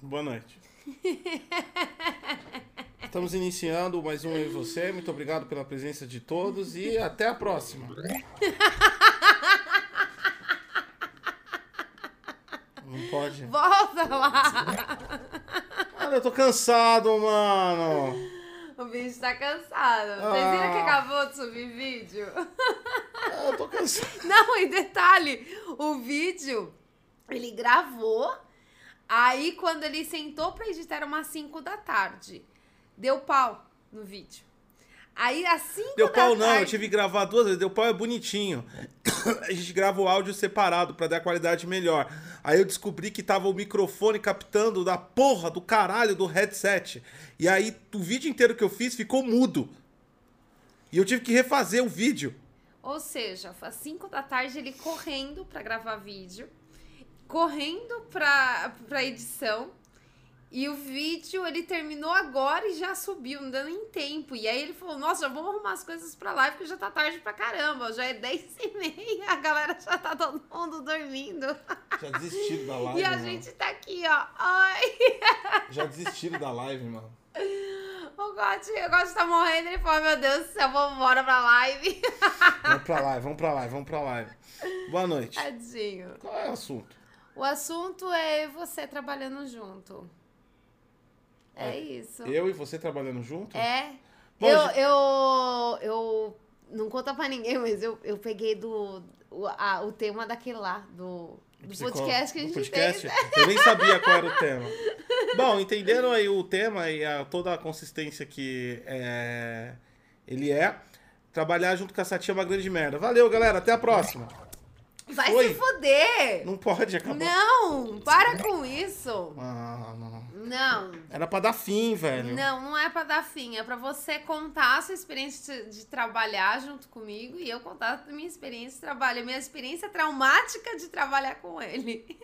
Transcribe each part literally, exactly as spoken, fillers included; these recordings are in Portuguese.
Boa noite. Estamos iniciando mais um Eu e Você. Muito obrigado pela presença de todos e até a próxima. Não pode. Volta lá. Mano, eu tô cansado, mano. O bicho tá cansado. Vocês Ah. viram que acabou de subir vídeo? Eu tô cansado. Não, e detalhe, o vídeo, ele gravou, aí quando ele sentou pra editar era umas cinco da tarde. Deu pau no vídeo. Aí às cinco Deu da pau tarde... não, eu tive que gravar duas vezes. Deu pau é bonitinho. A gente grava o áudio separado pra dar qualidade melhor. Aí eu descobri que tava o microfone captando da porra do caralho do headset. E aí o vídeo inteiro que eu fiz ficou mudo. E eu tive que refazer o vídeo. Ou seja, foi às cinco da tarde ele correndo pra gravar vídeo, correndo pra, pra edição, e o vídeo ele terminou agora e já subiu, não deu nem tempo. E aí ele falou, nossa, já vamos arrumar as coisas pra live, porque já tá tarde pra caramba, já é dez e meia, a galera já tá todo mundo dormindo. Já desistiram da live, E a mano. gente tá aqui, ó, ai... Já desistiram da live, mano. O Gotti, o Gotti tá morrendo, ele falou, meu Deus do céu, vamos embora pra live. Vamos pra live, vamos pra live, vamos pra live. Boa noite. Tadinho. Qual é o assunto? O assunto é você trabalhando junto. É, É. isso. Eu e você trabalhando junto? É. Bom, eu, gente- eu, eu não conta pra ninguém, mas eu, eu peguei do, o, a, o tema daquele lá, do, do Psicólogo. podcast que a Do gente podcast? fez. Eu nem sabia qual era o tema. Bom, entenderam aí o tema e a, toda a consistência que é, ele é. Trabalhar junto com a Satia é uma grande merda. Valeu, galera. Até a próxima. Vai Foi? se foder! Não pode acabar. Não, para com isso. Ah, não. Não. Era pra dar fim, velho. Não, não é pra dar fim, é pra você contar a sua experiência de, de trabalhar junto comigo e eu contar a minha experiência de trabalho, a minha experiência traumática de trabalhar com ele.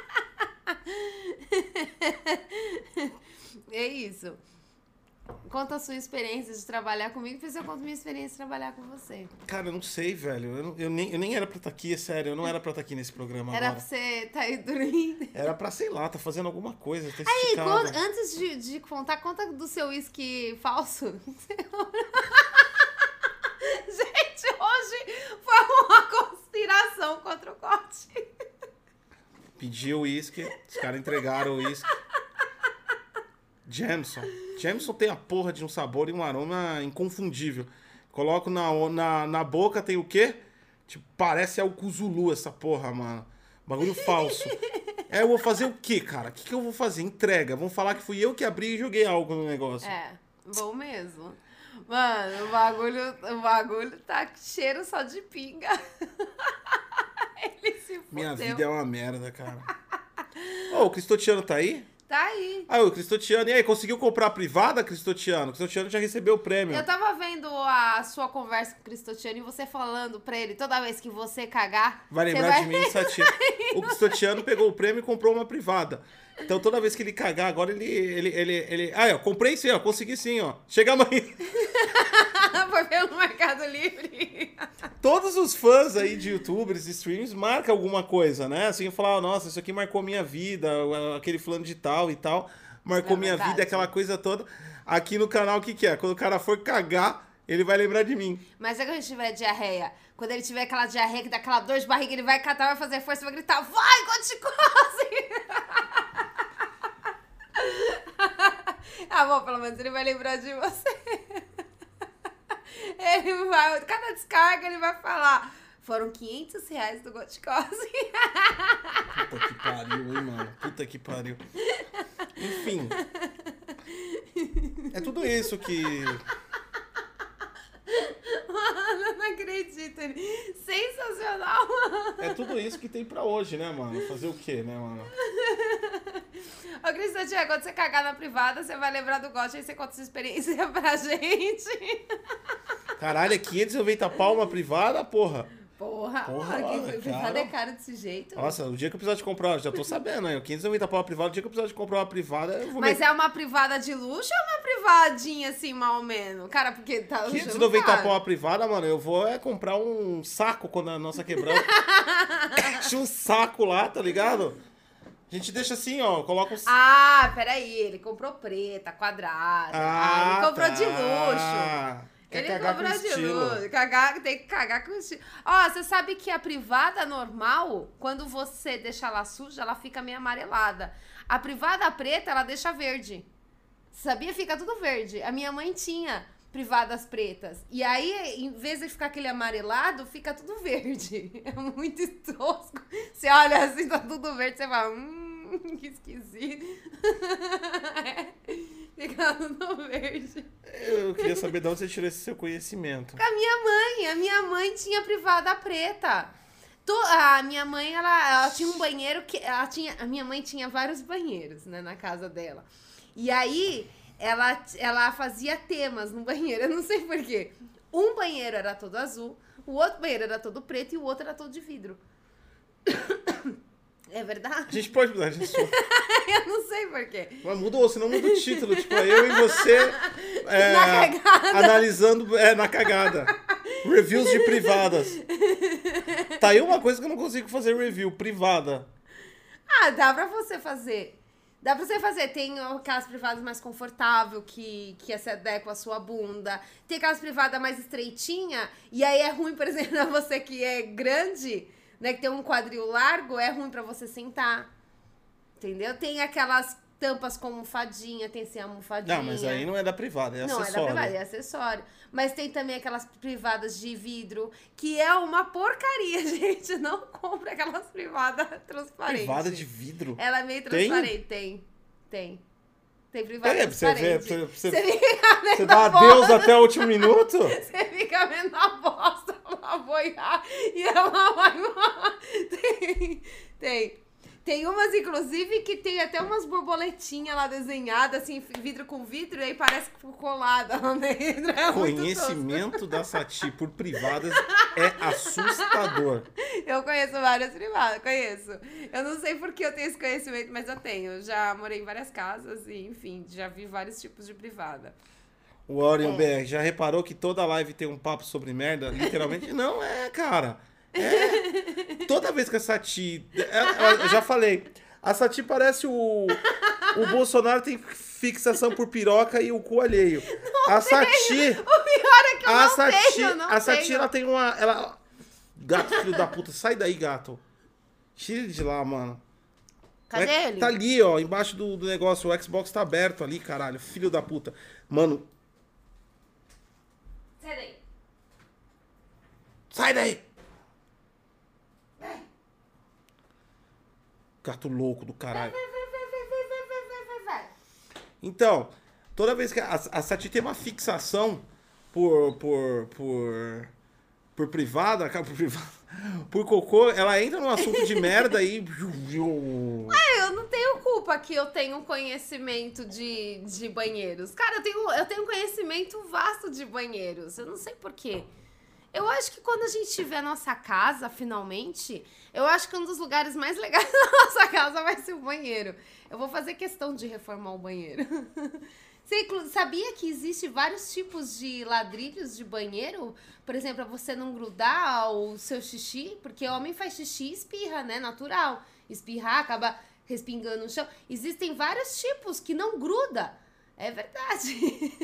É isso. Conta a sua experiência de trabalhar comigo, depois eu conto a minha experiência de trabalhar com você. Cara, eu não sei, velho. Eu, não- eu nem, eu nem era pra estar aqui, é sério. Eu não era pra estar aqui nesse programa Era agora. pra você tá aí dormindo. Era pra, sei lá, tá fazendo alguma coisa, tá Aí, esticado. conta- antes de, de contar, conta do seu uísque falso. Gente, hoje foi uma conspiração contra o corte. Pediu uísque, os caras entregaram o uísque. Jameson. Jameson tem a porra de um sabor e um aroma inconfundível. Coloco na, na, na boca, tem o quê? Tipo, parece álcool Zulu essa porra, mano. Bagulho falso. É, eu vou fazer o quê, cara? O que, que eu vou fazer? Entrega. Vão falar que fui eu que abri e joguei algo no negócio. É, bom mesmo. Mano, o bagulho, o bagulho tá cheiro só de pinga. Ele se fudeu. Minha vida é uma merda, cara. Ô, o Cristotiano tá aí? Tá aí. Ah, o Cristotiano. E aí, conseguiu comprar a privada, Cristotiano? O Cristotiano já recebeu o prêmio. Eu tava vendo a sua conversa com o Cristotiano e você falando pra ele, toda vez que você cagar... Vai você lembrar vai... de mim, Satia. O Cristotiano pegou o prêmio e comprou uma privada. Então toda vez que ele cagar, agora ele... ele, ele, ele... Ah, ó, comprei sim, ó. Consegui sim, ó. Chega amanhã. Foi pelo Mercado Livre. Todos os fãs aí de youtubers e streams marcam alguma coisa, né? Assim, falar, nossa, isso aqui marcou minha vida, aquele fulano de tal e tal. Marcou É minha verdade. vida, aquela coisa toda. Aqui no canal, o que que é? Quando o cara for cagar, ele vai lembrar de mim. Mas é quando ele tiver diarreia. Quando ele tiver aquela diarreia que dá aquela dor de barriga, ele vai catar, vai fazer força, vai gritar, vai, Goticose! Ah, bom, pelo menos ele vai lembrar de você. Ele vai, cada descarga ele vai falar, foram quinhentos reais do Goticose. Puta que pariu, hein, mano? Puta que pariu. Enfim. É tudo isso que... Mano, eu não acredito. Sensacional, mano. É tudo isso que tem pra hoje, né, mano? Fazer o quê, né, mano? Ô, Cristotinha, quando você cagar na privada, você vai lembrar do Gotti, aí você conta sua experiência pra gente. Caralho, é quinhentos e noventa pau uma privada, porra? Porra, Porra, porra, mano, que privada cara. é caro desse jeito. Nossa, o dia que eu precisar de comprar, já tô sabendo, né? quinhentos e noventa pau uma privada, o dia que eu precisar de comprar uma privada, eu vou Mas meter é uma privada de luxo ou uma privadinha assim, mal ou menos? Cara, porque tá quinhentos e noventa pau a privada, mano, eu vou é comprar um saco quando a nossa quebrada. Enche um saco lá, tá ligado? A gente deixa assim, ó, coloca os... Ah, peraí, ele comprou preta, quadrada. Ah, ele comprou tá. de luxo. Quer Ele cagar comprou com de estilo. luxo. Cagar, tem que cagar com estilo. Ó, você sabe que a privada normal, quando você deixa ela suja, ela fica meio amarelada. A privada preta, ela deixa verde. Sabia? Fica tudo verde. A minha mãe tinha privadas pretas. E aí, em vez de ficar aquele amarelado, fica tudo verde. É muito tosco. Você olha assim, tá tudo verde, você fala, hum, que esquisito. É, fica tudo verde. Eu queria saber de onde você tirou esse seu conhecimento. A minha mãe, a minha mãe tinha privada preta. To- A minha mãe, ela, ela tinha um banheiro que... Ela tinha, a minha mãe tinha vários banheiros, né, na casa dela. E aí... Ela, ela fazia temas no banheiro, eu não sei porquê. Um banheiro era todo azul, o outro banheiro era todo preto e o outro era todo de vidro. É verdade? A gente pode mudar de assunto. Eu não sei porquê. Mas mudou, senão muda o título. Tipo, eu e você é, Na cagada. analisando é, na cagada. Reviews de privadas. Tá aí uma coisa que eu não consigo fazer review, privada. Ah, dá pra você fazer. Dá pra você fazer. Tem aquelas privadas mais confortáveis, que, que se adequa à sua bunda. Tem aquelas privadas mais estreitinha, e aí é ruim, por exemplo, pra você que é grande, né, que tem um quadril largo, é ruim pra você sentar. Entendeu? Tem aquelas tampas com almofadinha, tem sem almofadinha. Não, mas aí não é da privada, é Não, acessório. é da privada, é acessório. Mas tem também aquelas privadas de vidro, que é uma porcaria, gente. Não compra aquelas privadas transparentes. Privada de vidro? Ela é meio Tem? transparente. Tem, tem. Tem privada Peraí, pra você ver, transparente. pra você- Você fica vendo Você dá a adeus bosta, até o último minuto? Você fica vendo a bosta ela boiar e ela vai... Tem, tem. Tem umas, inclusive, que tem até umas borboletinhas lá desenhadas, assim, vidro com vidro, e aí parece que ficou colada lá dentro. É muito Conhecimento da Sati por privadas é assustador. tosco. Eu conheço várias privadas, conheço. Eu não sei por que eu tenho esse conhecimento, mas eu tenho. Eu já morei em várias casas e, enfim, já vi vários tipos de privada. O Orion É. B R, já reparou que toda live tem um papo sobre merda? Literalmente? Não, é, cara. É. Toda vez que a Sati... é, Eu já falei. A Sati parece o... O Bolsonaro tem fixação por piroca e o cu alheio. A Sati... O pior é que eu A não Sati, tenho, não a Sati, tenho. ela tem uma... Ela... Gato, filho da puta, sai daí, gato. Tira ele de lá, mano. Cadê É- ele? Tá ali, ó, embaixo do, do negócio. O Xbox tá aberto ali, caralho. Filho da puta. Mano, Sai daí. sai daí! Gato louco do caralho. Vai, vai, vai, vai, vai, vai, vai, vai, vai, vai. Então, toda vez que a, a Sati tem uma fixação por. por. por. por privada, cara, por privada. Por cocô, ela entra num assunto de merda e. Eu não tenho culpa que eu tenho conhecimento de, de banheiros. Cara, eu tenho, eu tenho conhecimento vasto de banheiros. Eu não sei porquê. Eu acho que quando a gente tiver a nossa casa, finalmente, eu acho que um dos lugares mais legais da nossa casa vai ser o banheiro. Eu vou fazer questão de reformar o banheiro. Você inclu- sabia que existe vários tipos de ladrilhos de banheiro? Por exemplo, pra você não grudar o seu xixi, porque homem faz xixi e espirra, né? Natural. Espirrar, acaba respingando no chão. Existem vários tipos que não gruda. É verdade.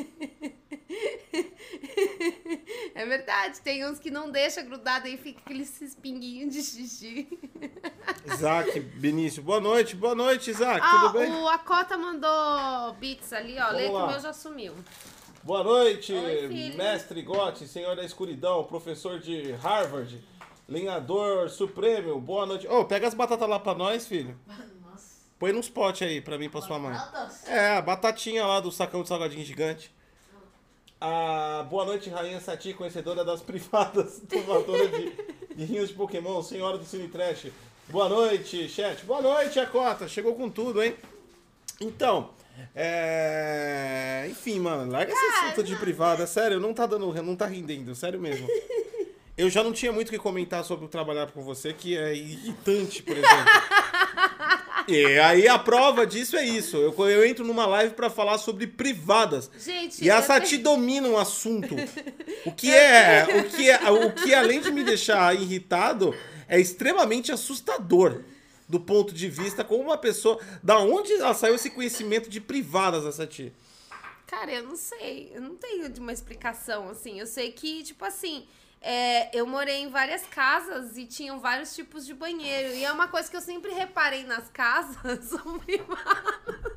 É verdade. Tem uns que não deixa grudado e fica aqueles espinguinhos de xixi. Isaac Benício, boa noite, boa noite, Isaac, Ah, tudo bem? o Acota mandou bits ali, ó. Lê que lá. o meu já sumiu. Boa noite, Oi, filho. mestre Gotti, senhor da escuridão, professor de Harvard, lenhador supremo, boa noite. Ô, pega as batatas lá pra nós, filho. Nossa, Põe nos potes aí pra mim e pra sua mãe. batatas. É, a batatinha lá do sacão de salgadinho gigante. Ah, boa noite, Rainha Sati, conhecedora das privadas, tomadora de, de rinhos de Pokémon, senhora do Cine Trash. Boa noite, chat. Boa noite, Acota. Chegou com tudo, hein? Então, é... enfim, mano, larga esse assunto de privada. Sério, não tá dando, não tá rendendo, sério mesmo. Eu já não tinha muito o que comentar sobre o trabalhar com você, que é irritante, por exemplo. E aí a prova disso é isso. Eu, eu entro numa live pra falar sobre privadas. Gente, E a eu Sati tenho- domina um assunto. O que é, o que é, o que além de me deixar irritado, é extremamente assustador. do ponto de vista como uma pessoa... Da onde ela saiu esse conhecimento de privadas, essa tia? Cara, eu não sei. Eu não tenho uma explicação, assim. Eu sei que, tipo assim... É, eu morei em várias casas e tinham vários tipos de banheiro. E é uma coisa que eu sempre reparei nas casas, são privadas.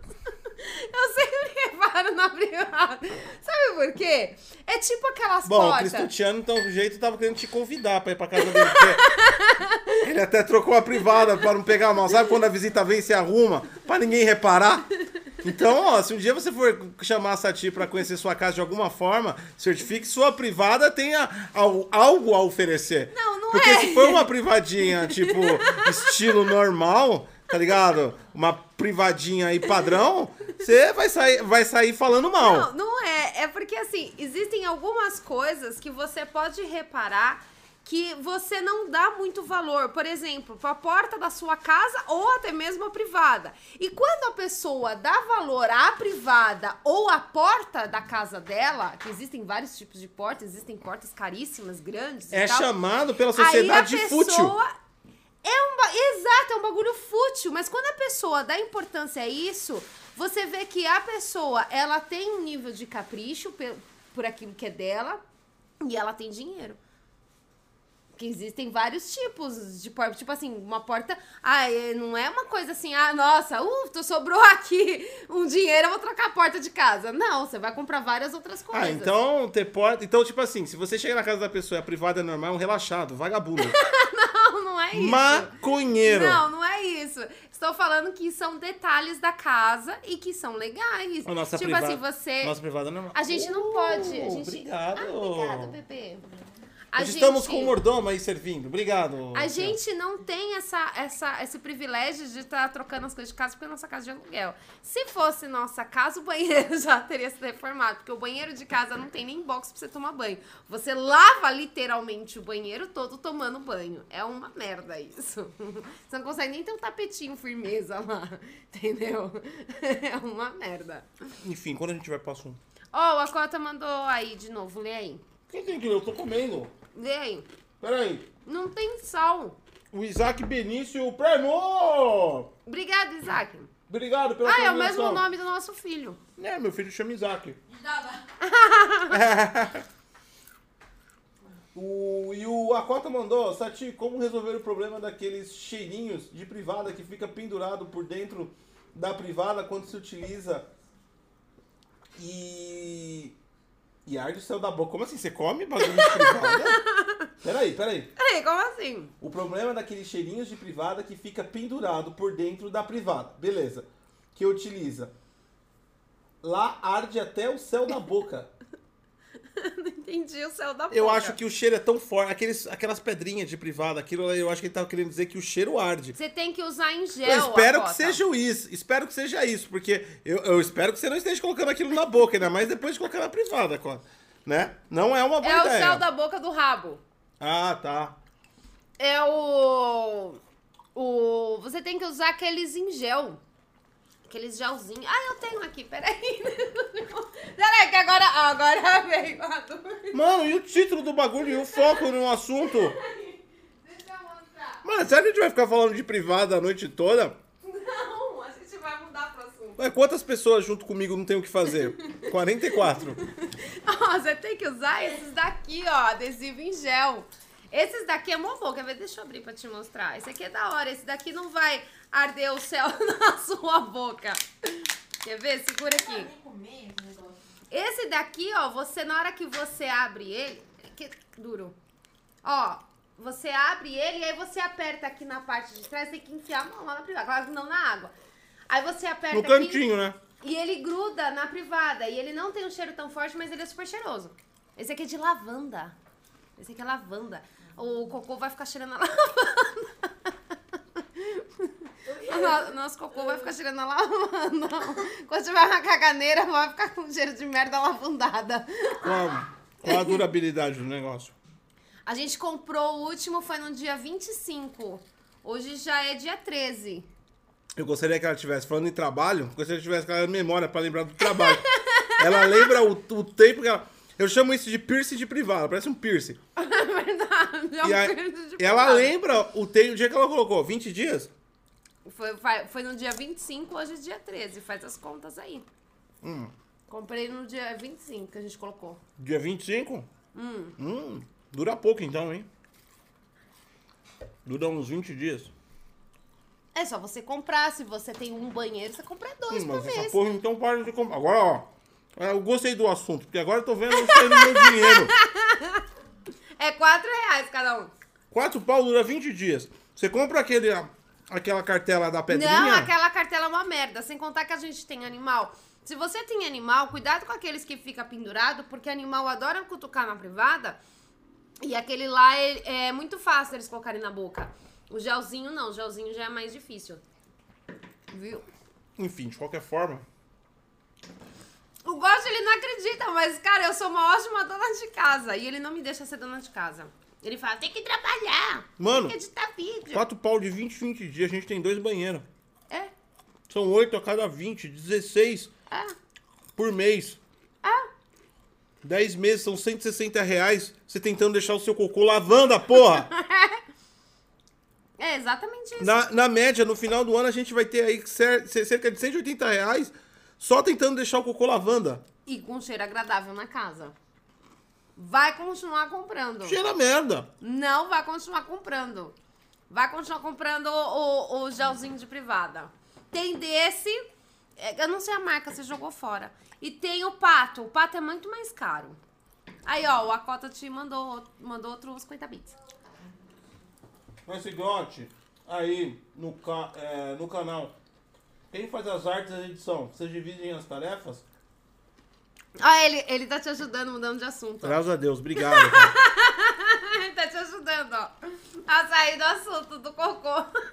Eu sempre reparo na privada. Sabe por quê? É tipo aquelas Bom, portas... Bom, o Cristiano, então, do jeito, tava querendo te convidar pra ir pra casa dele. Porque ele até trocou a privada pra não pegar mal. Sabe quando a visita vem e se arruma? Pra ninguém reparar? Então, ó, se um dia você for chamar a Sati pra conhecer sua casa de alguma forma, certifique que sua privada tenha algo a oferecer. Não, não Porque é. se for uma privadinha, tipo, estilo normal, tá ligado? Uma privadinha aí padrão, você vai sair, vai sair falando mal. Não, não é. É porque, assim, existem algumas coisas que você pode reparar que você não dá muito valor, por exemplo, para a porta da sua casa ou até mesmo a privada. E quando a pessoa dá valor à privada ou à porta da casa dela, que existem vários tipos de portas, existem portas caríssimas, grandes e É tal, chamado pela sociedade aí a fútil. pessoa... É um ba... Exato, é um bagulho fútil, mas quando a pessoa dá importância a isso, você vê que a pessoa, ela tem um nível de capricho por, por aquilo que é dela e ela tem dinheiro. Que existem vários tipos de porta. Tipo assim, uma porta... Ah, não é uma coisa assim... Ah, nossa, uh, tu sobrou aqui um dinheiro, eu vou trocar a porta de casa. Não, você vai comprar várias outras coisas. Ah, então ter porta... Então, tipo assim, se você chega na casa da pessoa e a privada é normal, é um relaxado, vagabundo. Não, não é isso. Maconheiro. Não, não é isso. Estou falando que são detalhes da casa e que são legais. A nossa tipo privada, assim, você... Nossa privada é normal. A gente não pode. A gente... Obrigado. Ah, obrigado, bebê. A Nós gente... estamos com o mordomo aí servindo. Obrigado. A gente não tem essa, essa, esse privilégio de estar trocando as coisas de casa porque é nossa casa de aluguel. Se fosse nossa casa, o banheiro já teria sido reformado. Porque o banheiro de casa não tem nem box pra você tomar banho. Você lava literalmente o banheiro todo tomando banho. É uma merda isso. Você não consegue nem ter um tapetinho firmeza lá. Entendeu? É uma merda. Enfim, quando a gente vai pro assunto. Ó, oh, a Cota mandou aí de novo. Lê aí. Quem tem que ler? Eu tô comendo. Lê aí. Peraí. Não tem sal. O Isaac Benício Premo! Obrigada, Isaac. Obrigado pela Ah, é o combinação. mesmo nome do nosso filho. É, meu filho chama Isaac. o, e o Acota mandou, Sati, como resolver o problema daqueles cheirinhos de privada que fica pendurado por dentro da privada quando se utiliza e... E arde o céu da boca. Como assim? Você come bagulho de privada? Peraí, peraí. Peraí, como assim? O problema é daqueles cheirinhos de privada que fica pendurado por dentro da privada. Beleza. Que utiliza. Lá arde até o céu da boca. Não entendi o céu da boca. Eu acho que o cheiro é tão forte. Aqueles, aquelas pedrinhas de privada, aquilo eu acho que ele tava querendo dizer que o cheiro arde. Você tem que usar em gel. Eu espero a que cota. seja isso. Espero que seja isso. Porque eu, eu espero que você não esteja colocando aquilo na boca, ainda mais depois de colocar na privada, né? Não é uma boa É ideia. o céu da boca do rabo. Ah, tá. É o... o... Você tem que usar aqueles em gel. Aqueles gelzinhos. Ah, eu tenho aqui, peraí. Peraí, que agora, agora veio a dúvida. Mano, e o título do bagulho e o foco no assunto? Deixa eu mostrar. Mano, será que a gente vai ficar falando de privada a noite toda? Não, a gente vai mudar pro assunto. Ué, quantas pessoas junto comigo não tem o que fazer? quarenta e quatro. Ó, você tem que usar esses daqui, ó, adesivo em gel. Esses daqui é mó bom, quer ver? Deixa eu abrir pra te mostrar. Esse aqui é da hora, esse daqui não vai arder o céu na sua boca. Quer ver? Segura aqui. Esse daqui, ó, você, na hora que você abre ele... Que duro. Ó, você abre ele e aí você aperta aqui na parte de trás, tem que enfiar a mão lá na privada, claro que não na água. Aí você aperta No aqui... cantinho, né? E ele gruda na privada. E ele não tem um cheiro tão forte, mas ele é super cheiroso. Esse aqui é de lavanda. Esse aqui é lavanda. O cocô vai ficar cheirando a lavanda. O no- o nosso cocô vai ficar cheirando a lavanda. Quando tiver uma caganeira, vai ficar com cheiro de merda lavandada. Qual, qual a durabilidade do negócio? A gente comprou o último, foi no dia vinte e cinco. Hoje já é dia treze. Eu gostaria que ela tivesse, falando em trabalho, gostaria que tivesse aquela memória pra lembrar do trabalho. Ela lembra o, o tempo que ela... Eu chamo isso de piercing de privada, parece um piercing. É verdade. É um E aí, piercing de ela privada. lembra o, tempo, o dia que ela colocou, vinte dias? Foi, foi, foi no dia vinte e cinco, hoje é dia treze. Faz as contas aí. Hum. Comprei no dia vinte e cinco que a gente colocou. Dia vinte e cinco? Hum. Hum. Dura pouco então, hein? Dura uns vinte dias. É só você comprar. Se você tem um banheiro, você compra dois Hum, por mas mês. essa porra então para de comprar. Agora, ó. Eu gostei do assunto, porque agora eu tô vendo eu saindo meu dinheiro. É quatro reais cada um. Quatro pau dura vinte dias. Você compra aquele, aquela cartela da pedrinha? Não, aquela cartela é uma merda. Sem contar que a gente tem animal. Se você tem animal, cuidado com aqueles que ficam pendurados, porque animal adora cutucar na privada. E aquele lá é, é muito fácil eles colocarem na boca. O gelzinho não, o gelzinho já é mais difícil. Viu? Enfim, de qualquer forma. O Gosto, ele não acredita, mas, cara, eu sou uma ótima dona de casa. E ele não me deixa ser dona de casa. Ele fala, tem que trabalhar. Mano, tem que editar vídeo. Quatro pau de vinte, vinte dias, a gente tem dois banheiros. É. São oito a cada vinte, dezesseis É. por mês. É. dez meses, são cento e sessenta reais. Você tentando deixar o seu cocô lavando a porra. É exatamente isso. Na, na média, no final do ano, a gente vai ter aí cer- cerca de cento e oitenta reais só tentando deixar o cocô lavanda. E com cheiro agradável na casa. Vai continuar comprando. Cheira merda. Não vai continuar comprando. Vai continuar comprando o, o, o gelzinho de privada. Tem desse, eu não sei a marca, você jogou fora. E tem o pato. O pato é muito mais caro. Aí, ó, o Acota te mandou, mandou outros cinquenta bits. Mas Sigote, aí no, ca- é, no canal, quem faz as artes da edição? Vocês dividem as tarefas? Ah, ele, ele tá te ajudando, mudando de assunto. Graças a Deus, obrigado. Cara. Ele tá te ajudando, ó. A sair do assunto do cocô.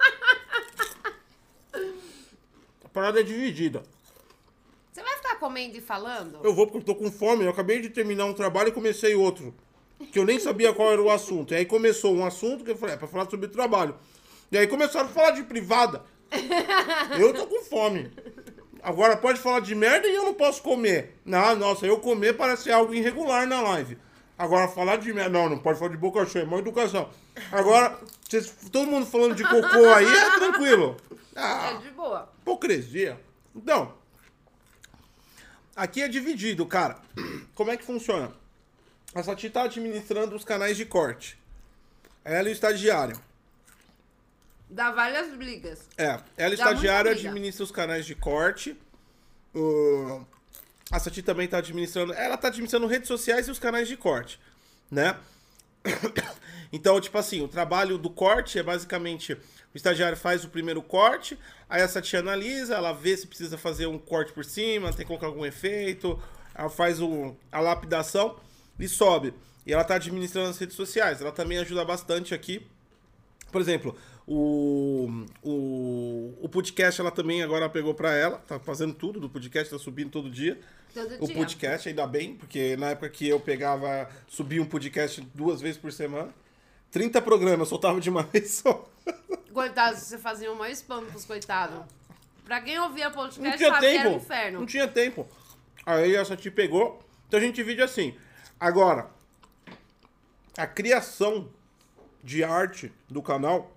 A parada é dividida. Você vai ficar comendo e falando? Eu vou porque eu tô com fome, eu acabei de terminar um trabalho e comecei outro. Que eu nem sabia qual era o assunto. E aí começou um assunto que eu falei, é pra falar sobre trabalho. E aí começaram a falar de privada. Eu tô com fome. Agora pode falar de merda e eu não posso comer. Não, nossa, eu comer parece algo irregular na live. Agora falar de merda, não, não pode falar de boca cheia, é má educação. Agora, vocês, todo mundo falando de cocô aí é tranquilo. Ah, É de boa. hipocrisia. Então, aqui é dividido, cara. Como é que funciona? A Sati tá administrando os canais de corte. Ela e o estagiário. Dá várias brigas. É, ela e o Dá estagiário muita briga. administra os canais de corte. Uh, a Sati também tá administrando... Ela tá administrando redes sociais e os canais de corte, né? Então, tipo assim, o trabalho do corte é basicamente... O estagiário faz o primeiro corte, aí a Sati analisa, ela vê se precisa fazer um corte por cima, tem que colocar algum efeito, ela faz o, a lapidação e sobe. E ela tá administrando as redes sociais. Ela também ajuda bastante aqui. Por exemplo, o, o, o podcast ela também agora pegou pra ela. Tá fazendo tudo do podcast, tá subindo todo dia. Todo O dia. podcast, ainda bem, porque na época que eu pegava, subia um podcast duas vezes por semana. trinta programas, eu soltava de uma vez só. Coitados, você fazia um maior spam pros coitados. Pra quem ouvia Não podcast, tinha sabe que era um tempo. inferno. Não tinha tempo. Aí a Sati pegou. Então a gente divide assim. Agora, a criação de arte do canal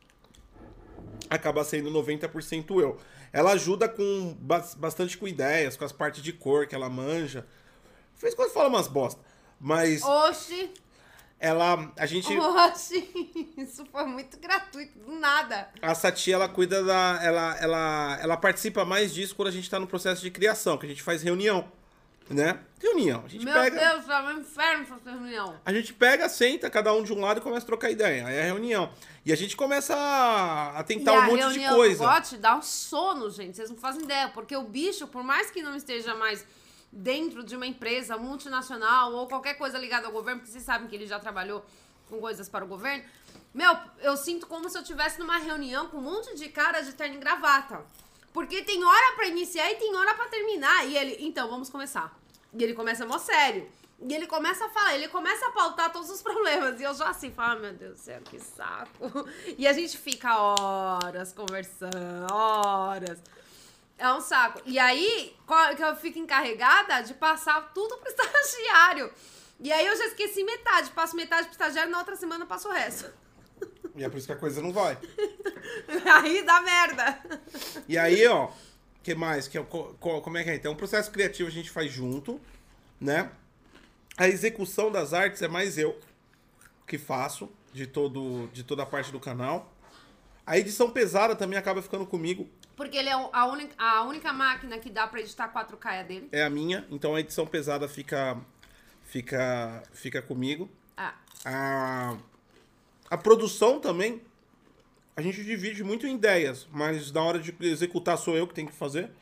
acaba sendo noventa por cento eu. Ela ajuda com bas- bastante com ideias, com as partes de cor que ela manja. Fez quando fala umas bosta. Mas Oxi, ela, a gente, oxi, isso foi muito gratuito, do nada. a Sati, ela cuida da, ela, ela, ela participa mais disso quando a gente tá no processo de criação, que a gente faz reunião, né? Reunião, a gente Meu pega, Deus, é um inferno essa reunião. a gente pega, senta, cada um de um lado e começa a trocar ideia. Aí é a reunião. E a gente começa a, a tentar e um a monte de reunião coisa. do GOT dá um sono, gente, vocês não fazem ideia, porque o bicho, por mais que não esteja mais dentro de uma empresa multinacional ou qualquer coisa ligada ao governo, porque vocês sabem que ele já trabalhou com coisas para o governo, meu, eu sinto como se eu estivesse numa reunião com um monte de cara de terno e gravata. Porque tem hora pra iniciar e tem hora pra terminar. E ele, então, vamos começar. E ele começa mó sério. E ele começa a falar, ele começa a pautar todos os problemas. E eu já assim, falo, ah, meu Deus do céu, que saco. E a gente fica horas conversando, horas. É um saco. E aí, qual- que eu fico encarregada de passar tudo pro estagiário. E aí eu já esqueci metade. Passo metade pro estagiário, na outra semana eu passo o resto. E é por isso que a coisa não vai. Aí dá merda. E aí, ó, o que mais? Que é, o- co- como é que é? Então, o processo criativo a gente faz junto, né? A execução das artes é mais eu que faço, de, todo, de toda a parte do canal. A edição pesada também acaba ficando comigo, Porque ele é o- a única, a única máquina que dá pra editar quatro K é a dele. é a minha, então a edição pesada fica, fica, fica comigo. Ah, A, a produção também, a gente divide muito em ideias, mas na hora de executar sou eu que tenho que fazer.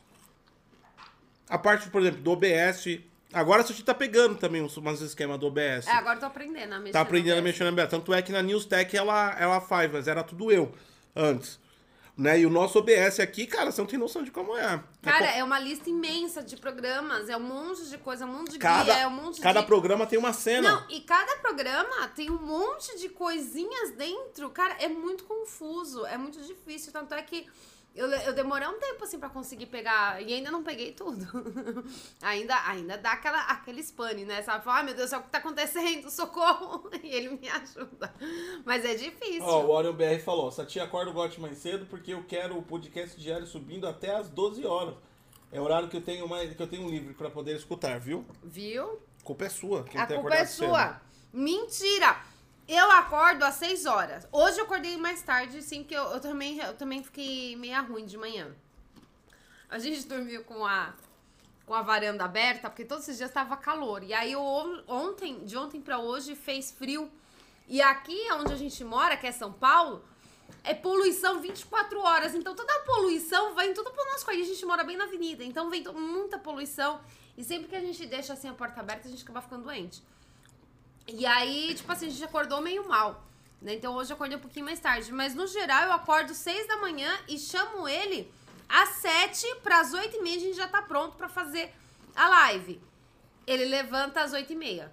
A parte, por exemplo, do O B S. Agora a gente tá pegando também uns, uns esquemas do O B S. é, agora eu tô aprendendo a mexer. Tá no aprendendo a O B S. mexer na B S. Tanto é que na Newstech ela, ela faz, mas era tudo eu antes. Né? E o nosso O B S aqui, cara, você não tem noção de como é. Cara, é, é uma lista imensa de programas, é um monte de coisa, um monte de cada, guia, é um monte cada de... programa tem uma cena. Não, e cada programa tem um monte de coisinhas dentro. Cara, é muito confuso, é muito difícil. Tanto é que eu, eu demorei um tempo, assim, pra conseguir pegar. E ainda não peguei tudo. ainda, ainda dá aquela, aquele spane, né? Sabe? Fala, ai meu Deus, é o que tá acontecendo, socorro. E ele me ajuda. Mas é difícil. Ó, o Orion B R falou, Sati, acorda o Gotti mais cedo porque eu quero o podcast diário subindo até às doze horas. É o horário que eu tenho, mais, que eu tenho livre pra poder escutar, viu? Viu? A culpa é sua. Quem A tem culpa é acordado cedo. sua. Mentira! Eu acordo às seis horas. Hoje eu acordei mais tarde, sim, porque eu, eu, também, eu também fiquei meio ruim de manhã. A gente dormiu com a, com a varanda aberta, porque todos esses dias tava calor. E aí eu, ontem, de ontem pra hoje fez frio. E aqui onde a gente mora, que é São Paulo, é poluição vinte e quatro horas. Então toda a poluição vem tudo pro nosso quarto. A gente mora bem na avenida, então vem muita poluição. E sempre que a gente deixa assim a porta aberta, a gente acaba ficando doente. E aí, tipo assim, a gente acordou meio mal, né? Então hoje eu acordei um pouquinho mais tarde. Mas no geral eu acordo seis da manhã e chamo ele às sete para as oito e meia a gente já tá pronto pra fazer a live. Ele levanta às oito e meia.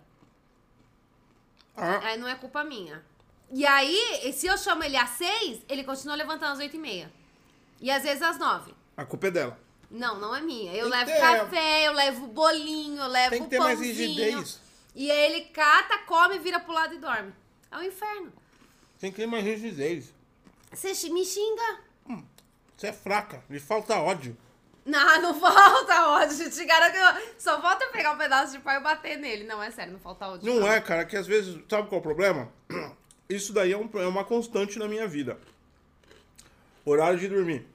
Ah, Aí não é culpa minha. E aí, se eu chamo ele às seis, ele continua levantando às oito e meia. E às vezes às nove. a culpa é dela. Não, não é minha. Eu Tem que levo ter- café, eu levo bolinho, eu levo Tem que ter mais pãozinho. rigidez. E aí ele cata, come, vira pro lado e dorme. É um inferno. Tem que ter mais rigidez. Você xi- me xinga? Você é fraca, lhe falta ódio. Não, não falta ódio. Te garanto que eu... Só falta eu pegar um pedaço de pau e bater nele. Não, é sério, não falta ódio. Não é, cara, que às vezes, sabe qual é o problema? Isso daí é, um- é uma constante na minha vida. Horário de dormir.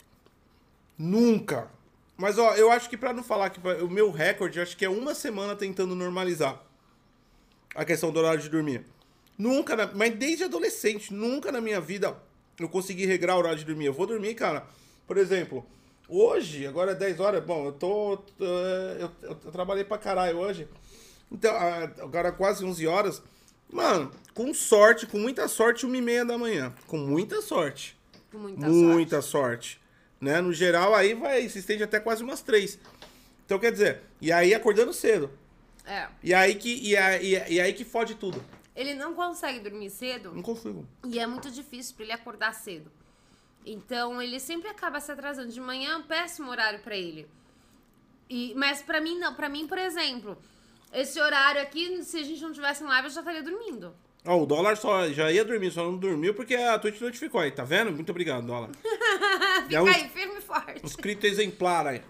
Nunca. Mas, ó, eu acho que pra não falar que o meu recorde, eu acho que é uma semana tentando normalizar a questão do horário de dormir. Nunca, na- mas desde adolescente, nunca na minha vida eu consegui regrar o horário de dormir. Eu vou dormir, cara, por exemplo, hoje, agora é dez horas, bom, eu tô, eh, eu, eu, eu trabalhei pra caralho hoje, então, ah, agora quase onze horas, mano, com sorte, com muita sorte, uma e meia da manhã, com muita sorte. Com muita, Muita sorte. sorte. Né? No geral, aí vai, se estende até quase umas três. Então, quer dizer, e aí acordando cedo. É. E aí que, e aí, e aí que fode tudo. Ele não consegue dormir cedo Não consigo. e é muito difícil pra ele acordar cedo. Então, ele sempre acaba se atrasando. De manhã é um péssimo horário pra ele. E, mas pra mim, não. Pra mim, por exemplo, esse horário aqui, se a gente não tivesse em live, eu já estaria dormindo. Ó, o dólar só já ia dormir, só não dormiu porque a Twitch notificou aí, tá vendo? Muito obrigado, dólar. Fica É um- aí, firme e forte. Inscrito exemplar aí.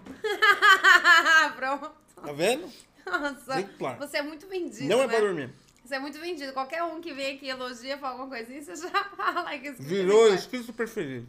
Pronto. Tá vendo? Nossa, Exemplar. você é muito vendido, Não é né? pra dormir. Você é muito vendido. Qualquer um que vem aqui e elogia, fala alguma coisinha, você já fala que esse Virou filme é inscrito preferido.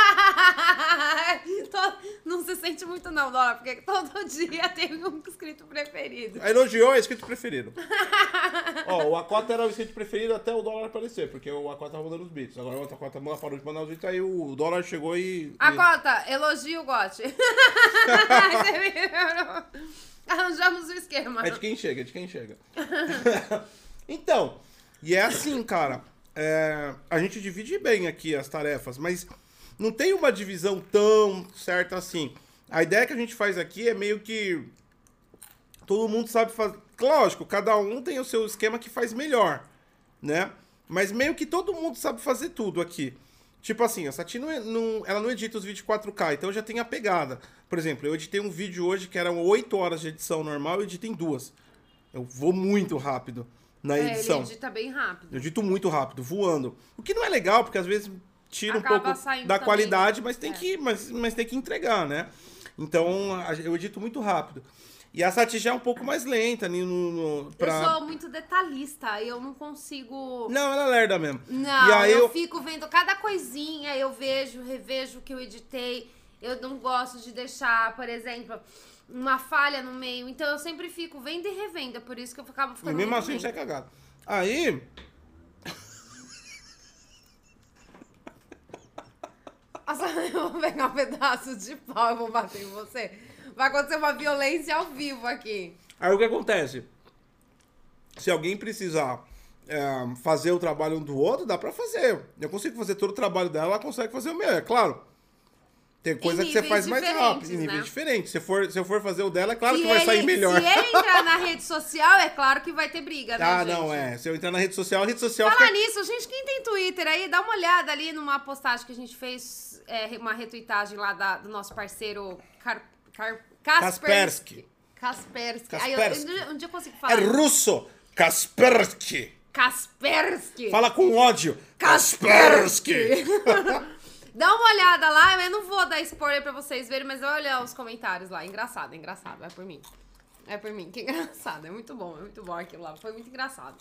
To- Não se sente muito não, Dora, porque todo dia tem um inscrito preferido. A elogiou é inscrito preferido. Ó, o Acota era o inscrito preferido até o dólar aparecer, porque o Acota tava mandando os bits. Agora o Acota parou de mandar os bits, aí o dólar chegou e... A e- cota, elogio o Gotti. Você viu? Arranjamos o esquema. É de quem chega, é de quem chega. Então, e é assim, cara. é, a gente divide bem aqui as tarefas, mas não tem uma divisão tão certa assim. A ideia que a gente faz aqui é meio que todo mundo sabe fazer. Lógico, cada um tem o seu esquema que faz melhor, né? Mas meio que todo mundo sabe fazer tudo aqui. Tipo assim, a Sati não, não, ela não edita os vídeos quatro K, então já tem a pegada. Por exemplo, eu editei um vídeo hoje que eram oito horas de edição normal, eu editei em duas. Eu vou muito rápido, na É, edição. ele edita bem rápido. Eu edito muito rápido, voando. O que não é legal, porque às vezes tira Acaba um pouco saindo da também. qualidade, mas tem, É. que, mas, mas tem que entregar, né? Então, a- eu edito muito rápido. E a Sati já é um pouco mais lenta ali no, no, pra... Eu sou muito detalhista, eu não consigo... Não, ela é lerda mesmo. Não, e aí eu, eu, fico vendo cada coisinha, eu vejo, revejo o que eu editei. Eu não gosto de deixar, por exemplo, uma falha no meio. Então eu sempre fico vendo e revendo, é por isso que eu acabo E ficando mesmo muito assim bem. sai cagado. Aí... Nossa, eu vou pegar um pedaço de pau e vou bater em você. Vai acontecer uma violência ao vivo aqui. Aí o que acontece? Se alguém precisar é, fazer o trabalho um do outro, dá pra fazer. Eu consigo fazer todo o trabalho dela, ela consegue fazer o meu, é claro. Tem coisa que você níveis faz mais diferentes, rápido, em níveis né? diferentes. Se, for, se eu for fazer o dela, é claro Se que vai sair ele- melhor. Se ele entrar na rede social, é claro que vai ter briga, né, Ah, gente? não, é. Se eu entrar na rede social, a rede social Falar fica... nisso, gente, quem tem Twitter aí, dá uma olhada ali numa postagem que a gente fez, é, uma retweetagem lá da- do nosso parceiro Car, Car, Kaspersky. Kaspersky. Kaspersky. Aí eu, Kaspersky. um dia eu consigo É falar. russo! Kaspersky! Kaspersky. Fala com ódio! Kaspersky! Dá uma olhada lá, eu não vou dar spoiler pra vocês verem, mas vai olhar os comentários lá. Engraçado, é engraçado, é por mim. É por mim, que engraçado, é muito bom, é muito bom aquilo lá, foi muito engraçado.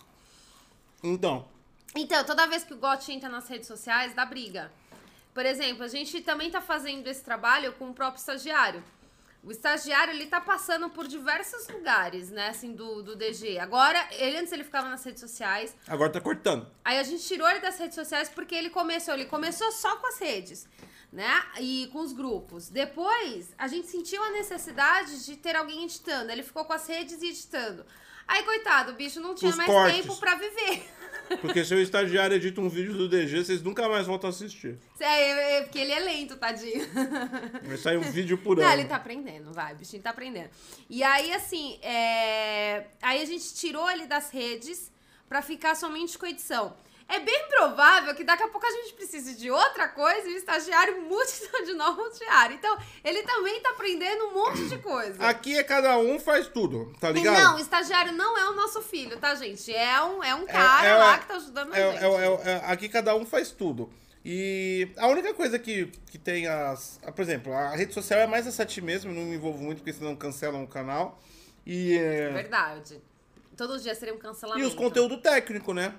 Então, Então, toda vez que o Got entra nas redes sociais, dá briga. Por exemplo, a gente também tá fazendo esse trabalho com o próprio estagiário. O estagiário, ele tá passando por diversos lugares, né, assim, do, do D G. Agora, ele antes ele ficava nas redes sociais, agora tá cortando. aí a gente tirou ele das redes sociais porque ele começou, ele começou só com as redes, né, e com os grupos. Depois, a gente sentiu a necessidade de ter alguém editando, ele ficou com as redes e editando. Aí, coitado, o bicho não tinha Os mais cortes. tempo pra viver. Porque se o estagiário edita um vídeo do D G, vocês nunca mais voltam a assistir. É, é, porque ele é lento, tadinho. Vai sair um vídeo por Não, ano. ele tá aprendendo, vai, o bichinho tá aprendendo. E aí, assim, é... aí a gente tirou ele das redes pra ficar somente com edição. É bem provável que daqui a pouco a gente precise de outra coisa e o estagiário mude de novo o estagiário. Então, ele também tá aprendendo um monte de coisa. Aqui é cada um faz tudo, tá E ligado? não, o estagiário não é o nosso filho, tá, gente? É um, é um É- cara é- lá que tá ajudando a É, gente. é- é- é- aqui cada um faz tudo. E a única coisa que, que tem as... ah, por exemplo, a rede social é mais a Sati mesmo, eu não me envolvo muito porque senão cancelam o canal. E, é, Verdade. Todos os dias seria um cancelamento. e os conteúdos técnicos, né?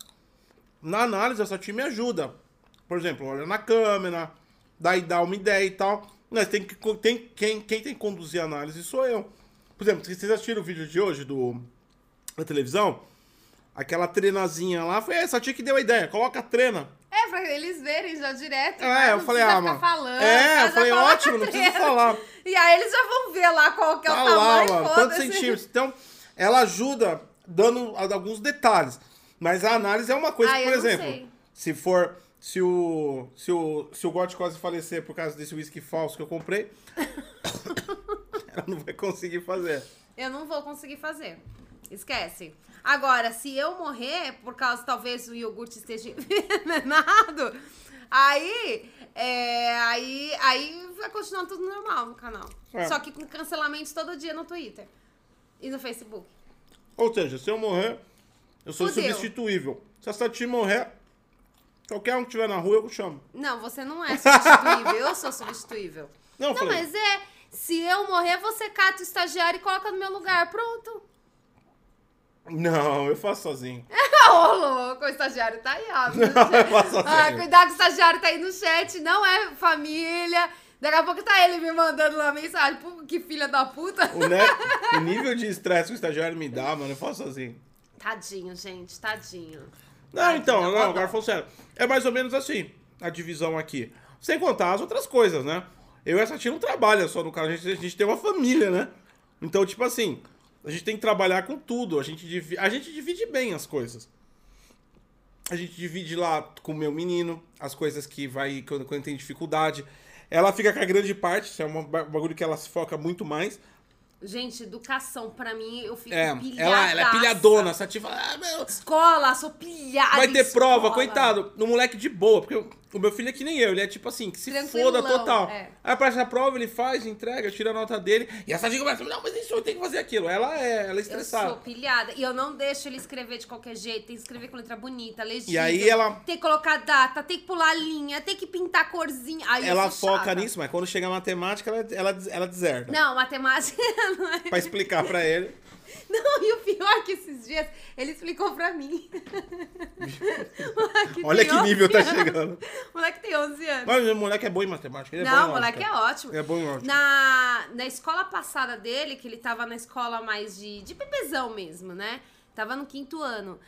Na análise, a Sati me ajuda. Por exemplo, olha na câmera, daí dá uma ideia e tal. Mas tem que, tem, quem, quem tem que conduzir a análise sou eu. Por exemplo, se vocês assistiram o vídeo de hoje do, da televisão, aquela trenazinha lá, foi essa tia que deu a ideia. Coloca a trena. É, pra eles verem já direto. É, né? eu Não falei, precisa ah, ficar mano. falando, É, já eu falei, fala ótimo, não treino. preciso falar. E aí eles já vão ver lá qual que é o Tá tamanho. lá, mano, tantos foda-se. centímetros. Então, ela ajuda dando alguns detalhes. Mas a análise é uma coisa, Ah, que, eu por não exemplo, sei. se for. Se o. Se o, se o Got quase falecer por causa desse whisky falso que eu comprei, ela não vai conseguir fazer. Eu não vou conseguir fazer. Esquece. Agora, se eu morrer, por causa talvez o iogurte esteja envenenado, aí, é, aí, aí vai continuar tudo normal no canal. É. Só que com cancelamentos todo dia no Twitter e no Facebook. Ou seja, se eu morrer, eu sou Fudeu. substituível. Se a Sati morrer, qualquer um que estiver na rua, eu chamo. Não, você não é substituível, eu sou substituível. Não, eu Não, falei, mas é, se eu morrer, você cata o estagiário e coloca no meu lugar, pronto. não, eu faço sozinho. Ô, louco, o estagiário tá aí, ó. Não, eu faço sozinho. Ah, cuidado que o estagiário tá aí no chat, não é família. Daqui a pouco tá ele me mandando uma mensagem, pô, que filha da puta. O, né, o nível de estresse que o estagiário me dá, mano, eu faço sozinho. Tadinho, gente, tadinho. Não, Ai, então, filha, não, dó, agora dó. falando sério. É mais ou menos assim, a divisão aqui. Sem contar as outras coisas, né? Eu e a Sati não trabalha só no canal, a gente, a gente tem uma família, né? Então, tipo assim, a gente tem que trabalhar com tudo. A gente, divi- a gente divide bem as coisas. A gente divide lá com o meu menino, as coisas que vai, quando, quando tem dificuldade. Ela fica com a grande parte, isso é um ba- bagulho que ela se foca muito mais. Gente, educação, pra mim, eu fico É, pilhadaça. ela, ela é pilhadona, a Sati fala, ah, meu, Escola, sou pilhada vai em ter prova, escola. coitado. No moleque de boa, porque eu, O meu filho é que nem eu, ele é tipo assim, que se Tranquilão, foda total. é. Aí aparece a prova, ele faz, entrega, tira a nota dele. E essa dica começa, não, mas isso eu tenho que fazer aquilo. Ela é, ela é Eu estressada. sou pilhada. E eu não deixo ele escrever de qualquer jeito. Tem que escrever com letra bonita, legível. E aí ela- Tem que colocar data, tem que pular a linha, tem que pintar corzinha. Aí eu Ela sou foca chata. nisso, mas quando chega a matemática, ela, ela, ela deserta. Não, matemática não é. Pra explicar pra ele. Não, e o pior é que esses dias ele explicou pra mim. Moleque Olha tem que nível tá onze anos. chegando. O moleque tem onze anos. Mas o moleque é bom em matemática. Ele é bom Não, em o moleque é lógica. ótimo. Ele é bom em lógica. Na, na escola passada dele, que ele tava na escola mais de, de bebezão mesmo, né? Tava no quinto ano.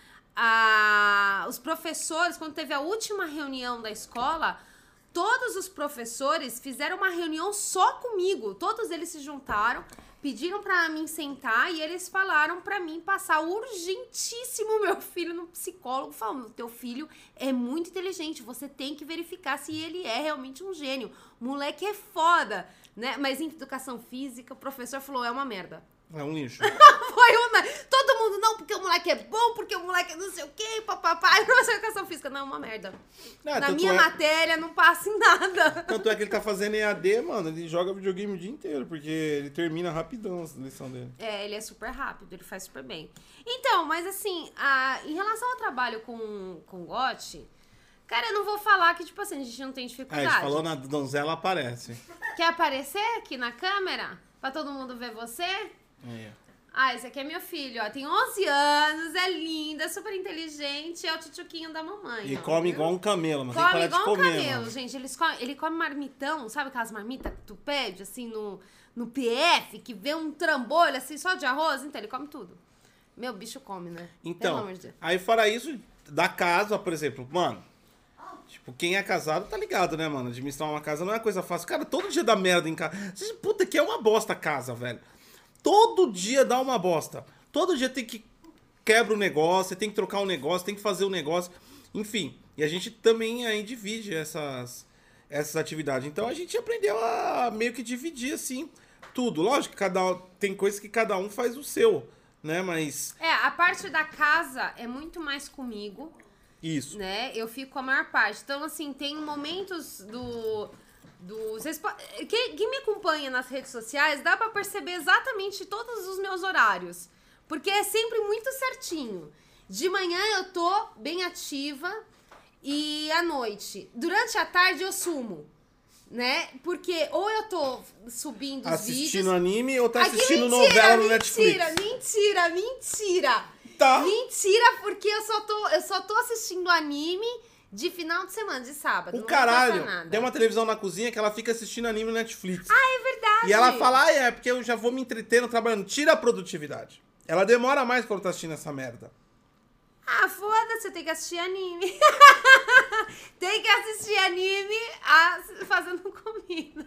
A, os professores, quando teve a última reunião da escola, todos os professores fizeram uma reunião só comigo. Todos eles se juntaram, pediram pra mim sentar e eles falaram pra mim passar urgentíssimo meu filho no psicólogo, falando, teu filho é muito inteligente, você tem que verificar se ele é realmente um gênio. Moleque é foda, né? Mas em educação física, o professor falou, é uma merda. É um lixo. Foi uma... Todo mundo, não, porque o moleque é bom, porque o moleque é não sei o quê, papapá. E professor de educação física, não, é uma merda. Não, Na tanto minha é- matéria, não passa em nada. Tanto é que ele tá fazendo E A D, mano, ele joga videogame o dia inteiro, porque ele termina rapidão a lição dele. É, ele é super rápido, ele faz super bem. Então, mas assim, a, em relação ao trabalho com, com o Gotti, cara, eu não vou falar que, tipo assim, a gente não tem Ah, a dificuldade. gente falou na donzela, aparece. Quer aparecer aqui na câmera? Pra todo mundo ver você? É. Ah, esse aqui é meu filho, ó. Tem onze anos, é linda, super inteligente, é o tchutchuquinho da mamãe. E ó, come viu? igual um camelo, mas tem que Come parar igual de um comer, camelo, mano. gente. Eles come, ele come marmitão, sabe aquelas marmitas que tu pede, assim, no, no P F, que vê um trambolho, assim, só de arroz? Então, ele come tudo. Meu, bicho come, né? Pelo Então, amor de Deus. aí fora isso, da casa, por exemplo, mano, tipo, quem é casado tá ligado, né, mano? Administrar uma casa não é coisa fácil. Cara, todo dia dá merda em casa. Vocês- Puta, que é uma bosta a casa, velho. Todo dia dá uma bosta. Todo dia tem que quebra o negócio, tem que trocar o negócio, tem que fazer o negócio. Enfim, e a gente também aí divide essas, essas atividades. Então a gente aprendeu a meio que dividir, assim, tudo. Lógico que cada, tem coisas que cada um faz o seu, né? Mas É, a parte da casa é muito mais comigo, isso. né? Eu fico com a maior parte. Então, assim, tem momentos do... do vocês po- quem, quem me acompanha nas redes sociais, dá pra perceber exatamente todos os meus horários. Porque é sempre muito certinho. De manhã eu tô bem ativa e à noite. Durante a tarde eu sumo, né? Porque ou eu tô subindo os Assistindo vídeos... anime ou tá Ai, que assistindo mentira, novela no mentira, Netflix? Mentira, mentira, Tá. Mentira, porque eu só tô, eu só tô assistindo anime de final de semana, de sábado. O não caralho, passa nada. tem uma televisão na cozinha que ela fica assistindo anime no Netflix. Ah, é verdade. E ela fala, ah, é, porque eu já vou me entretendo trabalhando. Tira a produtividade. Ela demora mais quando tá assistindo essa merda. Ah, foda-se, tem que assistir anime. Tem que assistir anime a- fazendo comida.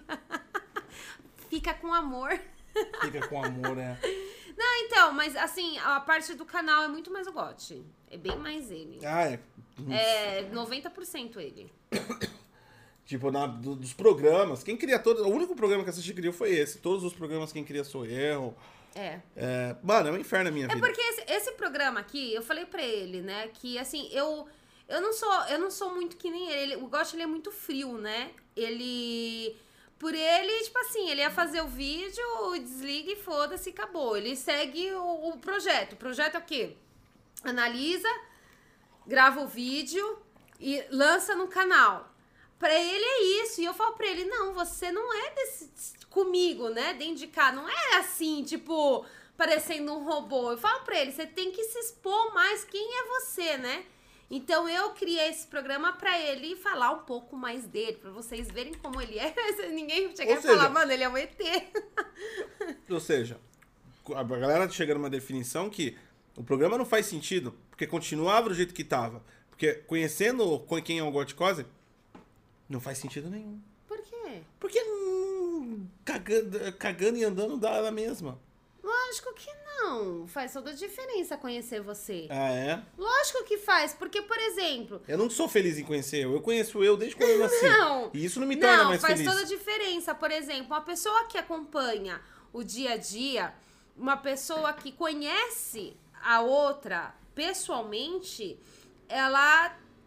Fica com amor. Fica com amor, né? Não, então, mas assim, a parte do canal é muito mais o Gotti. É bem mais ele. Ah, é. É noventa por cento ele. Tipo, na, do- dos programas, quem cria todos... O único programa que a Assistir criou foi esse. Todos os programas quem cria sou eu. É. É, mano, é um inferno a minha É vida. porque esse, esse programa aqui, eu falei pra ele, né, que assim, eu eu não sou, eu não sou muito que nem ele, ele o Gotti, ele é muito frio, né? Ele por ele, tipo assim, ele ia fazer o vídeo, desliga e foda-se, acabou. Ele segue o, o projeto. O projeto é o quê? Analisa, grava o vídeo e lança no canal. Pra ele é isso. E eu falo pra ele, não, você não é desse, comigo, né? Dentro de cá. Não é assim, tipo, parecendo um robô. Eu falo pra ele, você tem que se expor mais quem é você, né? Então eu criei esse programa pra ele falar um pouco mais dele, pra vocês verem como ele é. Ninguém chega Ou a seja- falar, mano, ele é um E T. Ou seja, a galera chega numa definição que o programa não faz sentido, porque continuava do jeito que tava. Porque conhecendo quem é o Goticose, não faz sentido nenhum. Por quê? Porque hum, cagando, cagando e andando dá na mesma. Lógico que não. Faz toda a diferença conhecer você. Ah, é? Lógico que faz, porque, por exemplo... Eu não sou feliz em conhecer eu. Eu conheço eu desde quando eu nasci. Não. E isso não me torna Não, mais faz feliz. toda a diferença. Por exemplo, uma pessoa que acompanha o dia a dia, uma pessoa que conhece a outra pessoalmente, ela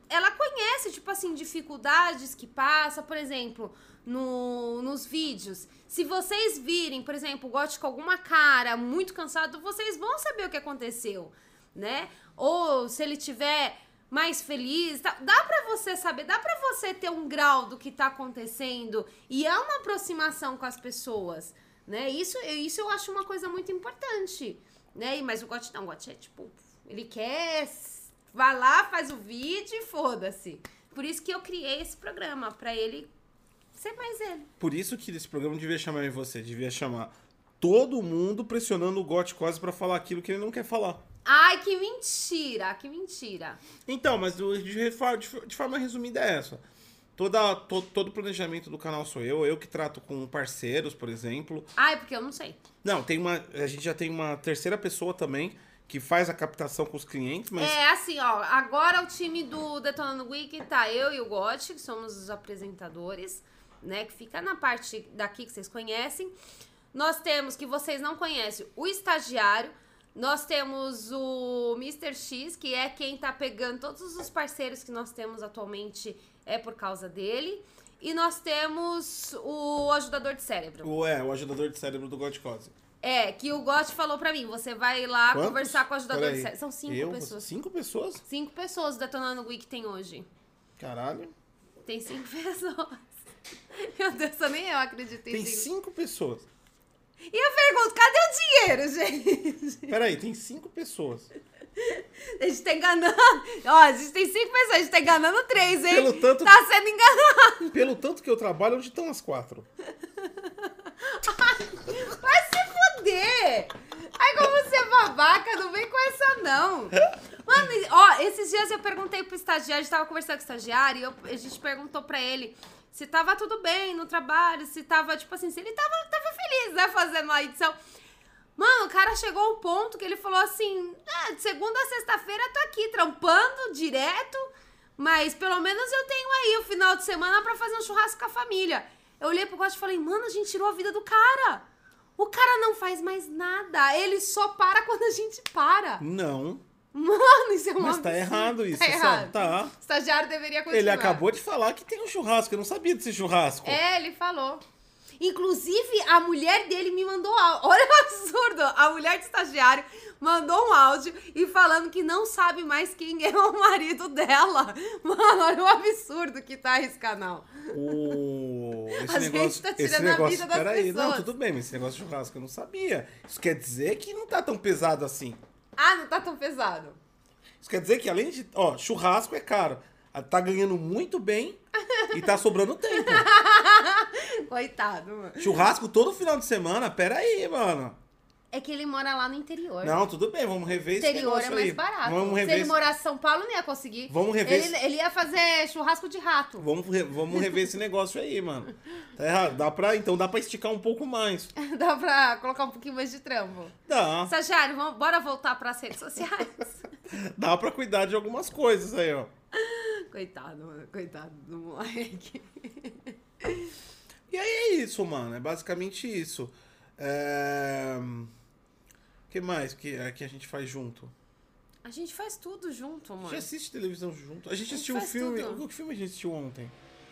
ela conhece, tipo assim, dificuldades que passa, por exemplo, no, nos vídeos. Se vocês virem, por exemplo, o Gotti com alguma cara muito cansado, vocês vão saber o que aconteceu, né? Ou se ele tiver mais feliz, tá? Dá pra você saber, dá pra você ter um grau do que tá acontecendo e é uma aproximação com as pessoas, né? Isso, isso eu acho uma coisa muito importante, né? Mas o Gotti não, o Gotti é tipo, ele quer, vai lá, faz o vídeo e foda-se. Por isso que eu criei esse programa, pra ele ser mais ele. Por isso que esse programa não devia chamar em você, devia chamar todo mundo pressionando o Gotti quase pra falar aquilo que ele não quer falar. Ai, que mentira, que mentira. Então, mas de, de, de forma resumida é essa. Toda, to, todo o planejamento do canal sou eu, eu que trato com parceiros, por exemplo. Ai, porque eu não sei. Não, tem uma, a gente já tem uma terceira pessoa também que faz a captação com os clientes, mas... É, assim, ó, agora o time do Detonando Week tá eu e o Gotti, que somos os apresentadores, né, que fica na parte daqui que vocês conhecem. Nós temos, que vocês não conhecem, o estagiário. Nós temos o mister X, que é quem tá pegando todos os parceiros que nós temos atualmente, é por causa dele. E nós temos o ajudador de cérebro. O, é, o ajudador de cérebro do Gotti Cose. É, que o Gotti falou pra mim, você vai lá Quantos? conversar com o ajudador Peraí. de cérebro. São cinco Eu? pessoas. Cinco pessoas? Cinco pessoas o Detonando Week tem hoje. Caralho. Tem cinco pessoas. Meu Deus, só nem eu acredito em Tem cinco. cinco pessoas. E eu pergunto, cadê o dinheiro, gente? Peraí, tem cinco pessoas. A gente tá enganando. Ó, a gente tem cinco pessoas, a gente tá enganando três, hein? Pelo tanto- Tá sendo enganado. Pelo tanto que eu trabalho, onde estão as quatro? Vai se fuder. Ai, como você é babaca, não vem com essa, não. Mano, ó, esses dias eu perguntei pro estagiário, a gente tava conversando com o estagiário, e eu, a gente perguntou pra ele se tava tudo bem no trabalho, se tava, tipo assim, se ele tava, tava feliz, né, fazendo a edição. Mano, o cara chegou ao ponto que ele falou assim, ah, de segunda a sexta-feira eu tô aqui trampando direto, mas pelo menos eu tenho aí o final de semana pra fazer um churrasco com a família. Eu olhei pro Gotti e falei, mano, a gente tirou a vida do cara. O cara não faz mais nada, ele só para quando a gente para. Não. Mano, isso é uma... Mas tá errado isso, Tá sabe? errado. Tá. O estagiário deveria continuar. Ele acabou de falar que tem um churrasco. Eu não sabia desse churrasco. É, ele falou. Inclusive, a mulher dele me mandou áudio. Olha o absurdo. A mulher do estagiário mandou um áudio e falando que não sabe mais quem é o marido dela. Mano, olha o absurdo que tá esse canal. O... Esse A negócio, gente tá esse tirando a negócio, vida das peraí, não, pessoas. tudo bem, mas esse negócio de churrasco eu não sabia. Isso quer dizer que não tá tão pesado assim. Ah, não tá tão pesado. Isso quer dizer que além de, ó, churrasco é caro. Tá ganhando muito bem e tá sobrando tempo. Coitado, mano. Churrasco todo final de semana, peraí, mano. É que ele mora lá no interior. Não, tudo bem, vamos rever esse interior negócio é mais aí. barato. Vamos Se rever ele esse... morasse em São Paulo, não ia conseguir. Vamos rever Ele, esse- ele ia fazer churrasco de rato. Vamos, re- vamos rever esse negócio aí, mano. Tá errado. Dá pra, então dá pra esticar um pouco mais. Dá pra colocar um pouquinho mais de trampo. Dá. Estagiário, vamos, bora voltar pras redes sociais. Dá pra cuidar de algumas coisas aí, ó. Coitado, mano. Coitado do moleque. E aí é isso, mano. É basicamente isso. É... O que mais que, é, que a gente faz junto? A gente faz tudo junto, A mano. gente assiste televisão junto. A gente A gente assistiu um faz filme. tudo. Que filme a gente assistiu ontem?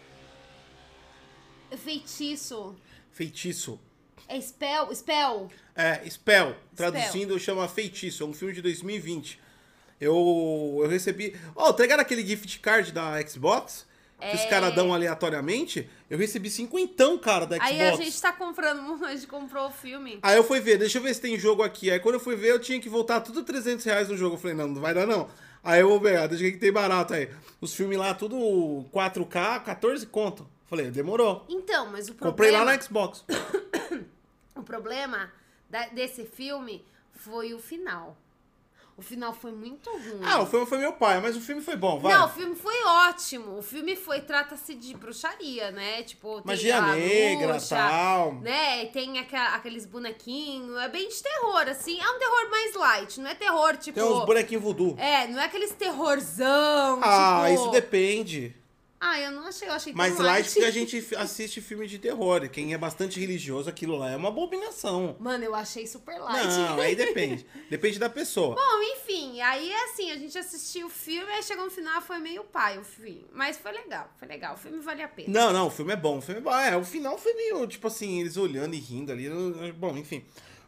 Feitiço. Feitiço. É spell? Spell. É, Spell. Traduzindo, chama Feitiço. É um filme de dois mil e vinte. Eu, eu recebi... Ó, oh, tá ligado aquele gift card da Xbox? Que É. os caras dão aleatoriamente? Eu recebi cinquentão, cara, da Xbox. Aí a gente tá comprando, a gente comprou o filme. Aí eu fui ver, deixa eu ver se tem jogo aqui. Aí quando eu fui ver, eu tinha que voltar tudo trezentos reais no jogo. Eu falei, não, não vai dar não. Aí eu vou ver, ah, deixa eu ver que tem barato aí. Os filmes lá, tudo quatro K, quatorze conto. Falei, demorou. Então, mas o problema... Comprei lá na Xbox. O problema da- desse filme foi o final. O final foi muito ruim. Ah, o filme foi meu pai, mas o filme foi bom, vai. Não, o filme foi ótimo. O filme foi, trata-se de bruxaria, né? Tipo, tem Magia a negra, bruxa, tal. né? E tem aqua- aqueles bonequinhos. É bem de terror, assim. É um terror mais light, não é terror, tipo... Tem uns bonequinhos voodoo. É, não é aqueles terrorzão, Ah, tipo... isso depende. Ah, eu não achei, eu achei tão Mas light porque a gente f- assiste filme de terror. E quem é bastante religioso, aquilo lá é uma abominação. Mano, eu achei super light. Não, aí depende. Depende da pessoa. Bom, enfim, enfim, aí assim, a gente assistiu o filme, aí chegou no final, foi meio pai o filme. Mas foi legal, foi legal. O filme vale a pena. Não, não, o filme é bom. O filme é bom. É, o final foi meio, tipo assim, eles olhando e rindo ali. Bom, enfim.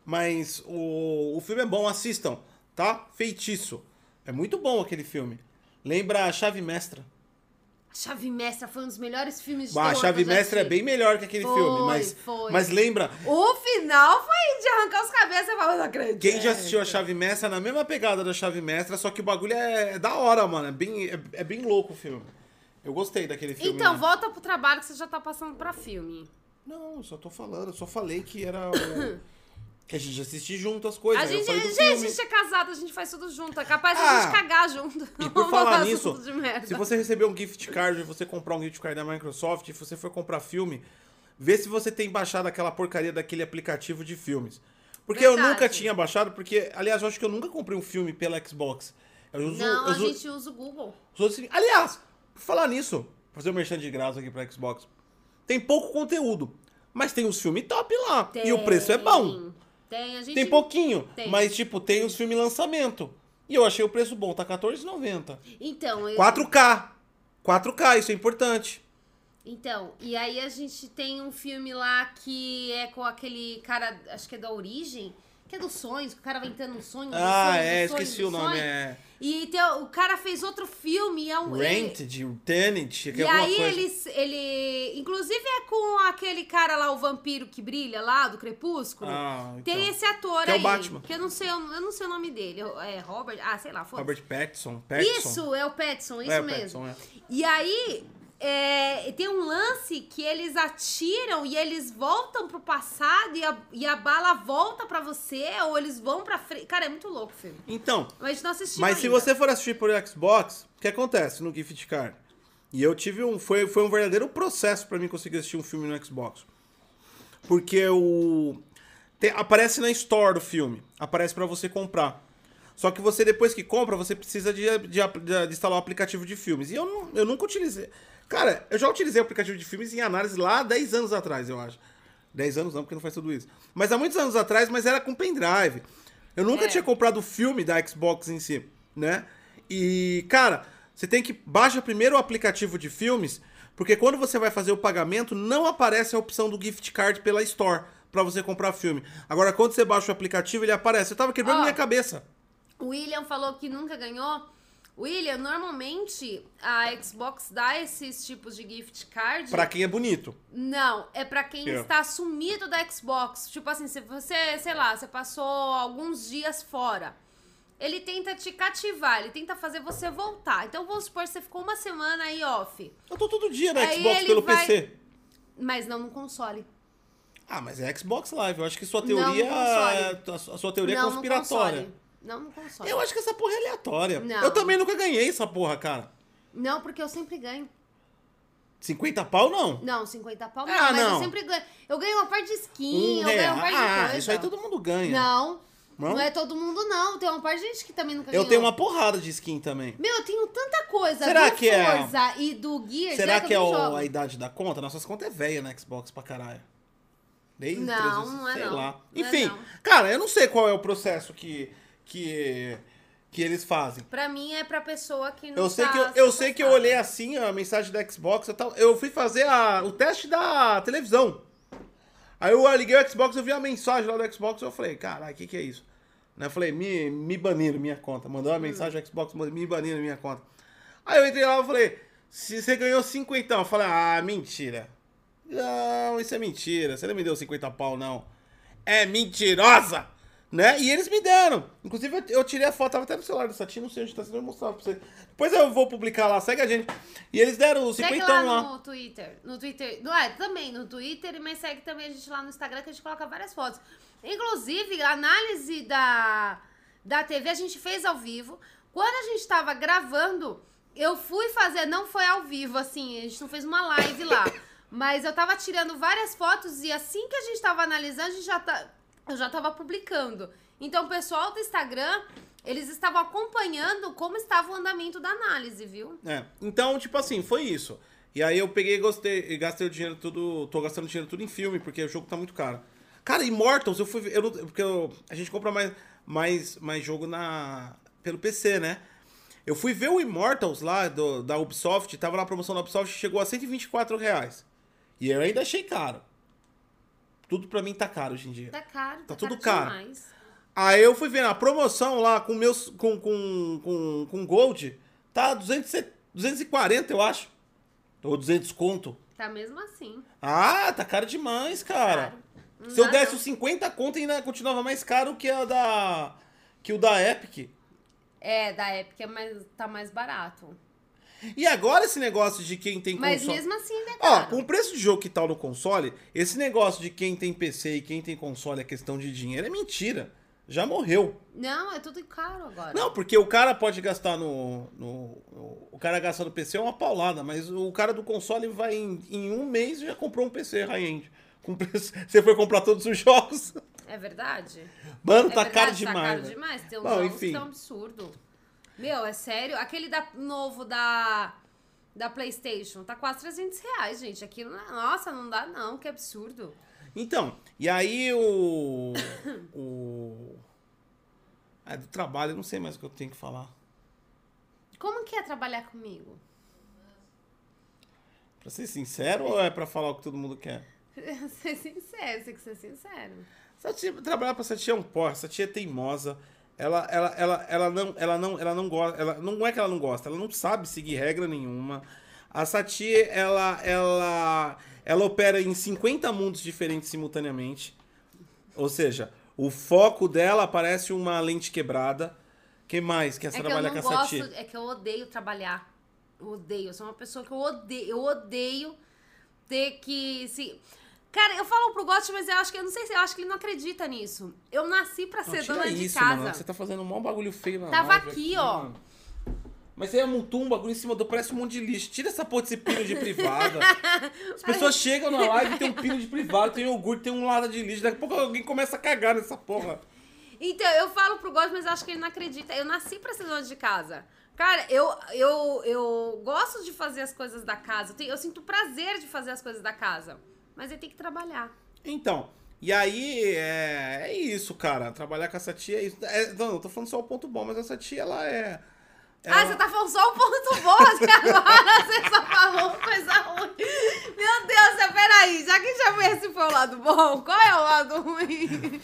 Mas o, o filme é bom, assistam, tá? Feitiço. É muito bom aquele filme. Lembra a Chave Mestra. Chave Mestra foi um dos melhores filmes de Ah, a terror Chave que eu já Mestra é assisti. bem melhor que aquele Foi, filme, mas, foi. mas lembra, O final foi de arrancar os cabeças e falar, não acredito. quem já assistiu a Chave Mestra, na mesma pegada da Chave Mestra, só que o bagulho é, é da hora, mano. É bem, é, é bem louco o filme. Eu gostei daquele filme. Então, né? volta pro trabalho que você já tá passando pra filme. Não, eu só tô falando, eu só falei que era o... que a gente assistia junto as coisas. A aí eu gente, falei do gente, a filme. gente é casado, a gente faz tudo junto. É capaz de Ah, a gente cagar junto. E por Vamos falar fazer nisso, tudo de merda. se você receber um gift card e você comprar um gift card da Microsoft, e você for comprar filme, vê se você tem baixado aquela porcaria daquele aplicativo de filmes. Porque eu Verdade. nunca tinha baixado, porque, aliás, eu acho que eu nunca comprei um filme pela Xbox. Eu uso, Não, eu a uso, gente usa o Google. uso assim, aliás, por falar nisso, vou fazer um merchan de graça aqui pra Xbox. Tem pouco conteúdo, mas tem os filmes top lá. Tem, E o preço é bom. Tem, a gente... Tem pouquinho, Tem. mas tipo, tem os filmes lançamento. E eu achei o preço bom, tá quatorze reais e noventa centavos. Então, eu... quatro K. quatro K, isso é importante. Então, e aí a gente tem um filme lá que é com aquele cara, acho que é da Origem, que é dos sonhos, que o cara vai entrando nos sonhos. dos Ah, sonhos, é, dos sonhos, esqueci o dos nome. sonhos. É E tem, o cara fez outro filme, é um... Rent, ele- de Tenet, que é E alguma aí coisa. ele, ele... Inclusive é com aquele cara lá, o vampiro que brilha lá, do Crepúsculo. Ah, então. Tem esse ator Que é o aí. Batman. Que eu não sei, eu não sei o nome dele. É Robert... Ah, sei lá, foda-se. Robert Pattinson. Pattinson. Isso, é o Pattinson, isso É, o mesmo. Pattinson, é. E aí, é, tem um lance que eles atiram e eles voltam pro passado e a, e a bala volta pra você, ou eles vão pra frente. Cara, é muito louco o filme. Então, Mas a gente não assistiu mas se ainda. você for assistir por Xbox, o que acontece no gift card? E eu tive um... Foi, foi um verdadeiro processo pra mim conseguir assistir um filme no Xbox. Porque o... tem- aparece na Store do filme. Aparece pra você comprar. Só que você, depois que compra, você precisa de, de, de- de instalar o aplicativo de filmes. E eu, não, eu nunca utilizei. Cara, eu já utilizei o aplicativo de filmes em análise lá há dez anos atrás, eu acho. dez anos não, porque não faz tudo isso. Mas há muitos anos atrás, mas era com pendrive. Eu nunca É. tinha comprado o filme da Xbox em si, né? E, cara, você tem que baixa primeiro o aplicativo de filmes, porque quando você vai fazer o pagamento, não aparece a opção do gift card pela Store pra você comprar filme. Agora, quando você baixa o aplicativo, ele aparece. Eu tava quebrando Ó. minha cabeça. O William falou que nunca ganhou. William, normalmente a Xbox dá esses tipos de gift card. Pra quem é bonito. Não, é pra quem Eu. está sumido da Xbox. Tipo assim, se você, sei lá, você passou alguns dias fora. Ele tenta te cativar, ele tenta fazer você voltar. Então vamos supor que você ficou uma semana aí off. Eu tô todo dia na Aí Xbox ele pelo vai- P C. Mas não no console. Ah, mas é Xbox Live. Eu acho que sua Não, teoria, no console. a sua teoria é não conspiratória. no console. Não no console. Eu acho que essa porra é aleatória. Não. Eu também nunca ganhei essa porra, cara. Não, porque eu sempre ganho. cinquenta pau, não. Não, cinquenta pau não, Ah, mas não. eu sempre ganho. Eu ganho uma parte de skin, Um eu ganho real. uma parte de Ah, coisa. isso aí todo mundo ganha. Não, Não? não, é todo mundo não. Tem uma parte de gente que também nunca Eu ganhou. tenho uma porrada de skin também. Meu, eu tenho tanta coisa Será do que é- Forza e do Gears. Será que é eu o- não jogo. a idade da conta? Nossas contas é velha na Xbox pra caralho. Desde Não, trezentos, não é sei não. lá. Não é Enfim, não. cara, eu não sei qual é o processo que, que, que eles fazem. Pra mim é pra pessoa que não Eu sei tá que eu, eu sei que eu suportável. olhei assim a mensagem da Xbox, eu, tava- eu fui fazer a- o teste da televisão. Aí eu liguei o Xbox, eu vi a mensagem lá do Xbox, eu falei, caralho, o que que é isso? Né, Eu falei, me, me baniram minha conta. Mandou uma mensagem do Xbox, me baniram minha conta. Aí eu entrei lá e falei, se você ganhou cinquenta, eu falei, ah, mentira. Não, isso é mentira, você não me deu cinquenta pau, não. É mentirosa! Né? E eles me deram. Inclusive, eu, eu tirei a foto, tava até no celular do Satinho, não sei onde tá, se eu mostrar pra você. Depois eu vou publicar lá, segue a gente. E eles deram os Segue cinquentão lá lá. no Twitter. No Twitter. Não, é, também no Twitter, mas segue também a gente lá no Instagram, que a gente coloca várias fotos. Inclusive, a análise da, da T V a gente fez ao vivo. Quando a gente tava gravando, eu fui fazer, não foi ao vivo, assim, a gente não fez uma live lá. Mas eu tava tirando várias fotos e assim que a gente tava analisando, a gente já tá, eu já tava publicando. Então, o pessoal do Instagram, eles estavam acompanhando como estava o andamento da análise, viu? É, então, tipo assim, foi isso. E aí eu peguei e gostei, e gastei o dinheiro tudo, tô gastando dinheiro tudo em filme, porque o jogo tá muito caro. Cara, Immortals, eu fui, eu, não- porque eu- a gente compra mais, mais, mais jogo na pelo P C, né? Eu fui ver o Immortals lá, do, da Ubisoft, tava na promoção da Ubisoft, chegou a cento e vinte e quatro reais. E eu ainda achei caro. Tudo pra mim tá caro hoje em dia. Tá caro, Tá tá tudo caro caro. demais. Aí eu fui ver na promoção lá com meus com, com, com, com Gold, tá duzentos, duzentos e quarenta, eu acho. Ou duzentos conto. Tá mesmo assim. Ah, tá caro demais, cara. Caro. Não Se eu dá, desse não. os cinquenta conto, ainda continuava mais caro que a da que o da Epic. É, da Epic é mais, tá mais barato. E agora esse negócio de quem tem Mas console... mesmo assim ainda é Ó, caro. com o preço de jogo que tá no console, esse negócio de quem tem P C e quem tem console é questão de dinheiro é mentira. Já morreu. Não, é tudo caro agora. Não, porque o cara pode gastar no, no, no- O cara gasta no P C é uma paulada, mas o cara do console vai em, em um mês e já comprou um P C high-end. Com preço- Você foi comprar todos os jogos. É verdade? Mano, É tá verdade, caro tá demais. caro né? demais. Tem uns Bom, jogos enfim. que estão absurdo. Meu, é sério? Aquele da, novo da, da PlayStation tá quase trezentos reais, gente. Aquilo, não- nossa, não dá não, que absurdo. Então, e aí o... o... Ah, do trabalho, eu não sei mais o que eu tenho que falar. Como que é trabalhar comigo? Pra ser sincero ou é pra falar o que todo mundo quer? Ser sincero, tem que ser sincero. Essa tia, trabalhar pra essa tia é um porra, essa tia é teimosa. Ela, ela, ela, ela não, ela não, ela não gosta, ela não é que ela não gosta, ela não sabe seguir regra nenhuma. A Sati, ela, ela, ela opera em cinquenta mundos diferentes simultaneamente. Ou seja, o foco dela parece uma lente quebrada. Que mais que essa É que eu trabalha não com a Sati? gosto, é que eu odeio trabalhar. Eu odeio, eu sou uma pessoa que eu odeio, eu odeio ter que se... Cara, eu falo pro Gotti, mas eu acho que, eu não sei se eu acho que ele não acredita nisso. Eu nasci pra Não, ser tira dona de isso, casa. mano, você tá fazendo um maior bagulho feio na Tava live aqui, ó. mano. Mas você amontou um bagulho em cima do... Parece um monte de lixo. Tira essa porra desse pino de privada. As pessoas chegam na live e tem um pino de privada, tem iogurte, tem um lado de lixo. Daqui a pouco alguém começa a cagar nessa porra. Então, eu falo pro Gotti, mas eu acho que ele não acredita. Eu nasci pra ser dona de casa. Cara, eu, eu, eu gosto de fazer as coisas da casa. Eu, tenho- eu sinto prazer de fazer as coisas da casa. Mas ele tem que trabalhar. Então, e aí é, é isso, cara. Trabalhar com essa tia é isso. É, não, eu tô falando só o ponto bom, mas essa tia, ela é... Ah, ela- você tá falando só o ponto bom, que agora você só falou coisa ruim. Meu Deus, peraí, já que já esse foi o lado bom, qual é o lado ruim?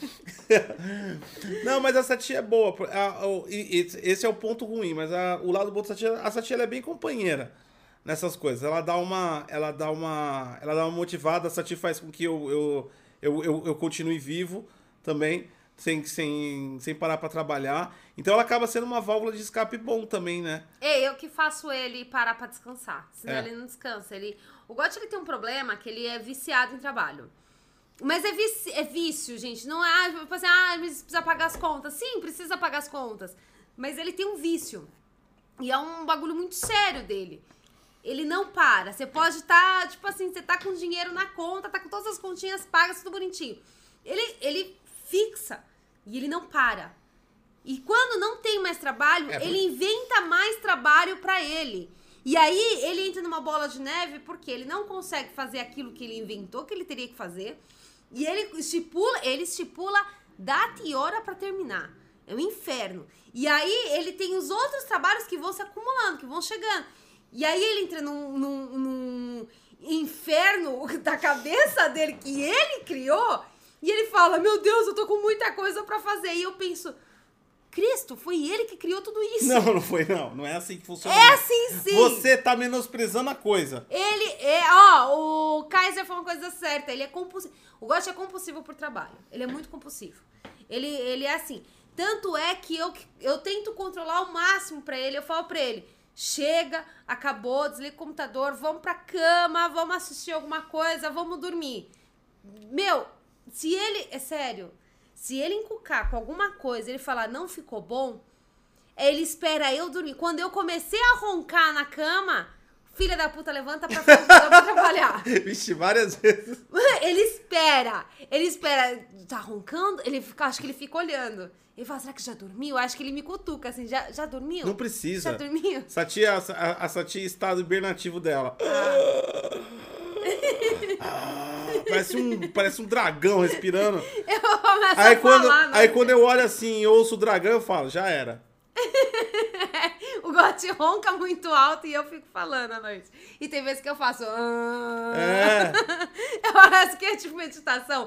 Não, mas a Sati é boa. A- o- e- e- Esse é o ponto ruim, mas a- o lado bom da Sati, a Sati ela é bem companheira nessas coisas. Ela dá uma, ela dá uma, ela dá uma motivada. A Sati faz com que eu, eu, eu, eu, eu continue vivo também, sem, sem, sem parar pra trabalhar. Então ela acaba sendo uma válvula de escape bom também, né? É, eu que faço ele parar pra descansar, senão É. ele não descansa. Ele... O Gotti, ele tem um problema que ele é viciado em trabalho. Mas é, vici... é vício, gente. Não é, tipo assim, ah, mas precisa pagar as contas. Sim, precisa pagar as contas. Mas ele tem um vício. E é um bagulho muito sério dele. Ele não para. Você pode estar, tipo assim, você tá com dinheiro na conta, tá com todas as continhas pagas, tudo bonitinho. Ele, ele fixa e ele não para. E quando não tem mais trabalho, É, ele inventa mais trabalho pra ele. E aí ele entra numa bola de neve porque ele não consegue fazer aquilo que ele inventou que ele teria que fazer. E ele estipula, ele estipula data e hora pra terminar. É um inferno. E aí ele tem os outros trabalhos que vão se acumulando, que vão chegando. E aí ele entra num, num, num inferno da cabeça dele que ele criou. E ele fala, meu Deus, eu tô com muita coisa pra fazer. E eu penso, Cristo, foi ele que criou tudo isso. Não, não foi não. Não é assim que funciona. É não. assim sim. Você tá menosprezando a coisa. Ele é, ó, o Kaiser falou uma coisa certa, ele é compulsivo. O Gotti é compulsivo por trabalho. Ele é muito compulsivo. Ele, ele é assim. Tanto é que eu, eu tento controlar o máximo pra ele. Eu falo pra ele, chega, acabou, desliga o computador, vamos pra cama, vamos assistir alguma coisa, vamos dormir. Meu, se ele, é sério, se ele encucar com alguma coisa, ele falar não ficou bom, ele espera eu dormir. Quando eu comecei a roncar na cama, filha da puta, levanta pra, pra trabalhar. Vixe, várias vezes. Ele espera, ele espera, tá roncando? Ele fica, acho que ele fica olhando. Ele fala, será que já dormiu? Acho que ele me cutuca, assim, já, já dormiu? Não precisa. Já dormiu? Sati, a, a, a Sati é estado hibernativo dela. Ah, parece, um, parece um dragão respirando. Eu começo Aí a quando, falar, aí né? quando eu olho assim e ouço o dragão, eu falo, já era. Gotti ronca muito alto e eu fico falando à noite. E tem vezes que eu faço... Ah. É. Eu acho que é tipo meditação.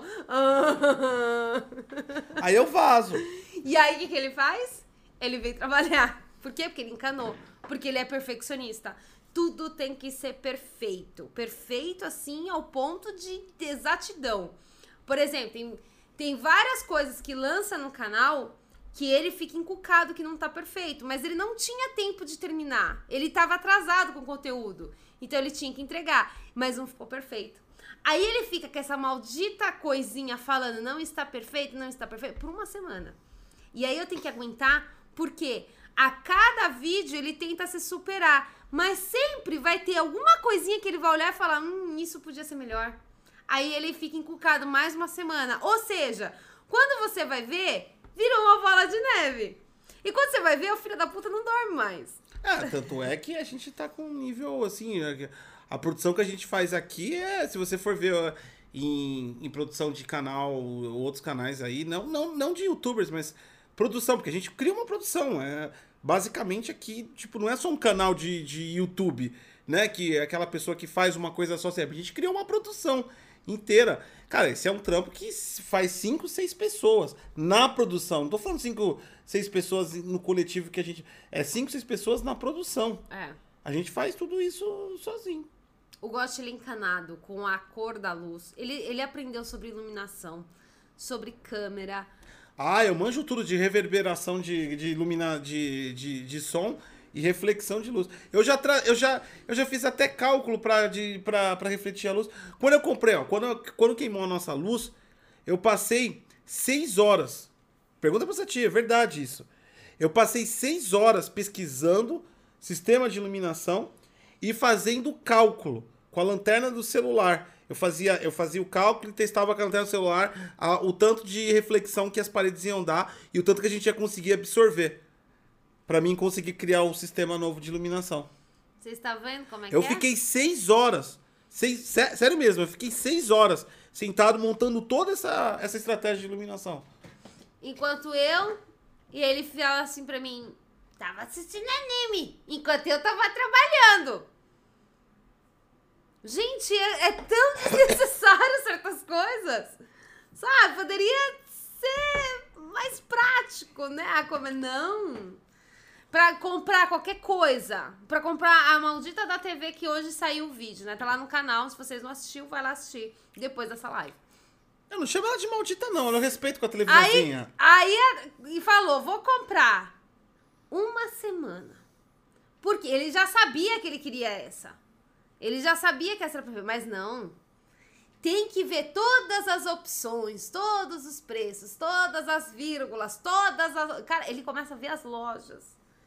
Ah. Aí eu vazo. E aí, o que, que ele faz? Ele vem trabalhar. Por quê? Porque ele encanou. Porque ele é perfeccionista. Tudo tem que ser perfeito. Perfeito, assim, ao ponto de exatidão. Por exemplo, tem, tem várias coisas que lança no canal que ele fica encucado que não tá perfeito. Mas ele não tinha tempo de terminar. Ele tava atrasado com o conteúdo. Então ele tinha que entregar. Mas não ficou perfeito. Aí ele fica com essa maldita coisinha falando não está perfeito, não está perfeito, por uma semana. E aí eu tenho que aguentar, porque a cada vídeo ele tenta se superar. Mas sempre vai ter alguma coisinha que ele vai olhar e falar, hum, isso podia ser melhor. Aí ele fica encucado mais uma semana. Ou seja, quando você vai ver, virou uma bola de neve. E quando você vai ver, o filho da puta não dorme mais. É, tanto é que a gente tá com um nível, assim... A produção que a gente faz aqui é, se você for ver ó, em, em produção de canal, outros canais aí, não, não, não de youtubers, mas produção, porque a gente cria uma produção. É, basicamente aqui, tipo, não é só um canal de, de YouTube, né? Que é aquela pessoa que faz uma coisa só sempre. A gente cria uma produção inteira. Cara, esse é um trampo que faz cinco, seis pessoas na produção. Não tô falando cinco, seis pessoas no coletivo que a gente... É cinco, seis pessoas na produção. É. A gente faz tudo isso sozinho. O Gotti, ele é encanado com a cor da luz. Ele, ele aprendeu sobre iluminação, sobre câmera. Ah, eu manjo tudo de reverberação de, de, ilumina, de, de, de som e reflexão de luz. Eu já, tra... eu já, eu já fiz até cálculo pra, de, pra, pra refletir a luz. Quando eu comprei, ó, quando, eu, quando queimou a nossa luz, eu passei seis horas. Pergunta pra essa tia, é verdade isso. Eu passei seis horas pesquisando sistema de iluminação e fazendo cálculo com a lanterna do celular. Eu fazia, eu fazia o cálculo e testava com a lanterna do celular a, o tanto de reflexão que as paredes iam dar e o tanto que a gente ia conseguir absorver. Pra mim conseguir criar um sistema novo de iluminação. Você está vendo como é que eu é? Eu fiquei seis horas. Seis, sé, sério mesmo, eu fiquei seis horas sentado montando toda essa, essa estratégia de iluminação. Enquanto eu... E ele fala assim pra mim... Tava assistindo anime, enquanto eu tava trabalhando. Gente, é, é tão desnecessário certas coisas. Sabe, poderia ser mais prático, né? A comer, não. Pra comprar qualquer coisa. Pra comprar a maldita da T V que hoje saiu o vídeo, né? Tá lá no canal, se vocês não assistiu, vai lá assistir depois dessa live. Eu não chamo ela de maldita, não. Eu não respeito com a televisãozinha. Aí, aí e falou, vou comprar. Uma semana. Porque ele já sabia que ele queria essa. Ele já sabia que essa era pra ver, mas não. Tem que ver todas as opções, todos os preços, todas as vírgulas, todas as... Cara, ele começa a ver as lojas.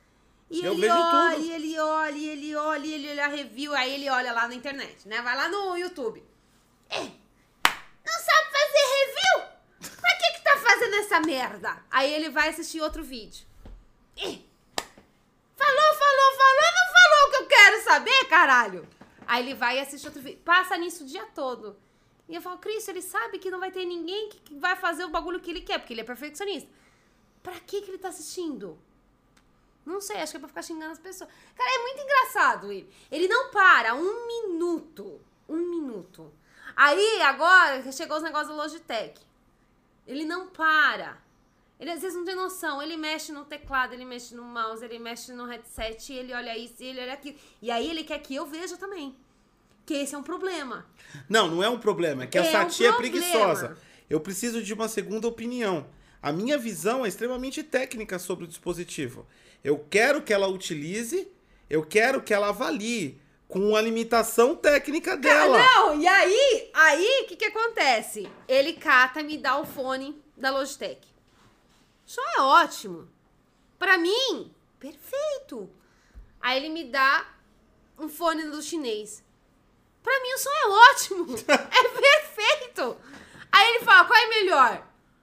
E Eu ele vejo olha, tudo. e ele olha, e ele olha, e ele olha a review, aí ele olha lá na internet, né? Vai lá no YouTube. É, não sabe fazer review? Pra que que tá fazendo essa merda? Aí ele vai assistir outro vídeo. É. Falou, falou, falou, não falou o que eu quero saber, caralho. Aí ele vai e assiste outro vídeo. Passa nisso o dia todo. E eu falo, Cristo, ele sabe que não vai ter ninguém que vai fazer o bagulho que ele quer, porque ele é perfeccionista. Pra que que ele tá assistindo? Não sei, acho que é pra ficar xingando as pessoas. Cara, é muito engraçado ele. Ele não para um minuto. Um minuto. Aí, agora, chegou os negócios do Logitech. Ele não para. Ele às vezes não tem noção, ele mexe no teclado, ele mexe no mouse, ele mexe no headset, ele olha isso, ele olha aquilo. E aí ele quer que eu veja também. Que esse é um problema. Não, não é um problema, é que É essa um tia é problema. preguiçosa. Eu preciso de uma segunda opinião. A minha visão é extremamente técnica sobre o dispositivo. Eu quero que ela utilize, eu quero que ela avalie com a limitação técnica dela. Não, e aí, aí, o que que acontece? Ele cata e me dá o fone da Logitech. Isso é ótimo. Pra mim, perfeito. Aí ele me dá um fone do chinês. Pra mim o som é ótimo. É perfeito. Aí ele fala, qual é melhor?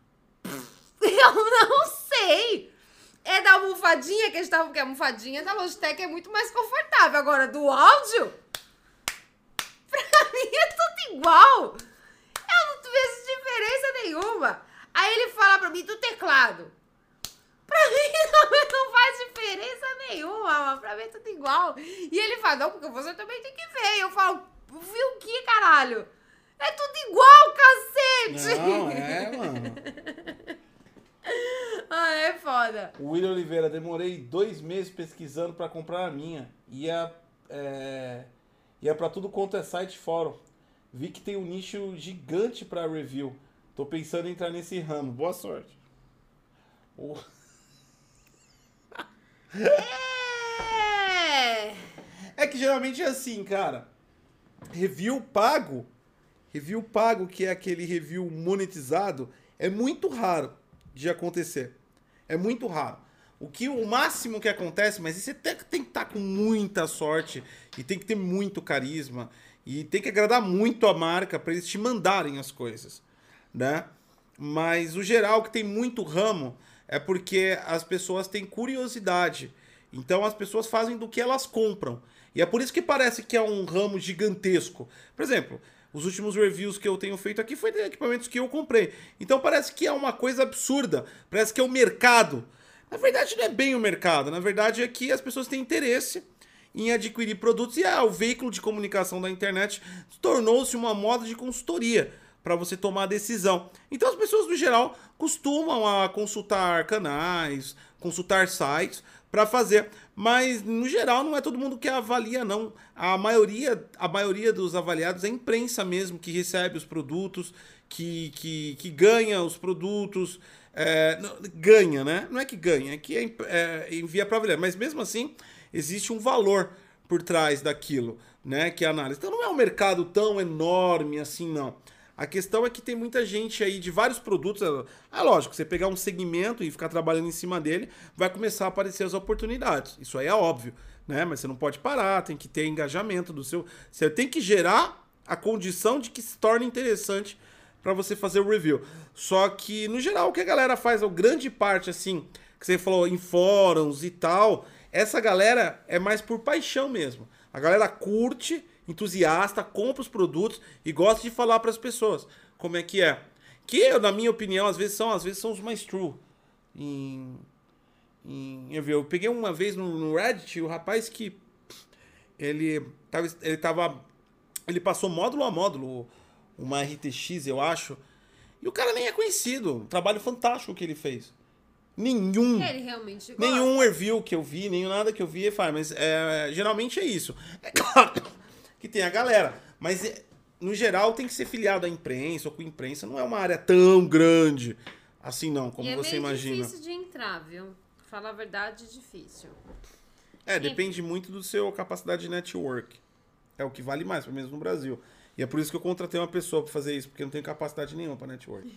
Eu não sei. É da almofadinha que a gente tava... Porque a almofadinha da Logitech é muito mais confortável. Agora, do áudio... Pra mim é tudo igual. Eu não vejo diferença nenhuma. Aí ele fala pra mim do teclado. Pra mim também não faz diferença. diferença nenhuma, mano. Pra mim é tudo igual. E ele fala, não, porque você também tem que ver. E eu falo, viu o que, caralho? É tudo igual, cacete! Não, é, mano. Ah, é foda. O William Oliveira, demorei dois meses pesquisando pra comprar a minha. Ia, é, ia pra tudo quanto é site fórum. Vi que tem um nicho gigante pra review. Tô pensando em entrar nesse ramo. Boa sorte. Oh. É... É que geralmente é assim, cara. Review pago, review pago, que é aquele review monetizado, é muito raro de acontecer. É muito raro. O que o máximo que acontece, mas você tem, tem que estar com muita sorte e tem que ter muito carisma e tem que agradar muito a marca para eles te mandarem as coisas, né? Mas o geral que tem muito ramo é porque as pessoas têm curiosidade. Então as pessoas fazem do que elas compram. E é por isso que parece que é um ramo gigantesco. Por exemplo, os últimos reviews que eu tenho feito aqui foi de equipamentos que eu comprei. Então parece que é uma coisa absurda. Parece que é o mercado. Na verdade não é bem o mercado. Na verdade é que as pessoas têm interesse em adquirir produtos. E ah, o veículo de comunicação da internet tornou-se uma moda de consultoria para você tomar a decisão. Então as pessoas, no geral, costumam a consultar canais, consultar sites para fazer. Mas, no geral, não é todo mundo que avalia, não. A maioria, a maioria dos avaliados é a imprensa mesmo, que recebe os produtos, que, que, que ganha os produtos. É, não, ganha, né? Não é que ganha, é que é, é, envia para avaliar. Mas, mesmo assim, existe um valor por trás daquilo, né? Que é a análise. Então, não é um mercado tão enorme assim, não. A questão é que tem muita gente aí de vários produtos. É lógico, você pegar um segmento e ficar trabalhando em cima dele, vai começar a aparecer as oportunidades. Isso aí é óbvio, né? Mas você não pode parar, tem que ter engajamento do seu... Você tem que gerar a condição de que se torne interessante para você fazer o review. Só que, no geral, o que a galera faz, a grande parte, assim, que você falou em fóruns e tal, essa galera é mais por paixão mesmo. A galera curte... entusiasta, compra os produtos e gosta de falar para as pessoas como é que é. Que, na minha opinião, às vezes são, às vezes são os mais true. Em, em, eu, vi, eu peguei uma vez no, no Reddit o rapaz que ele tava, ele tava, ele passou módulo a módulo, uma R T X, eu acho, e o cara nem é conhecido. Um trabalho fantástico que ele fez. Nenhum. Ele realmente gosta. Nenhum review que eu vi, nenhum nada que eu vi, faz, mas é, geralmente é isso. É claro que tem a galera, mas no geral tem que ser filiado à imprensa ou com imprensa, não é uma área tão grande assim não, como e você imagina. É difícil de entrar, viu? Falar a verdade, é difícil. É, depende muito do seu capacidade de network. É o que vale mais, pelo menos no Brasil. E é por isso que eu contratei uma pessoa pra fazer isso, porque eu não tenho capacidade nenhuma pra network.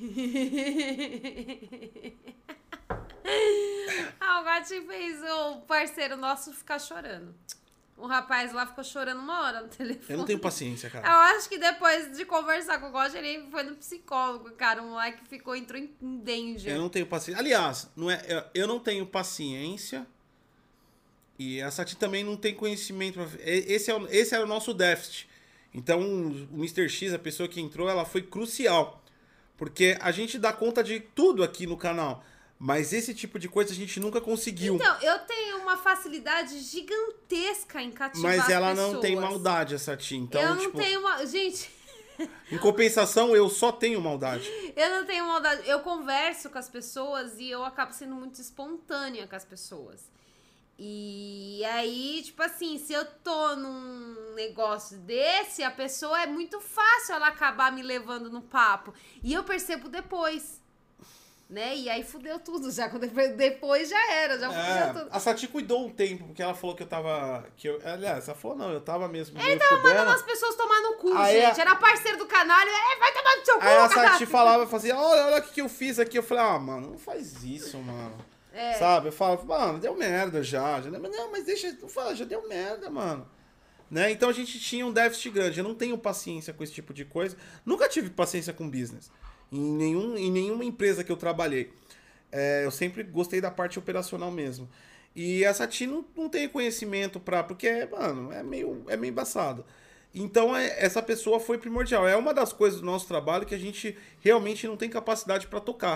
Ah, o Gatinho fez o parceiro nosso ficar chorando. O rapaz lá ficou chorando uma hora no telefone. Eu não tenho paciência, cara. Eu acho que depois de conversar com o Roger, ele foi no psicólogo, cara. O moleque ficou, entrou em danger. Eu não tenho paciência. Aliás, não é, eu não tenho paciência e a Sati também não tem conhecimento. Esse, é o, esse era o nosso déficit. Então, o mister X, a pessoa que entrou, ela foi crucial. Porque a gente dá conta de tudo aqui no canal. Mas esse tipo de coisa a gente nunca conseguiu. Então, eu tenho uma facilidade gigantesca em cativar Mas ela pessoas. não tem maldade, essa tia. Então, eu não tipo, tenho uma... Gente... Em compensação, eu só tenho maldade. Eu não tenho maldade. Eu converso com as pessoas e eu acabo sendo muito espontânea com as pessoas. E aí, tipo assim, se eu tô num negócio desse, a pessoa é muito fácil ela acabar me levando no papo. E eu percebo depois. Né? E aí fudeu tudo já. Quando depois já era, já é, fudeu tudo. A Sati cuidou um tempo, porque ela falou que eu tava. Que eu, aliás, ela falou, não, eu tava mesmo. Ele tava fudendo. mandando as pessoas tomar no cu, aí gente. A... Era parceiro do canal. Ele, é, vai tomar no seu cu, Aí a cara. Sati falava, fazia, olha, olha o que, que eu fiz aqui. Eu falei, ah, mano, não faz isso, mano. É. Sabe? Eu falo, mano, deu merda já. já não, mas deixa. Não fala, já deu merda, mano. Né? Então a gente tinha um déficit grande. Eu não tenho paciência com esse tipo de coisa. Nunca tive paciência com business. Em, nenhum, em nenhuma empresa que eu trabalhei. É, eu sempre gostei da parte operacional mesmo. E a Sati não, não tem conhecimento pra... Porque, mano, é meio, é meio embaçado. Então, é, essa pessoa foi primordial. É uma das coisas do nosso trabalho que a gente realmente não tem capacidade pra tocar.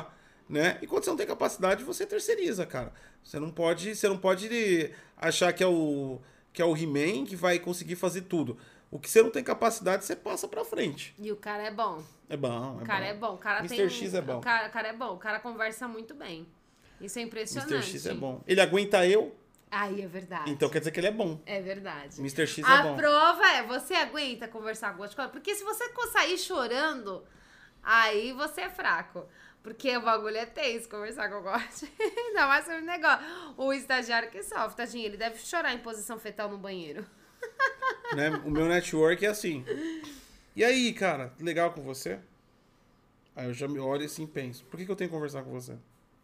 né? E quando você não tem capacidade, você terceiriza, cara. Você não pode, você não pode achar que é o que é o He-Man que vai conseguir fazer tudo. O que você não tem capacidade, você passa pra frente. E o cara é bom. É bom, é O cara bom. é bom. O cara mister tem... X é bom. O cara, o cara é bom. O cara conversa muito bem. Isso é impressionante. mister X é bom. Ele aguenta eu, Aí é verdade. então quer dizer que ele é bom. É verdade. mister X A é bom. prova é, você aguenta conversar com o outro? Porque se você sair chorando, aí você é fraco. Porque o bagulho é tenso conversar com o Gotti. Ainda mais sobre o negócio. O estagiário que sofre, tadinho, ele deve chorar em posição fetal no banheiro. Né? O meu network é assim. E aí, cara, legal com você? Aí eu já me olho e assim penso. Por que, que eu tenho que conversar com você?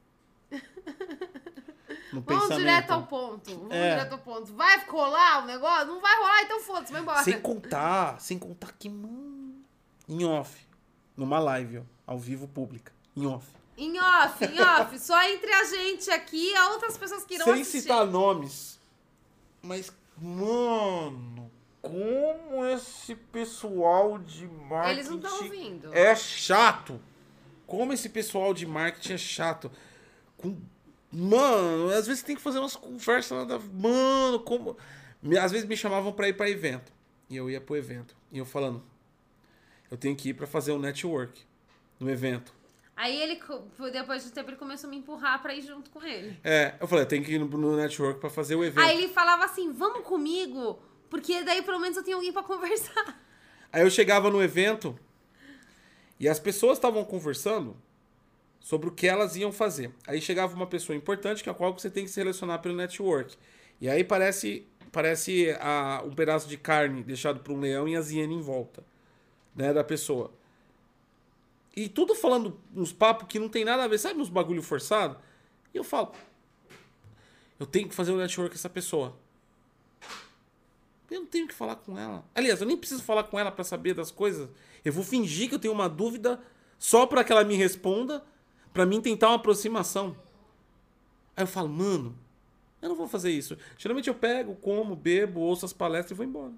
No Vamos pensamento. direto ao ponto. Vamos É. direto ao ponto. Vai rolar o negócio? Não vai rolar, então foda-se, vai embora. Sem contar, sem contar que, mano... Em off. Numa live, ó. Ao vivo, pública. Em off. Em off, em off. Só entre a gente aqui e a outras pessoas que irão Sem assistir. citar nomes. Mas, mano... Como esse pessoal de marketing... Eles não estão ouvindo. É chato. Como esse pessoal de marketing é chato. Com... Mano, às vezes tem que fazer umas conversas lá da... Mano, como... Me- Às vezes me chamavam pra ir pra evento. E eu ia pro evento. E eu falando... Eu tenho que ir pra fazer um network. No evento. Aí ele, co- depois de um tempo, ele começou a me empurrar pra ir junto com ele. É, eu falei, eu tenho que ir no, no network pra fazer o evento. Aí ele falava assim, vamos comigo, porque daí pelo menos eu tenho alguém pra conversar. Aí eu chegava no evento e as pessoas estavam conversando sobre o que elas iam fazer. Aí chegava uma pessoa importante com a qual você tem que se relacionar pelo network. E aí parece, parece a, um pedaço de carne deixado por um leão e as hienas em volta, né, da pessoa. E tudo falando uns papos que não tem nada a ver, sabe, uns bagulho forçado? E eu falo, eu tenho que fazer um network com essa pessoa. Eu não tenho que falar com ela. Aliás, eu nem preciso falar com ela pra saber das coisas. Eu vou fingir que eu tenho uma dúvida só pra que ela me responda, pra mim tentar uma aproximação. Aí eu falo, mano, eu não vou fazer isso. Geralmente eu pego, como, bebo, ouço as palestras e vou embora.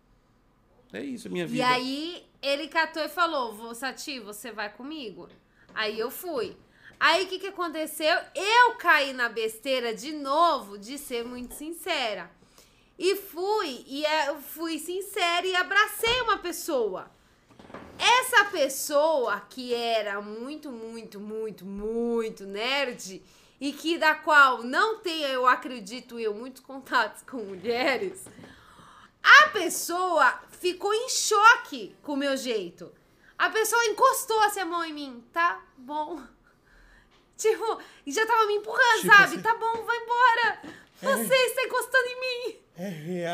É isso, a minha vida. E aí ele catou e falou, "Vô, Sati, você vai comigo?" Aí eu fui. Aí o que, que aconteceu? Eu caí na besteira de novo de ser muito sincera. E fui, e é, eu fui sincera e abracei uma pessoa. Essa pessoa que era muito, muito, muito, muito nerd e que da qual não tenho, eu acredito eu, muitos contatos com mulheres, a pessoa ficou em choque com o meu jeito. A pessoa encostou assim a mão em mim. Tá bom. Tipo, e já tava me empurrando, Tipo sabe? assim. Tá bom, vai embora. Você está encostando em mim. É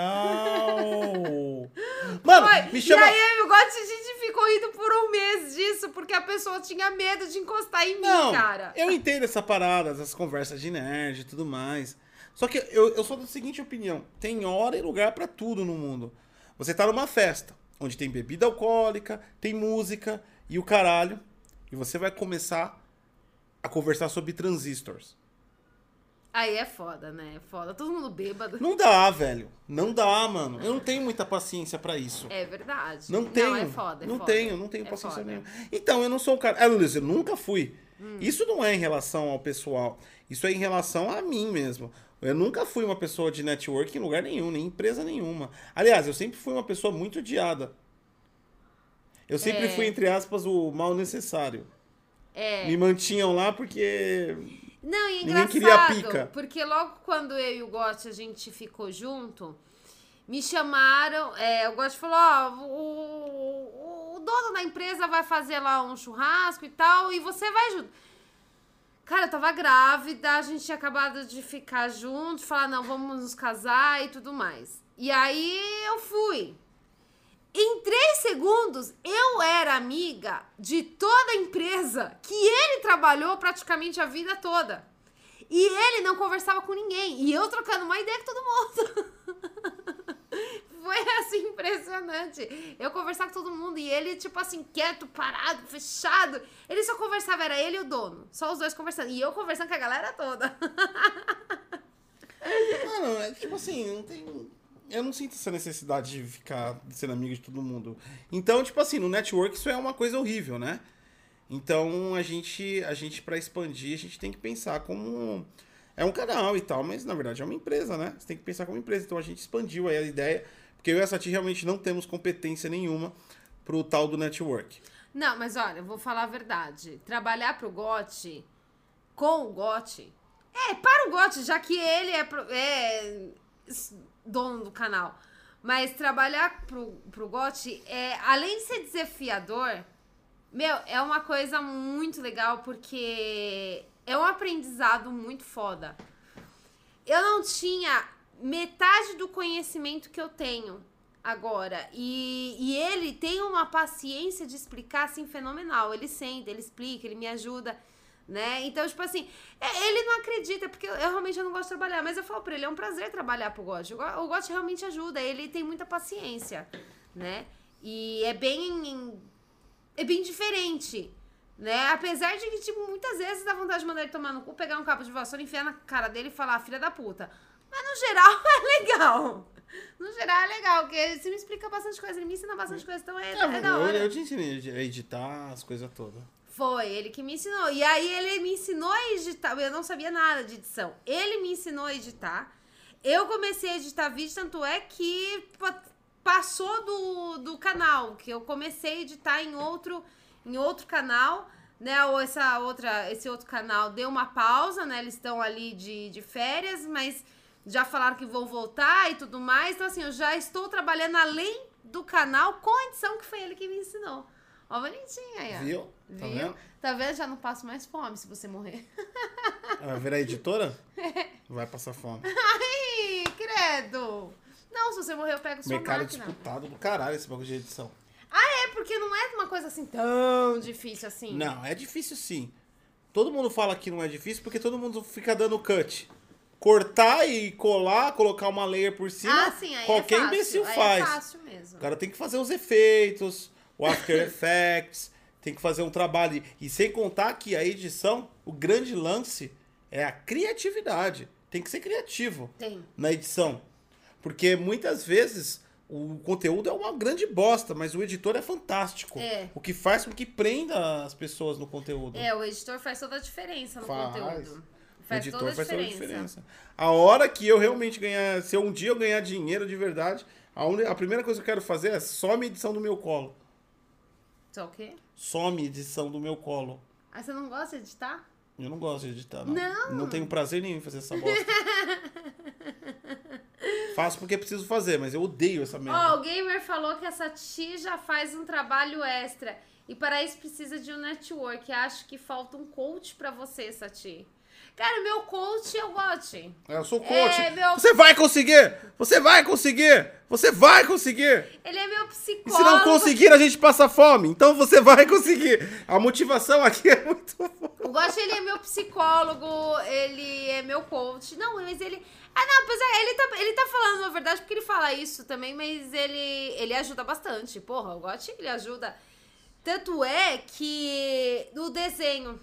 real! Mano, Foi. me chama... E aí eu e o Gotti, a gente ficou indo por um mês disso, porque a pessoa tinha medo de encostar em Não, mim, cara. eu entendo essa parada, essas conversas de nerd e tudo mais. Só que eu, eu sou da seguinte opinião. Tem hora e lugar pra tudo no mundo. Você tá numa festa, onde tem bebida alcoólica, tem música e o caralho. E você vai começar a conversar sobre transistors. Aí é foda, né? É foda. Todo mundo bêbado. Não dá, velho. Não dá, mano. Eu não tenho muita paciência pra isso. É verdade. Não tenho. Não, é foda, é não foda. tenho, não tenho É paciência foda. nenhuma. Então, eu não sou um cara. Ah, Luiz, eu nunca fui. Hum. Isso não é em relação ao pessoal. Isso é em relação a mim mesmo. Eu nunca fui uma pessoa de network em lugar nenhum, nem em empresa nenhuma. Aliás, eu sempre fui uma pessoa muito odiada. Eu sempre É. fui, entre aspas, o mal necessário. É. Me mantinham lá porque. Não, e é Ninguém engraçado, queria a pica. porque logo quando eu e o Gotti a gente ficou junto, me chamaram, é, o Gotti falou, ó, o, o, o dono da empresa vai fazer lá um churrasco e tal, e você vai junto. Cara, eu tava grávida, a gente tinha acabado de ficar junto, falar, não, vamos nos casar e tudo mais. E aí eu fui. Em três segundos, eu era amiga de toda a empresa que ele trabalhou praticamente a vida toda. E ele não conversava com ninguém. E eu trocando uma ideia com todo mundo. Foi assim, impressionante. Eu conversava com todo mundo e ele, tipo assim, quieto, parado, fechado. Ele só conversava, era ele e o dono. Só os dois conversando. E eu conversando com a galera toda. Mano, é tipo assim, não tem. Eu não sinto essa necessidade de ficar sendo amigo de todo mundo. Então, tipo assim, no network isso é uma coisa horrível, né? Então, a gente, a gente para expandir, a gente tem que pensar como... É um canal e tal, mas na verdade é uma empresa, né? Você tem que pensar como empresa. Então, a gente expandiu aí a ideia, porque eu e a Sati realmente não temos competência nenhuma pro tal do network. Não, mas olha, eu vou falar a verdade. Trabalhar pro Gotti, com o Gotti... É, para o Gotti, já que ele é, pro- é dono do canal. Mas trabalhar pro, pro Gotti, é, além de ser desafiador, meu, é uma coisa muito legal, porque é um aprendizado muito foda. Eu não tinha metade do conhecimento que eu tenho agora. E, e ele tem uma paciência de explicar, assim, fenomenal. Ele senta, ele explica, ele me ajuda, né? Então, tipo assim, é, ele não acredita, porque eu, eu realmente eu não gosto de trabalhar. Mas eu falo pra ele, é um prazer trabalhar pro Gotti. O Go- o Gotti realmente ajuda, ele tem muita paciência, né? E é bem... É bem diferente, né? Apesar de que, tipo, muitas vezes dá vontade de mandar ele tomar no cu, pegar um cabo de vassoura, enfiar na cara dele e falar, filha da puta. Mas no geral é legal. No geral é legal, porque ele me explica bastante coisa, ele me ensina bastante coisa, então é, é, É, da eu, hora. eu te ensinei a editar as coisas todas. Foi, ele que me ensinou. E aí ele me ensinou a editar, eu não sabia nada de edição. Ele me ensinou a editar. Eu comecei a editar vídeo, tanto é que pa- passou do, do canal, que eu comecei a editar em outro, em outro canal, né? Ou essa outra, esse outro canal deu uma pausa, né? Eles estão ali de, de férias, mas já falaram que vão voltar e tudo mais. Então, assim, eu já estou trabalhando além do canal com a edição, que foi ele que me ensinou. Ó, bonitinho aí, ó. Viu? Tá Viu? vendo? Tá vendo? Já não passo mais fome se você morrer. Vai virar editora? Vai passar fome. Ai, credo. Não, se você morrer, eu pego sua Mercado máquina. disputado do caralho esse bagulho de edição. É, porque não é uma coisa assim tão difícil assim. Não, é difícil sim. Todo mundo fala que não é difícil porque todo mundo fica dando cut. Cortar e colar, colocar uma layer por cima, Ah, sim, aí qualquer é fácil. imbecil aí faz. É fácil mesmo. O cara tem que fazer os efeitos, o After Effects, tem que fazer um trabalho. E sem contar que a edição, o grande lance é a criatividade. Tem que ser criativo Tem. na edição. Porque muitas vezes o conteúdo é uma grande bosta, mas o editor é fantástico. É. O que faz com que prenda as pessoas no conteúdo. É, o editor faz toda a diferença no Faz. conteúdo. O Faz editor toda a faz toda a diferença. diferença. A hora que eu realmente ganhar, se um dia eu ganhar dinheiro de verdade, a, uni- a primeira coisa que eu quero fazer é some edição do meu colo. Só o quê? Some edição do meu colo. Ah, você não gosta de editar? Eu não gosto de editar, não. Não? Não tenho prazer nenhum em fazer essa bosta. Faço porque preciso fazer, mas eu odeio essa Ó, merda. o Gamer falou que essa tia já faz um trabalho extra. E para isso precisa de um network. Acho que falta um coach pra você, Sati. Cara, meu coach é o Gotti. Eu sou coach. É, meu- Você vai conseguir! Você vai conseguir! Você vai conseguir! Ele é meu E psicólogo. se não conseguir, a gente passa fome. Então você vai conseguir. A motivação aqui é muito boa. O Gotti, ele é meu psicólogo, ele é meu coach. Não, mas ele... Ah, não, pois é, ele tá, ele tá falando a verdade porque ele fala isso também, mas ele, ele ajuda bastante. Porra, o Gotti, ele ajuda. Tanto é que no desenho,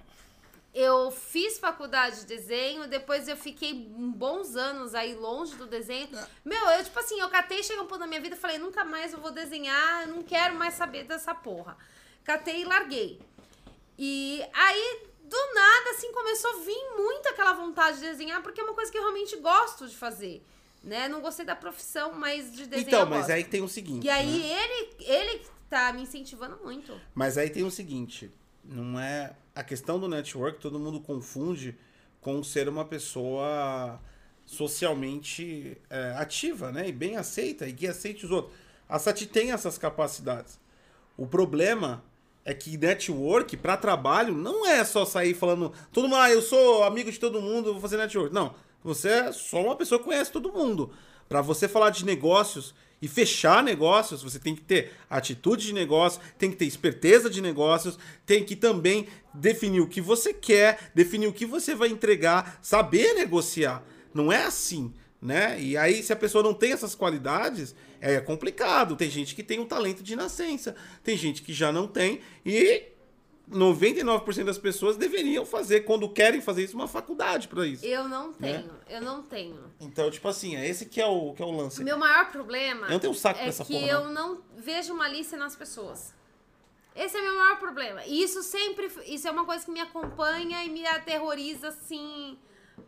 eu fiz faculdade de desenho, depois eu fiquei bons anos aí longe do desenho. Meu, eu, tipo assim, eu catei, chegou um ponto na minha vida e falei, nunca mais eu vou desenhar, eu não quero mais saber dessa porra. Catei e larguei. E aí, do nada, assim, começou a vir muito aquela vontade de desenhar, porque é uma coisa que eu realmente gosto de fazer, né? Não gostei da profissão, mas de desenhar Então, eu mas gosto. aí tem o seguinte. E aí, né? ele, ele tá me incentivando muito. Mas aí tem o seguinte. Não é... A questão do network, todo mundo confunde com ser uma pessoa socialmente é, ativa, né? E bem aceita, e que aceite os outros. A Sati tem essas capacidades. O problema é que network, para trabalho, não é só sair falando... Todo mundo, ah, eu sou amigo de todo mundo, eu vou fazer network. Não, você é só uma pessoa que conhece todo mundo. Para você falar de negócios e fechar negócios, você tem que ter atitude de negócio, tem que ter esperteza de negócios, tem que também definir o que você quer, definir o que você vai entregar, saber negociar. Não é assim, né? E aí, se a pessoa não tem essas qualidades, é complicado. Tem gente que tem um talento de nascença, tem gente que já não tem, e noventa e nove por cento das pessoas deveriam fazer, quando querem fazer isso, uma faculdade para isso. Eu não tenho, eu não tenho. Então, tipo assim, é esse que é o, que é o lance. Meu maior problema Eu não tenho saco pra é essa que porra, eu não. não vejo malícia nas pessoas. Esse é o meu maior problema. E isso sempre, isso é uma coisa que me acompanha e me aterroriza, assim,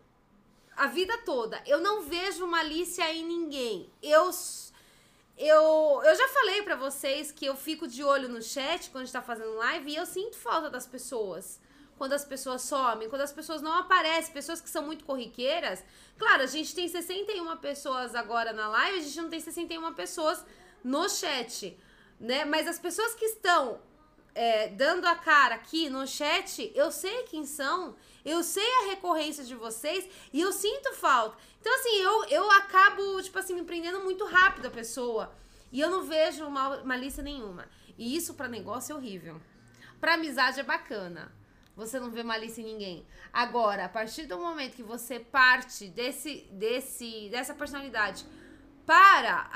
a vida toda. Eu não vejo malícia em ninguém. Eu, eu, eu já falei pra vocês que eu fico de olho no chat quando a gente tá fazendo live e eu sinto falta das pessoas. Quando as pessoas somem, quando as pessoas não aparecem, pessoas que são muito corriqueiras. Claro, a gente tem sessenta e uma pessoas agora na live, a gente não tem sessenta e uma pessoas no chat, né? Mas as pessoas que estão é, dando a cara aqui no chat, eu sei quem são, eu sei a recorrência de vocês e eu sinto falta. Então, assim, eu, eu acabo, tipo assim, me prendendo muito rápido a pessoa e eu não vejo mal, malícia nenhuma. E isso pra negócio é horrível. Pra amizade é bacana. Você não vê malícia em ninguém. Agora, a partir do momento que você parte desse, desse, dessa personalidade para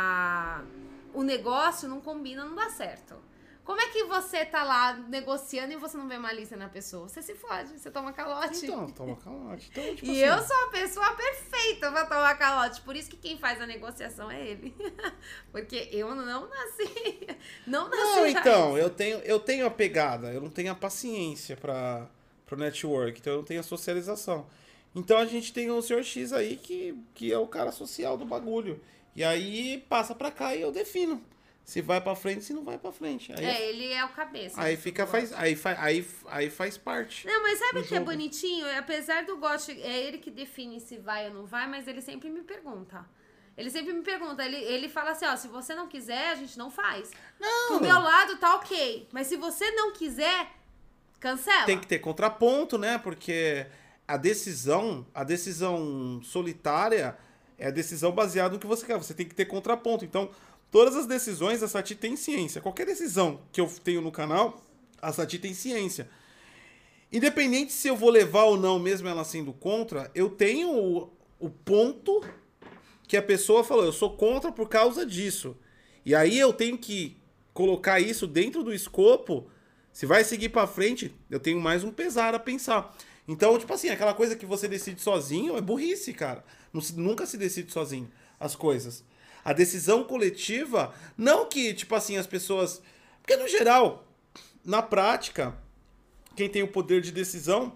a, o negócio, não combina, não dá certo. Como é que você tá lá negociando e você não vê malícia na pessoa? Você se fode, você toma calote. Então, toma calote. Então, tipo e assim, eu sou a pessoa perfeita pra tomar calote. Por isso que quem faz a negociação é ele. Porque eu não nasci. Não nasci. Não, então, eu tenho, eu tenho a pegada, eu não tenho a paciência para pro network, então eu não tenho a socialização. Então a gente tem o senhor X aí que, que é o cara social do bagulho. E aí passa pra cá e eu defino. Se vai pra frente, se não vai pra frente. Aí, é, ele é o cabeça. Aí fica, faz, aí, faz, aí, aí faz parte. Não, mas sabe o que é bonitinho? Apesar do Gotti, é ele que define se vai ou não vai, mas ele sempre me pergunta. Ele sempre me pergunta, ele, ele fala assim, ó, se você não quiser, a gente não faz. Não. Do meu lado tá ok, mas se você não quiser, cancela. Tem que ter contraponto, né? Porque a decisão, a decisão solitária é a decisão baseada no que você quer. Você tem que ter contraponto. Então, todas as decisões a Sati tem ciência. Qualquer decisão que eu tenho no canal, a Sati tem ciência. Independente se eu vou levar ou não, mesmo ela sendo contra, eu tenho o, o ponto que a pessoa falou, eu sou contra por causa disso. E aí eu tenho que colocar isso dentro do escopo. Se vai seguir pra frente, eu tenho mais um pesar a pensar. Então, tipo assim, aquela coisa que você decide sozinho é burrice, cara. Não se, nunca se decide sozinho as coisas. A decisão coletiva, não que, tipo assim, as pessoas... Porque, no geral, na prática, quem tem o poder de decisão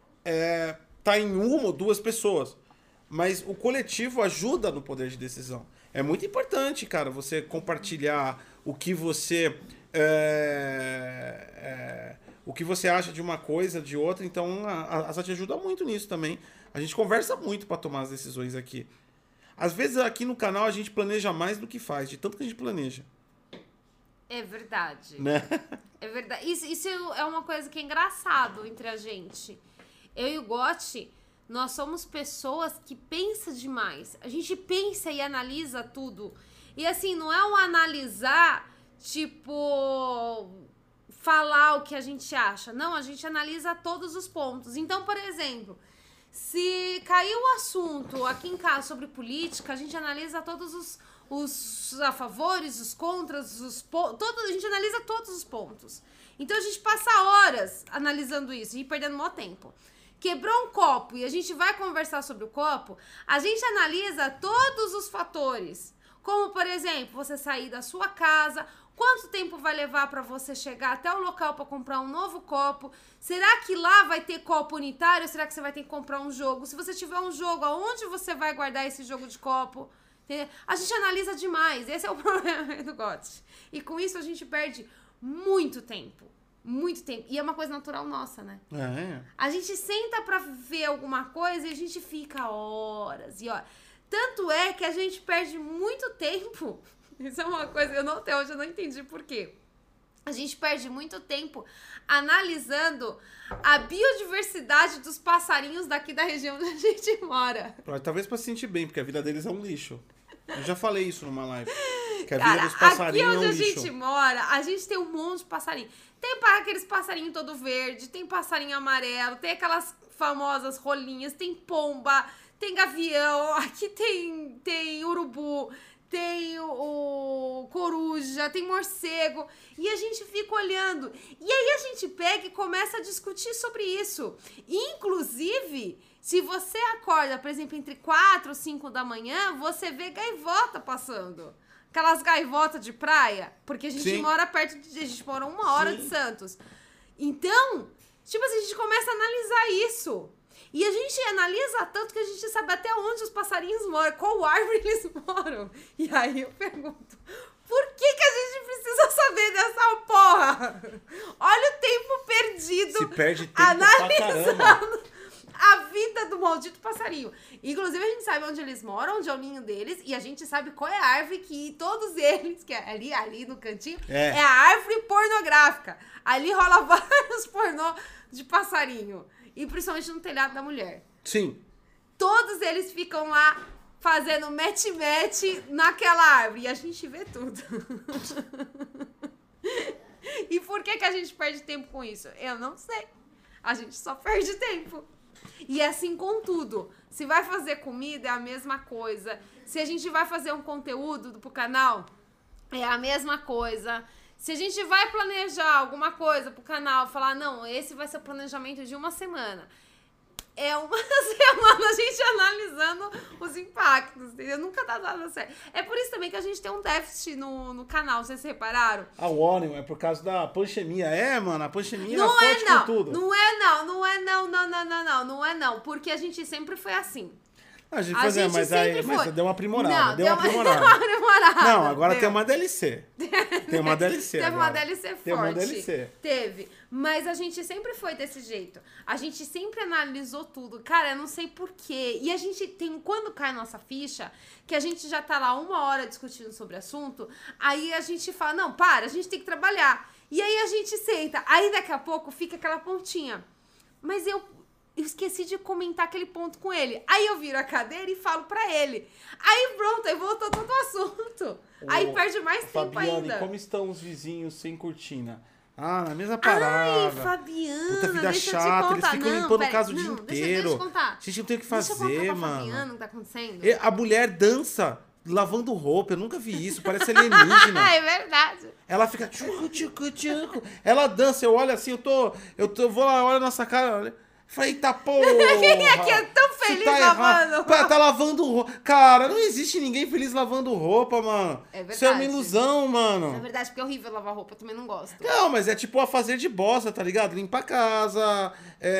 é, tá em uma ou duas pessoas. Mas o coletivo ajuda no poder de decisão. É muito importante, cara, você compartilhar o que você... É, é, o que você acha de uma coisa, de outra. Então, a, a Sati ajuda muito nisso também. A gente conversa muito para tomar as decisões aqui. Às vezes, aqui no canal, a gente planeja mais do que faz, de tanto que a gente planeja. É verdade. Né? É verdade. Isso, isso é uma coisa que é engraçado entre a gente. Eu e o Gotti, nós somos pessoas que pensam demais. A gente pensa e analisa tudo. E assim, não é um analisar, tipo, falar o que a gente acha. Não, a gente analisa todos os pontos. Então, por exemplo... Se cair o assunto aqui em casa sobre política, a gente analisa todos os, os a favores, os contras, os todos, a gente analisa todos os pontos. Então a gente passa horas analisando isso e perdendo maior tempo. Quebrou um copo e a gente vai conversar sobre o copo, a gente analisa todos os fatores. Como, por exemplo, você sair da sua casa, quanto tempo vai levar para você chegar até o local para comprar um novo copo? Será que lá vai ter copo unitário ou será que você vai ter que comprar um jogo? Se você tiver um jogo, aonde você vai guardar esse jogo de copo? Entendeu? A gente analisa demais, esse é o problema do Gotti. E com isso a gente perde muito tempo. Muito tempo. E é uma coisa natural nossa, né? É. A gente senta pra ver alguma coisa e a gente fica horas e horas. Tanto é que a gente perde muito tempo. Isso é uma coisa que eu não, até hoje eu não entendi por quê. A gente perde muito tempo analisando a biodiversidade dos passarinhos daqui da região onde a gente mora. Talvez pra se sentir bem, porque a vida deles é um lixo. Eu já falei isso numa live. Que a vida Cara, dos passarinhos aqui onde é um a lixo. gente mora, a gente tem um monte de passarinho. Tem para aqueles passarinhos todo verde, tem passarinho amarelo, tem aquelas famosas rolinhas, tem pomba, tem gavião, aqui tem, tem urubu, tem o, o coruja, tem morcego. E a gente fica olhando. E aí a gente pega e começa a discutir sobre isso. Inclusive, se você acorda, por exemplo, entre quatro ou cinco da manhã, você vê gaivota passando. aquelas gaivotas de praia, porque a gente Sim. mora perto de... A gente mora uma hora Sim. de Santos. Então, tipo assim, a gente começa a analisar isso. E a gente analisa tanto que a gente sabe até onde os passarinhos moram, qual árvore eles moram. E aí eu pergunto, por que que a gente precisa saber dessa porra? Olha o tempo perdido. Se perde tempo pra caramba. A vida do maldito passarinho. Inclusive, a gente sabe onde eles moram, onde é o ninho deles, e a gente sabe qual é a árvore que todos eles, que é ali, ali no cantinho, É. é a árvore pornográfica. Ali rola vários pornô de passarinho. E principalmente no telhado da mulher. Sim. Todos eles ficam lá fazendo match-match naquela árvore. E a gente vê tudo. E por que que a gente perde tempo com isso? Eu não sei. A gente só perde tempo. E é assim com tudo. Se vai fazer comida, é a mesma coisa. Se a gente vai fazer um conteúdo pro canal, é a mesma coisa. Se a gente vai planejar alguma coisa pro canal, falar, não, esse vai ser o planejamento de uma semana. É uma semana a gente analisando os impactos, entendeu? Nunca dá nada certo. É por isso também que a gente tem um déficit no, no canal, vocês repararam? A Warren é por causa da panchemia. É, mano, a panchemia Não é é forte não, com tudo. não é não, não é não, não, não, não, não, não é não, porque a gente sempre foi assim. A gente A fazia, gente mas aí sempre mas foi. deu uma aprimorada. Não, deu uma deu uma- aprimorada. deu uma aprimorada. Não, agora Deu. tem uma D L C. Tem uma D L C. Teve agora. uma D L C forte. Tem uma D L C. Teve. Mas a gente sempre foi desse jeito. A gente sempre analisou tudo. Cara, eu não sei porquê. E a gente tem, quando cai a nossa ficha, que a gente já tá lá uma hora discutindo sobre o assunto, aí a gente fala, não, para, a gente tem que trabalhar. E aí a gente senta. Aí daqui a pouco fica aquela pontinha. Mas eu... Eu esqueci de comentar aquele ponto com ele. Aí eu viro a cadeira e falo pra ele. Aí pronto, aí voltou todo o assunto. Aí Ô, perde mais tempo Fabiane, ainda. como estão os vizinhos sem cortina? Ah, na mesma parada. Ai, Fabiana, Puta vida deixa chata, eu te eles contar. ficam Não, limpando pera, casa o não, dia deixa, Deixa inteiro. eu te contar. A gente não tem o que Deixa eu contar fazer, pra mano. Fabiana o que tá acontecendo. E a mulher dança lavando roupa, eu nunca vi isso, parece alienígena. É verdade. Ela fica tchucu, tchucu, tchucu. Ela dança, eu olho assim, eu tô, eu tô, eu vou lá, olho a nossa cara, olha. Falei, eita porra! Quem aqui é tão Isso feliz tá lavando errado. Pá, tá lavando roupa. Cara, não existe ninguém feliz lavando roupa, mano. É Isso é uma verdade. ilusão, É mano. verdade, porque é horrível lavar roupa, eu também não gosto. Não, mas é tipo a fazer de bosta, tá ligado? Limpar a casa,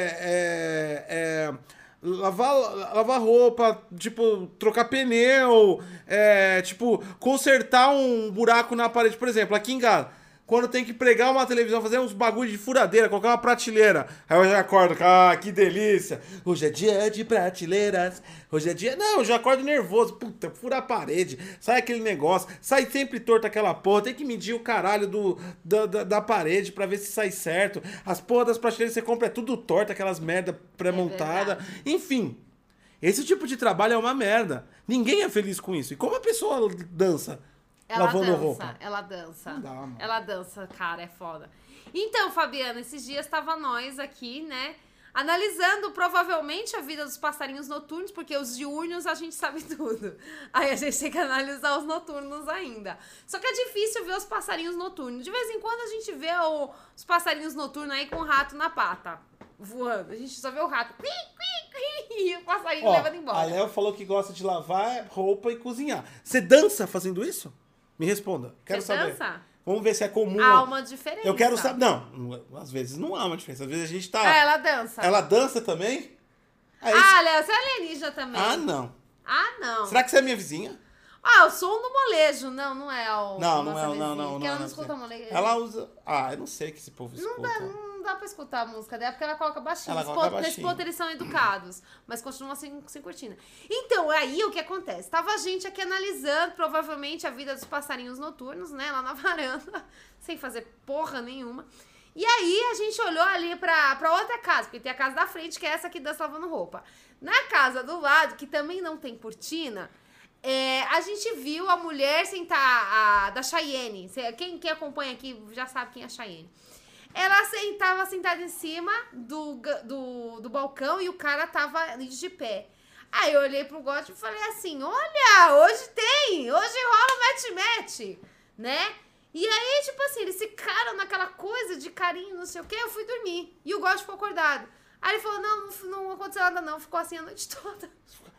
é, é, é, lavar, lavar roupa, tipo, trocar pneu, é, tipo, consertar um buraco na parede. Por exemplo, aqui em casa, quando tem que pregar uma televisão, fazer uns bagulho de furadeira, colocar uma prateleira. Aí eu já acordo, ah, que delícia. Hoje é dia de prateleiras. Hoje é dia... Não, eu já acordo nervoso. Puta, fura a parede. Sai aquele negócio. Sai sempre torto aquela porra. Tem que medir o caralho do, da, da, da parede pra ver se sai certo. As porras das prateleiras que você compra é tudo torto, aquelas merda pré-montada. É Enfim, esse tipo de trabalho é uma merda. Ninguém é feliz com isso. E como a pessoa dança? Ela lavando dança, roupa. ela dança. Não dá, mano. Ela dança, cara, é foda. Então, Fabiana, esses dias tava nós aqui, né, analisando provavelmente a vida dos passarinhos noturnos, porque os diurnos a gente sabe tudo. Aí a gente tem que analisar os noturnos ainda. Só que é difícil ver os passarinhos noturnos. De vez em quando a gente vê o- os passarinhos noturnos aí com o rato na pata, voando. A gente só vê o rato, cui, cui, cui, e o passarinho Ó, levando a embora. Léo falou que gosta de lavar roupa e cozinhar. Você dança fazendo isso? Me responda. Quero Você saber. dança? Vamos ver se é comum. Há uma diferença. Eu quero saber. Não, às vezes não há uma diferença. Às vezes a gente tá. Ah, ela dança. Ela dança também? Aí- Ah, Léo, você é alienígena também. Ah, não. Ah, não. Será que você é minha vizinha? Ah, o som do molejo. Não, não é o. Não, a não nossa é, não, vizinha, não, porque não. ela não não escuta molejo. Ela usa. Ah, eu não sei que esse povo Não escuta. dá, não dá pra escutar a música dela, porque ela coloca baixinho. Ela Nesse coloca ponto- Nesse baixinho. ponto eles são educados, mas continuam sem, sem cortina. Então, aí o que acontece? Tava a gente aqui analisando, provavelmente, a vida dos passarinhos noturnos, né, lá na varanda, sem fazer porra nenhuma. E aí a gente olhou ali pra, pra outra casa, porque tem a casa da frente, que é essa que dança lavando roupa. Na casa do lado, que também não tem cortina, é, a gente viu a mulher sentar, a, da Chayenne. Cê- Quem, quem acompanha aqui já sabe quem é a Chayenne. Ela sentava sentada em cima do, ga- do, do balcão e o cara tava ali de pé. Aí eu olhei pro Gotti e falei assim, olha, hoje tem, hoje rola match-match, né? E aí, tipo assim, eles ficaram naquela coisa de carinho, não sei o quê, eu fui dormir. E o Gotti ficou acordado. Aí ele falou, não, não, não aconteceu nada não, ficou assim a noite toda.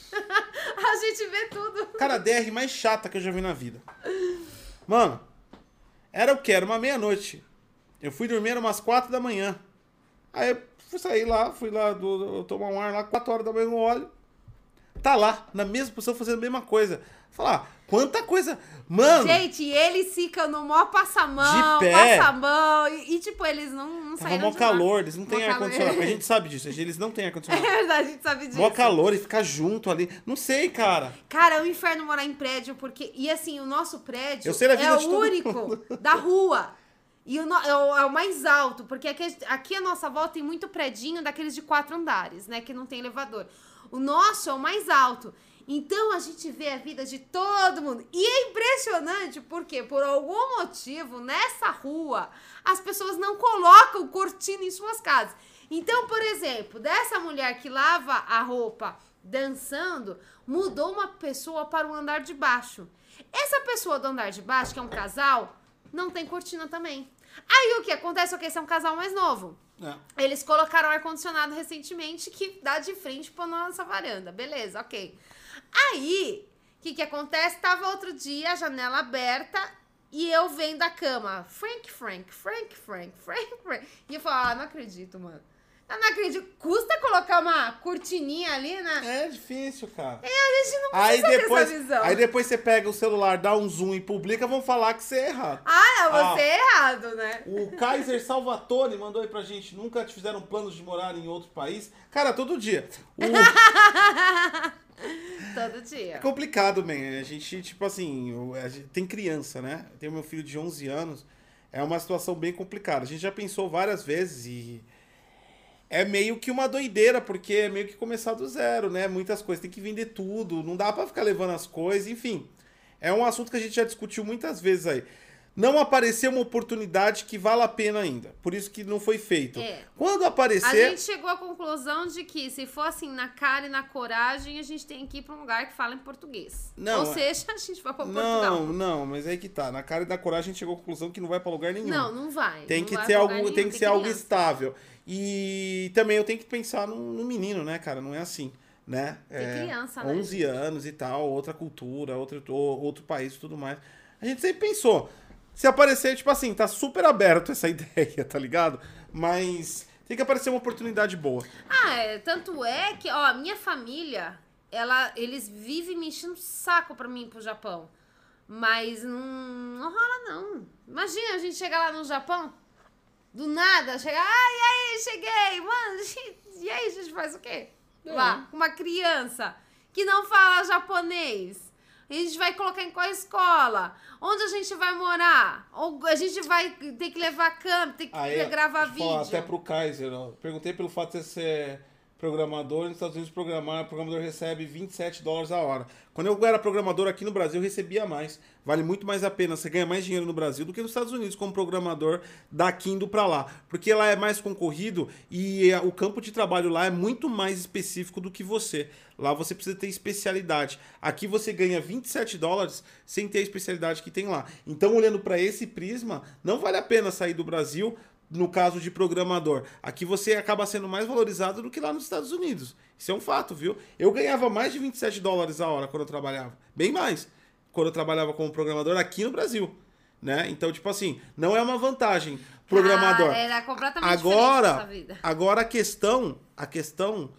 A gente vê tudo. Cara, a D R mais chata que eu já vi na vida. Mano, era o quê? Era uma meia-noite. Eu fui dormir, era umas quatro da manhã. Aí eu fui sair lá, fui lá do, do, tomar um ar lá, quatro horas da manhã eu olho. Tá lá, na mesma posição, fazendo a mesma coisa. Falar, quanta coisa. Mano. Gente, eles ficam no mó passamão, de pé. passamão. E, e, tipo, eles não, não Tava saíram mó de calor, lá. eles não Mó têm calor. ar-condicionado. A gente sabe disso, eles não têm É ar-condicionado. verdade, a gente sabe disso. Mó calor e ficar junto ali. Não sei, cara. Cara, é um inferno morar em prédio, porque... E assim, o nosso prédio Eu sei da vida é de o todo único mundo. da rua. E o, no- é, o, é o mais alto, porque aqui, aqui a nossa volta tem muito predinho daqueles de quatro andares, né? Que não tem elevador. O nosso é o mais alto. Então a gente vê a vida de todo mundo. E é impressionante porque, por algum motivo, nessa rua, as pessoas não colocam cortina em suas casas. Então, por exemplo, dessa mulher que lava a roupa dançando, mudou uma pessoa para o andar de baixo. Essa pessoa do andar de baixo, que é um casal, não tem cortina também. Aí o que acontece é que esse é um casal mais novo. É. Eles colocaram ar-condicionado recentemente que dá de frente pra nossa varanda. Beleza, ok. Aí, o que que acontece? Tava outro dia, a janela aberta, e eu vendo da cama. Frank, Frank, Frank, Frank, Frank, Frank. E eu falo, ah, não acredito, mano. Eu não acredito. Custa colocar uma cortininha ali, né? É difícil, cara. E a gente não Aí precisa depois, ter essa visão. aí depois você pega o celular, dá um zoom e publica, vão falar que você é errado. Ah, não, Ah. você é errado, né? O Kaiser Salvatore mandou aí pra gente, nunca te fizeram planos de morar em outro país? Cara, todo dia. O... Todo dia. É complicado, man. A gente, tipo assim, a gente tem criança, né? Eu tenho meu filho de onze anos. É uma situação bem complicada. A gente já pensou várias vezes e é meio que uma doideira, porque é meio que começar do zero, né? Muitas coisas, tem que vender tudo, não dá pra ficar levando as coisas, enfim. É um assunto que a gente já discutiu muitas vezes aí. Não apareceu uma oportunidade que vale a pena ainda. Por isso que não foi feito. É. Quando A aparecer... gente chegou à conclusão de que, se for assim, na cara e na coragem, a gente tem que ir pra um lugar que fala em português. Não, Ou seja, a gente vai pra Não, Portugal. não, mas aí que tá. Na cara e na coragem a gente chegou à conclusão que não vai pra lugar nenhum. Não, não vai. Tem não que vai ser pra algo, lugar tem nenhum, que ser algo criança. estável. E também eu tenho que pensar no, no menino, né, cara? Não é assim, né? Tem É, criança, né, onze gente? anos e tal, outra cultura, outro, outro país e tudo mais. A gente sempre pensou, se aparecer, tipo assim, tá super aberto essa ideia, tá ligado? Mas tem que aparecer uma oportunidade boa. Ah, é, tanto é que, ó, a minha família, ela, eles vivem me enchendo o saco pra mim ir pro Japão. Mas não, não rola, não. Imagina a gente chegar lá no Japão, do nada, chegar, ai, e aí, cheguei, mano, e aí a gente faz o quê? É. Lá, com uma criança que não fala japonês. A gente vai colocar em qual escola? Onde a gente vai morar? Ou a gente vai ter que levar câmera, ter que Aí, gravar deixa eu falar, vídeo. até pro Kaiser, ó. Perguntei pelo fato de você ser programador, nos Estados Unidos programar, o programador recebe vinte e sete dólares a hora. Quando eu era programador aqui no Brasil, eu recebia mais. Vale muito mais a pena, você ganha mais dinheiro no Brasil do que nos Estados Unidos como programador daqui indo pra lá. Porque lá é mais concorrido e o campo de trabalho lá é muito mais específico do que você. Lá você precisa ter especialidade. Aqui você ganha vinte e sete dólares sem ter a especialidade que tem lá. Então, olhando para esse prisma, não vale a pena sair do Brasil no caso de programador. Aqui você acaba sendo mais valorizado do que lá nos Estados Unidos. Isso é um fato, viu? Eu ganhava mais de vinte e sete dólares a hora quando eu trabalhava. Bem mais. Quando eu trabalhava como programador aqui no Brasil. Né? Então, tipo assim, não é uma vantagem programador. Ah, era completamente agora, diferente essa vida. agora a questão, a questão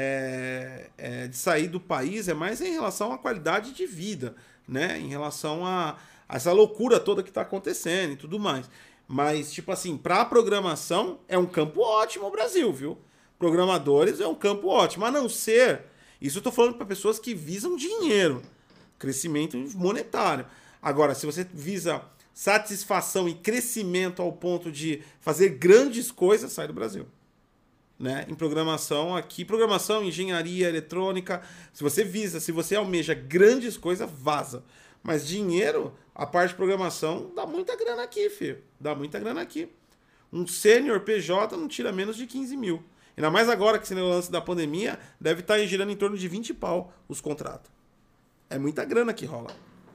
é, é, de sair do país é mais em relação à qualidade de vida, né? Em relação a, a essa loucura toda que está acontecendo e tudo mais. Mas, tipo assim, para programação é um campo ótimo o Brasil, viu? Programadores é um campo ótimo, a não ser... Isso eu tô falando para pessoas que visam dinheiro, crescimento monetário. Agora, se você visa satisfação e crescimento ao ponto de fazer grandes coisas, sai do Brasil. Né? Em programação, aqui, programação, engenharia, eletrônica, se você visa, se você almeja grandes coisas, vaza. Mas dinheiro, a parte de programação, dá muita grana aqui, filho. Dá muita grana aqui. Um sênior P J não tira menos de quinze mil. Ainda mais agora que, no lance da pandemia, deve estar girando em torno de vinte pau os contratos. É muita grana que rola.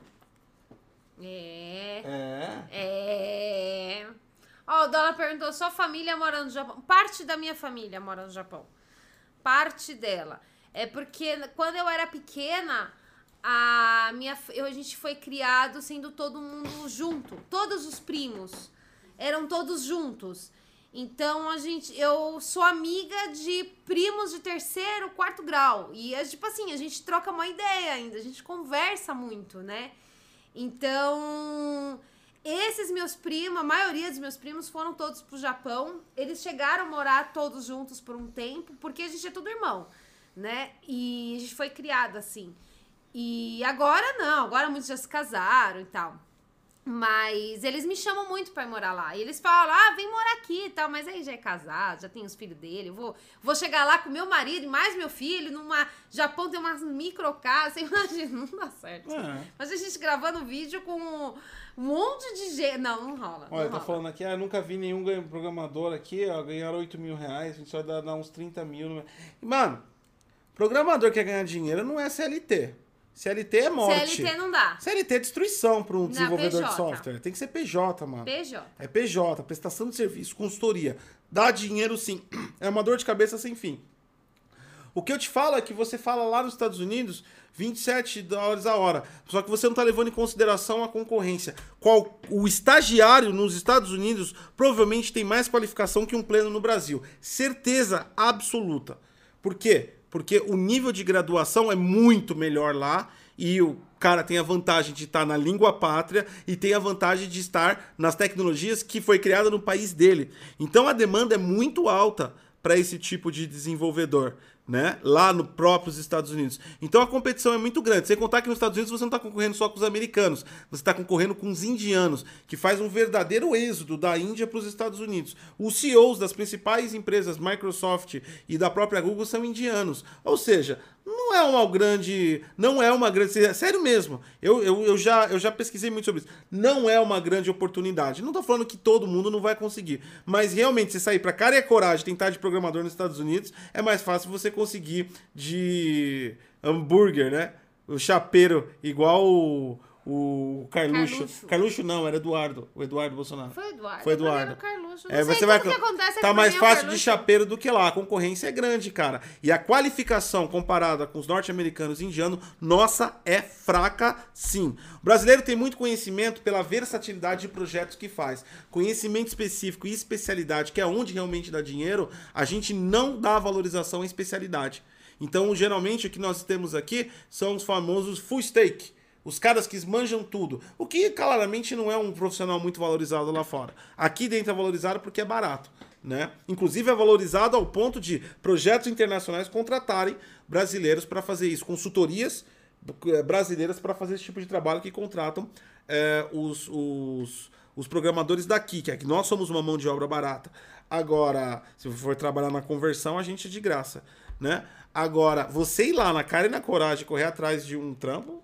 É. É. É. Ó, o Dólar perguntou, sua família mora no Japão? Parte da minha família mora no Japão. Parte dela. É porque quando eu era pequena, a, minha, eu, a gente foi criado sendo todo mundo junto. Todos os primos eram todos juntos. Então, a gente, eu sou amiga de primos de terceiro, quarto grau. E, é, tipo assim, a gente troca uma ideia ainda. A gente conversa muito, né? Então, esses meus primos, a maioria dos meus primos foram todos pro Japão. Eles chegaram a morar todos juntos por um tempo, porque a gente é tudo irmão, né? E a gente foi criado assim. E agora não, agora muitos já se casaram e tal. Mas eles me chamam muito pra ir morar lá. E eles falam, ah, vem morar aqui e tal. Mas aí já é casado, já tem os filhos dele. Eu vou, vou chegar lá com meu marido e mais meu filho. Numa Japão tem umas micro casas. Você imagina, não dá certo. É. Mas a gente gravando vídeo com um monte de gente. Não, não rola. Olha, não tá rola. falando aqui, ah, nunca vi nenhum programador aqui, ó, ganhar oito mil reais. A gente só dá, dá uns trinta mil. E, mano, programador que quer ganhar dinheiro não é C L T. C L T é morte. C L T não dá. C L T é destruição para um desenvolvedor P J. de software. Tem que ser P J, mano. P J. É P J, prestação de serviço, consultoria. Dá dinheiro sim. É uma dor de cabeça sem fim. O que eu te falo é que você fala lá nos Estados Unidos vinte e sete dólares a hora. Só que você não está levando em consideração a concorrência. Qual, o estagiário nos Estados Unidos provavelmente tem mais qualificação que um pleno no Brasil. Certeza absoluta. Por quê? Porque o nível de graduação é muito melhor lá e o cara tem a vantagem de estar na língua pátria e tem a vantagem de estar nas tecnologias que foi criada no país dele. Então a demanda é muito alta para esse tipo de desenvolvedor, né? Lá no próprios Estados Unidos. Então a competição é muito grande. Sem contar que nos Estados Unidos você não está concorrendo só com os americanos, você está concorrendo com os indianos, que faz um verdadeiro êxodo da Índia para os Estados Unidos. Os C E Os das principais empresas, Microsoft e da própria Google, são indianos. Ou seja, não é uma grande... Não é uma grande... Sério mesmo. Eu, eu, eu, já, eu já pesquisei muito sobre isso. Não é uma grande oportunidade. Não tô falando que todo mundo não vai conseguir. Mas realmente, você sair pra cara e a coragem tentar de programador nos Estados Unidos, é mais fácil você conseguir de hambúrguer, né? O chapeiro, igual o... O Carluxo. Carluxo. Carluxo não, era Eduardo. O Eduardo Bolsonaro. Foi Eduardo. Foi Eduardo. Carluxo. Não é, sei você vai... que acontece. Tá mais fácil de chapeiro do que lá. A concorrência é grande, cara. E a qualificação comparada com os norte-americanos e indianos, nossa, é fraca sim. O brasileiro tem muito conhecimento pela versatilidade de projetos que faz. Conhecimento específico e especialidade, que é onde realmente dá dinheiro, a gente não dá valorização à especialidade. Então, geralmente, o que nós temos aqui são os famosos full stake. Os caras que manjam tudo. O que, claramente, não é um profissional muito valorizado lá fora. Aqui dentro é valorizado porque é barato, né? Inclusive é valorizado ao ponto de projetos internacionais contratarem brasileiros para fazer isso. Consultorias brasileiras para fazer esse tipo de trabalho que contratam é, os, os, os programadores daqui, que é que nós somos uma mão de obra barata. Agora, se for trabalhar na conversão, a gente é de graça, né? Agora, você ir lá na cara e na coragem correr atrás de um trampo...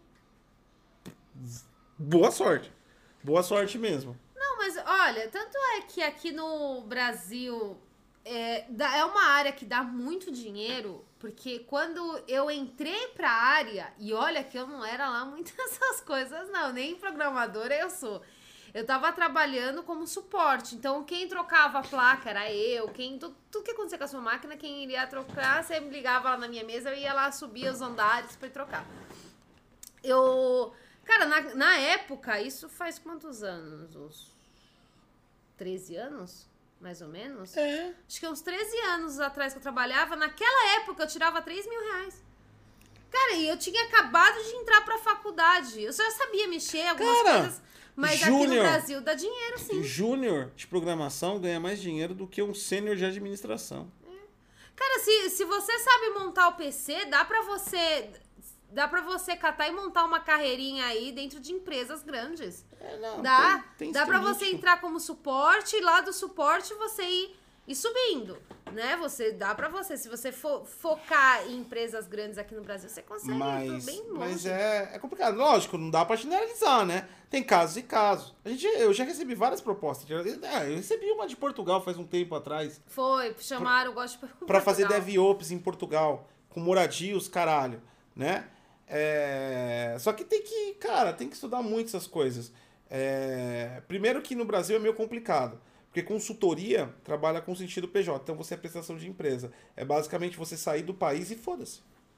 Boa sorte. Boa sorte mesmo. Não, mas olha, tanto é que aqui no Brasil é, é uma área que dá muito dinheiro, porque quando eu entrei pra área, e olha que eu não era lá muitas essas coisas não, nem programadora eu sou. Eu tava trabalhando como suporte, então quem trocava a placa era eu, quem tudo, tudo que acontecia com a sua máquina, quem iria trocar, você me ligava lá na minha mesa, eu ia lá subir os andares pra trocar. Eu... Cara, na, na época, isso faz quantos anos? Uns treze anos? Mais ou menos? É. Acho que uns treze anos atrás que eu trabalhava. Naquela época, eu tirava três mil reais. Cara, e eu tinha acabado de entrar pra faculdade. Eu já sabia mexer algumas Cara, coisas. Mas júnior, aqui no Brasil dá dinheiro, sim. Júnior de programação ganha mais dinheiro do que um sênior de administração. É. Cara, se, se você sabe montar o P C, dá pra você... Dá pra você catar e montar uma carreirinha aí dentro de empresas grandes. É, não, dá tem, tem dá pra você entrar como suporte e lá do suporte você ir, ir subindo, né? Você, dá pra você, se você for focar em empresas grandes aqui no Brasil, você consegue mas, ir bem longe. Mas é, é complicado. Lógico, não dá pra generalizar, né? Tem casos e casos. A gente, eu já recebi várias propostas. Eu recebi uma de Portugal faz um tempo atrás. Foi, chamaram, eu gosto de Portugal. Pra fazer DevOps em Portugal, com moradia, os caralho, né? É... Só que tem que, cara, tem que estudar muito essas coisas. É... Primeiro que no Brasil é meio complicado, porque consultoria trabalha com sentido P J, então você é prestação de empresa. É basicamente você sair do país e foda-se.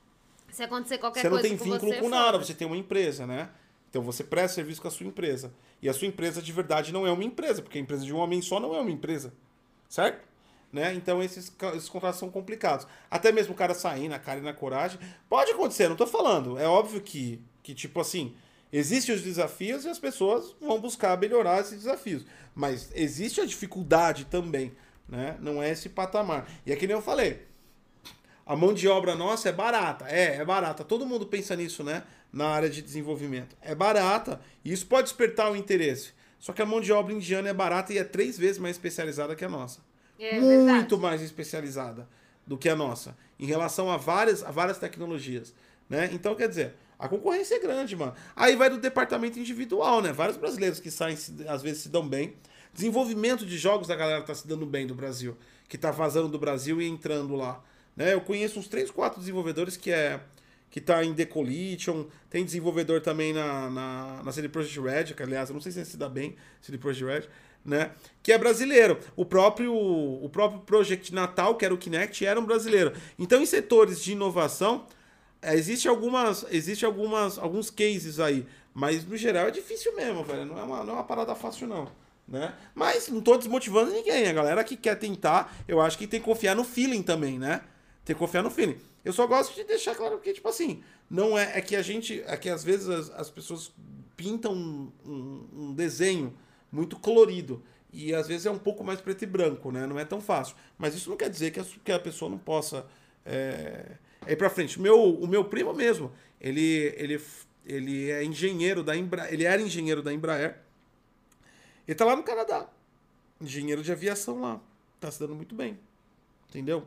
Se acontecer qualquer você não coisa tem com vínculo você, com nada, foda-se. você tem uma empresa, né? Então você presta serviço com a sua empresa. E a sua empresa de verdade não é uma empresa, porque a empresa de um homem só não é uma empresa. Certo? Né? Então esses, esses contratos são complicados. Até mesmo o cara sair na cara e na coragem. Pode acontecer, não tô falando. É óbvio que, que tipo assim, existem os desafios e as pessoas vão buscar melhorar esses desafios. Mas existe a dificuldade também, né? Não é esse patamar. E é que nem eu falei, a mão de obra nossa é barata. É, é barata. Todo mundo pensa nisso, né? Na área de desenvolvimento. É barata e isso pode despertar o interesse. Só que a mão de obra indiana é barata e é três vezes mais especializada que a nossa. É Muito verdade. mais especializada do que a nossa. Em relação a várias, a várias tecnologias. Né? Então, quer dizer, a concorrência é grande, mano. Aí vai do departamento individual, né? Vários brasileiros que saem, às vezes, se dão bem. Desenvolvimento de jogos, a galera tá se dando bem do Brasil. Que tá vazando do Brasil e entrando lá. Né? Eu conheço uns três, quatro desenvolvedores que é que tá em Decollision, tem desenvolvedor também na, na, na C D Projekt Red, que aliás, eu não sei se se dá bem, C D Projekt Red, né? Que é brasileiro. O próprio, o próprio Project Natal, que era o Kinect, era um brasileiro. Então, em setores de inovação, é, existe algumas, existe algumas, alguns cases aí, mas no geral é difícil mesmo, velho. Não é uma, não é uma parada fácil, não. Né? Mas não tô desmotivando ninguém. A galera que quer tentar, eu acho que tem que confiar no feeling também, né? Tem que confiar no feeling. Eu só gosto de deixar claro que, tipo assim, não é, é que a gente, é que às vezes as, as pessoas pintam um, um, um desenho muito colorido e às vezes é um pouco mais preto e branco, né? Não é tão fácil. Mas isso não quer dizer que a, que a pessoa não possa é, ir pra frente. O meu, o meu primo mesmo, ele, ele, ele é engenheiro da Embraer, ele era engenheiro da Embraer. Ele tá lá no Canadá, engenheiro de aviação lá, tá se dando muito bem, entendeu?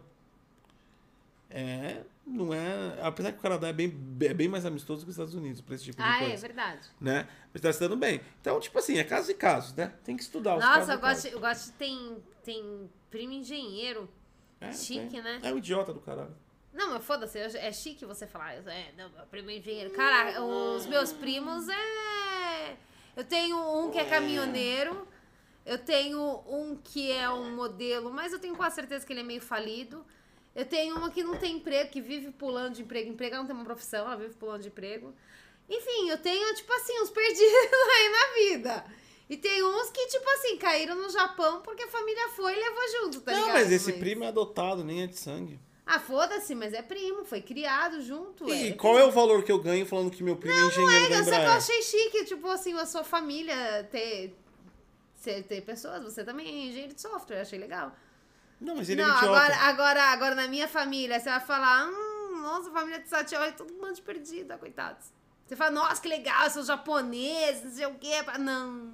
É, não é. Apesar que o Canadá é bem, é bem mais amistoso que os Estados Unidos pra esse tipo de Ah, coisa. é verdade. Né? Mas tá se dando bem. Então, tipo assim, é caso e caso, né? Tem que estudar os Nossa, casos eu e gosto, casos. eu gosto de tem, tem primo engenheiro. É, Chique, tem. né? É um idiota do caralho. Não, mas foda-se, é chique você falar. É, não, meu primo é engenheiro. Cara, os meus primos é. Eu tenho um que é caminhoneiro. Eu tenho um que é um modelo, mas eu tenho quase certeza que ele é meio falido. Eu tenho uma que não tem emprego, que vive pulando de emprego em emprego. Ela não tem uma profissão, ela vive pulando de emprego. Enfim, eu tenho, tipo assim, uns perdidos aí na vida. E tem uns que, tipo assim, caíram no Japão porque a família foi e levou junto, tá não, ligado? mas esse primo é adotado, nem é de sangue. Ah, foda-se, mas é primo, foi criado junto. E é, qual é o valor que eu ganho falando que meu primo é engenheiro da É, só que eu Embraer? achei chique, tipo assim, a sua família ter, ter, ter pessoas. Você também é engenheiro de software, achei legal. Não, mas ele Não, é um idiota. agora, agora, agora na minha família, você vai falar, hum, nossa, família de Satya é todo mundo de perdida, coitados. Você fala, nossa, que legal, são japoneses, não sei o quê. Não.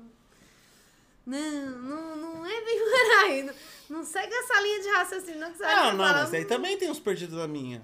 Não, não, não é bem por aí. Não, não segue essa linha de raciocínio, não, que você vai Ah, não, falar, mas aí hum. também tem uns perdidos na minha.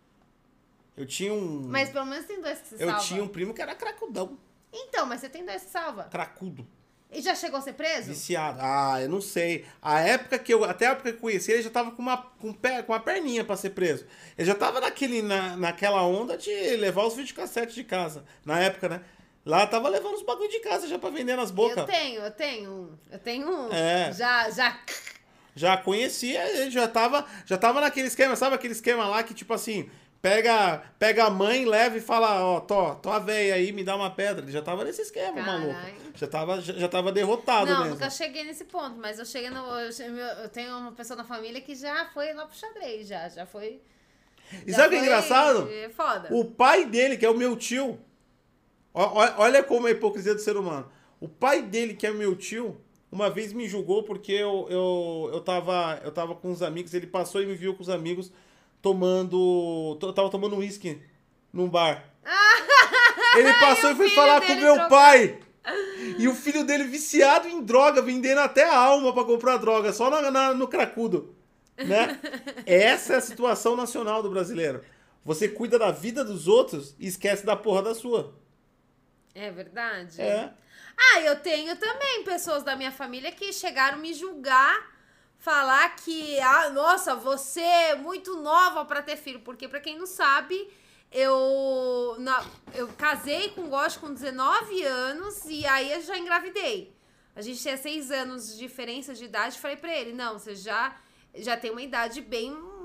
Eu tinha um... Mas pelo menos tem dois que se Eu salva. tinha um primo que era cracudão. Então, mas você tem dois que salva. Cracudo. E já chegou a ser preso? Viciado. Ah, eu não sei. A época que eu... Até a época que eu conheci, ele já tava com uma, com pé, com uma perninha pra ser preso. Ele já tava naquele, na, naquela onda de levar os videocassetes de casa. Na época, né? Lá tava levando os bagulho de casa já pra vender nas bocas. Eu tenho, eu tenho um. Eu tenho um. É. Já, já. Já conhecia, ele já tava, já tava naquele esquema, sabe aquele esquema lá que tipo assim, pega, pega a mãe, leva e fala, ó, tô, tô a véia aí, me dá uma pedra. Ele já tava nesse esquema, Caralho. maluco. Já tava, já, já tava derrotado Não, mesmo. nunca cheguei nesse ponto, mas eu cheguei no. Eu, che- meu- eu tenho uma pessoa na família que já foi lá pro xadrez, já. Já foi. E já sabe o que é foi engraçado? Foda. O pai dele, que é o meu tio, ó- ó- olha como é a hipocrisia do ser humano. O pai dele, que é meu tio, uma vez me julgou porque eu, eu, eu, tava, eu tava com os amigos, ele passou e me viu com os amigos tomando... Eu tava tomando uísque num bar. Ele passou E e o foi filho falar com dele meu trocou. pai. E o filho dele viciado em droga, vendendo até a alma pra comprar droga, só na, na- no cracudo. Né? Essa é a situação nacional do brasileiro. Você cuida da vida dos outros e esquece da porra da sua. É verdade? É. Ah, eu tenho também pessoas da minha família que chegaram a me julgar, falar que, ah, nossa, você é muito nova pra ter filho. Porque, pra quem não sabe, eu, na- eu casei com o Gosto com dezenove anos e aí eu já engravidei. A gente tinha seis anos de diferença de idade. Falei pra ele, não, você já, já tem uma idade bem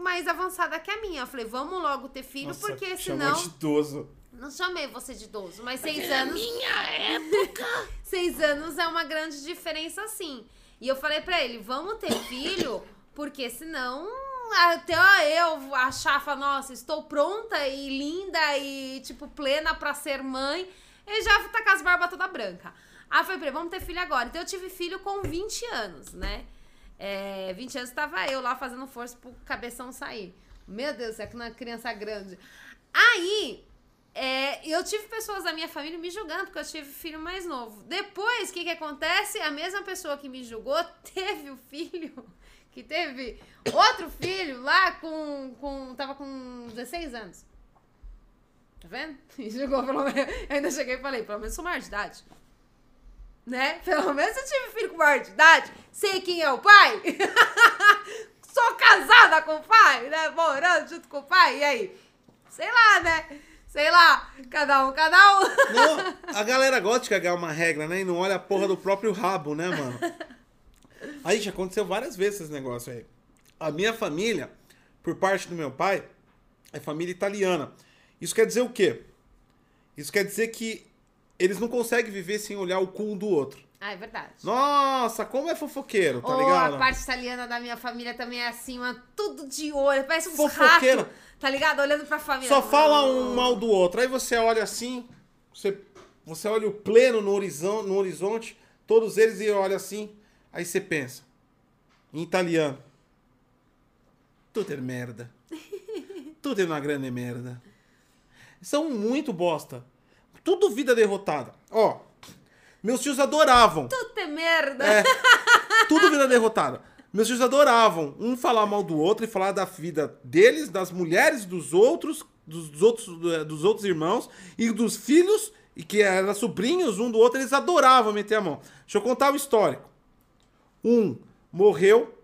mais avançada que a minha. Eu falei, vamos logo ter filho, Nossa, porque chamou senão... de idoso. Não chamei você de idoso, mas seis Porque anos... Na minha época... Seis anos é uma grande diferença, sim. E eu falei pra ele, vamos ter filho, porque senão até eu achar, falar, nossa, estou pronta e linda e, tipo, plena pra ser mãe, e já tá com as barbas toda branca. Aí eu falei pra ele, vamos ter filho agora. Então eu tive filho com vinte anos, né? É, vinte anos tava eu lá fazendo força pro cabeção sair. Meu Deus, é que uma criança grande. Aí... É, eu tive pessoas da minha família me julgando porque eu tive filho mais novo. Depois, o que que acontece? A mesma pessoa que me julgou teve o filho, que teve outro filho lá com, com tava com dezesseis anos. Tá vendo? Me julgou pelo menos. Eu ainda cheguei e falei, pelo menos sou maior de idade. Né? Pelo menos eu tive filho com maior de idade. Sei quem é o pai. Sou casada com o pai, né? Morando junto com o pai. E aí? Sei lá, né? Sei lá, cada um, cada um. Não, a galera gosta de cagar uma regra, né? E não olha a porra do próprio rabo, né, mano? Aí já aconteceu várias vezes esse negócio aí. A minha família, por parte do meu pai, é família italiana. Isso quer dizer o quê? Isso quer dizer que eles não conseguem viver sem olhar o cu um do outro. Ah, é verdade. Nossa, como é fofoqueiro, tá oh, ligado? A parte italiana da minha família também é assim, uma tudo de olho, parece uns Fofoqueira. ratos, tá ligado? Olhando pra família. Só fala um mal do outro. Aí você olha assim, você, você olha o pleno no horizonte, no horizonte, todos eles e olha assim, aí você pensa, em italiano, tudo é merda. Tudo é uma grande merda. São muito bosta. Tudo vida derrotada. Ó, meus tios adoravam. Tudo é merda. É, tudo vida derrotada. Meus tios adoravam um falar mal do outro e falar da vida deles, das mulheres dos outros, dos, dos outros, dos outros irmãos e dos filhos, e que eram sobrinhos um do outro, eles adoravam meter a mão. Deixa eu contar o histórico. Um morreu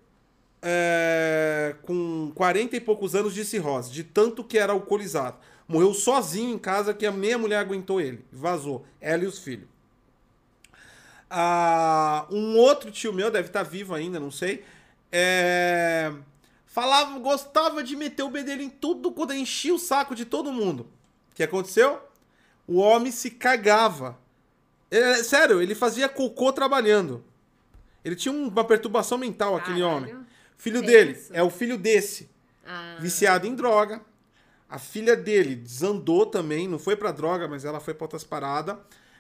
é, com quarenta e poucos anos de cirrose, de tanto que era alcoolizado. Morreu sozinho em casa, que nem a mulher aguentou ele. Vazou. Ela e os filhos. Ah, um outro tio meu, deve estar vivo ainda, não sei, é, falava, gostava de meter o bedelho em tudo, quando enchia o saco de todo mundo. O que aconteceu? O homem se cagava. É, sério, ele fazia cocô trabalhando. Ele tinha uma perturbação mental, aquele Caralho. homem. Filho Que dele, isso? é o filho desse. Ah. Viciado em droga. A filha dele desandou também, não foi pra droga, mas ela foi pra outras paradas.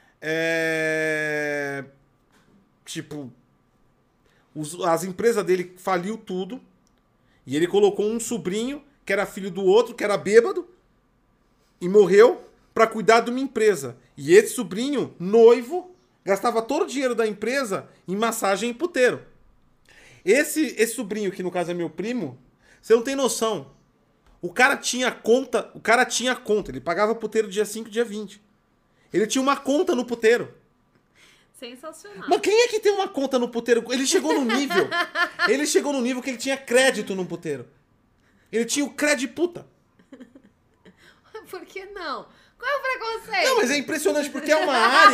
É... Tipo, os, as empresas dele faliu tudo. E ele colocou um sobrinho, que era filho do outro, que era bêbado, e morreu pra cuidar de uma empresa. E esse sobrinho, noivo, gastava todo o dinheiro da empresa em massagem e puteiro. Esse, esse sobrinho, que no caso é meu primo, você não tem noção. O cara tinha conta, o cara tinha conta, ele pagava puteiro dia cinco, dia vinte. Ele tinha uma conta no puteiro. Sensacional. Mas quem é que tem uma conta no puteiro? Ele chegou no nível, ele chegou no nível que ele tinha crédito no puteiro. Ele tinha o crédito puta. Por que não? Qual é o preconceito? Não, mas é impressionante porque é uma área,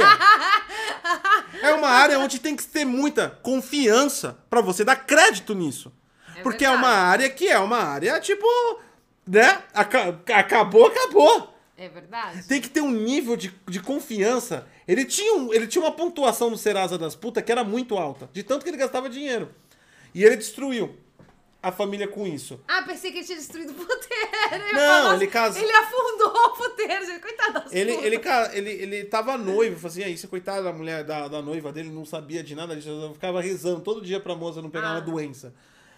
é uma área onde tem que ter muita confiança pra você dar crédito nisso. É porque é verdade. uma área que é uma área, tipo, né? Aca- acabou, acabou. É verdade. Tem que ter um nível de, de confiança. Ele tinha, um, ele tinha uma pontuação no Serasa das Putas que era muito alta. De tanto que ele gastava dinheiro. E ele destruiu a família com isso. Ah, pensei que ele tinha destruído o puteiro. Eu ia Não, falar ele assim, casa- Ele afundou o puteiro, gente. Coitado das Ele, putas. ele, ca- ele, ele tava noivo, fazia isso, coitada da mulher, da, da noiva dele, não sabia de nada, ele já ficava rezando todo dia pra moça não pegar Ah. uma doença.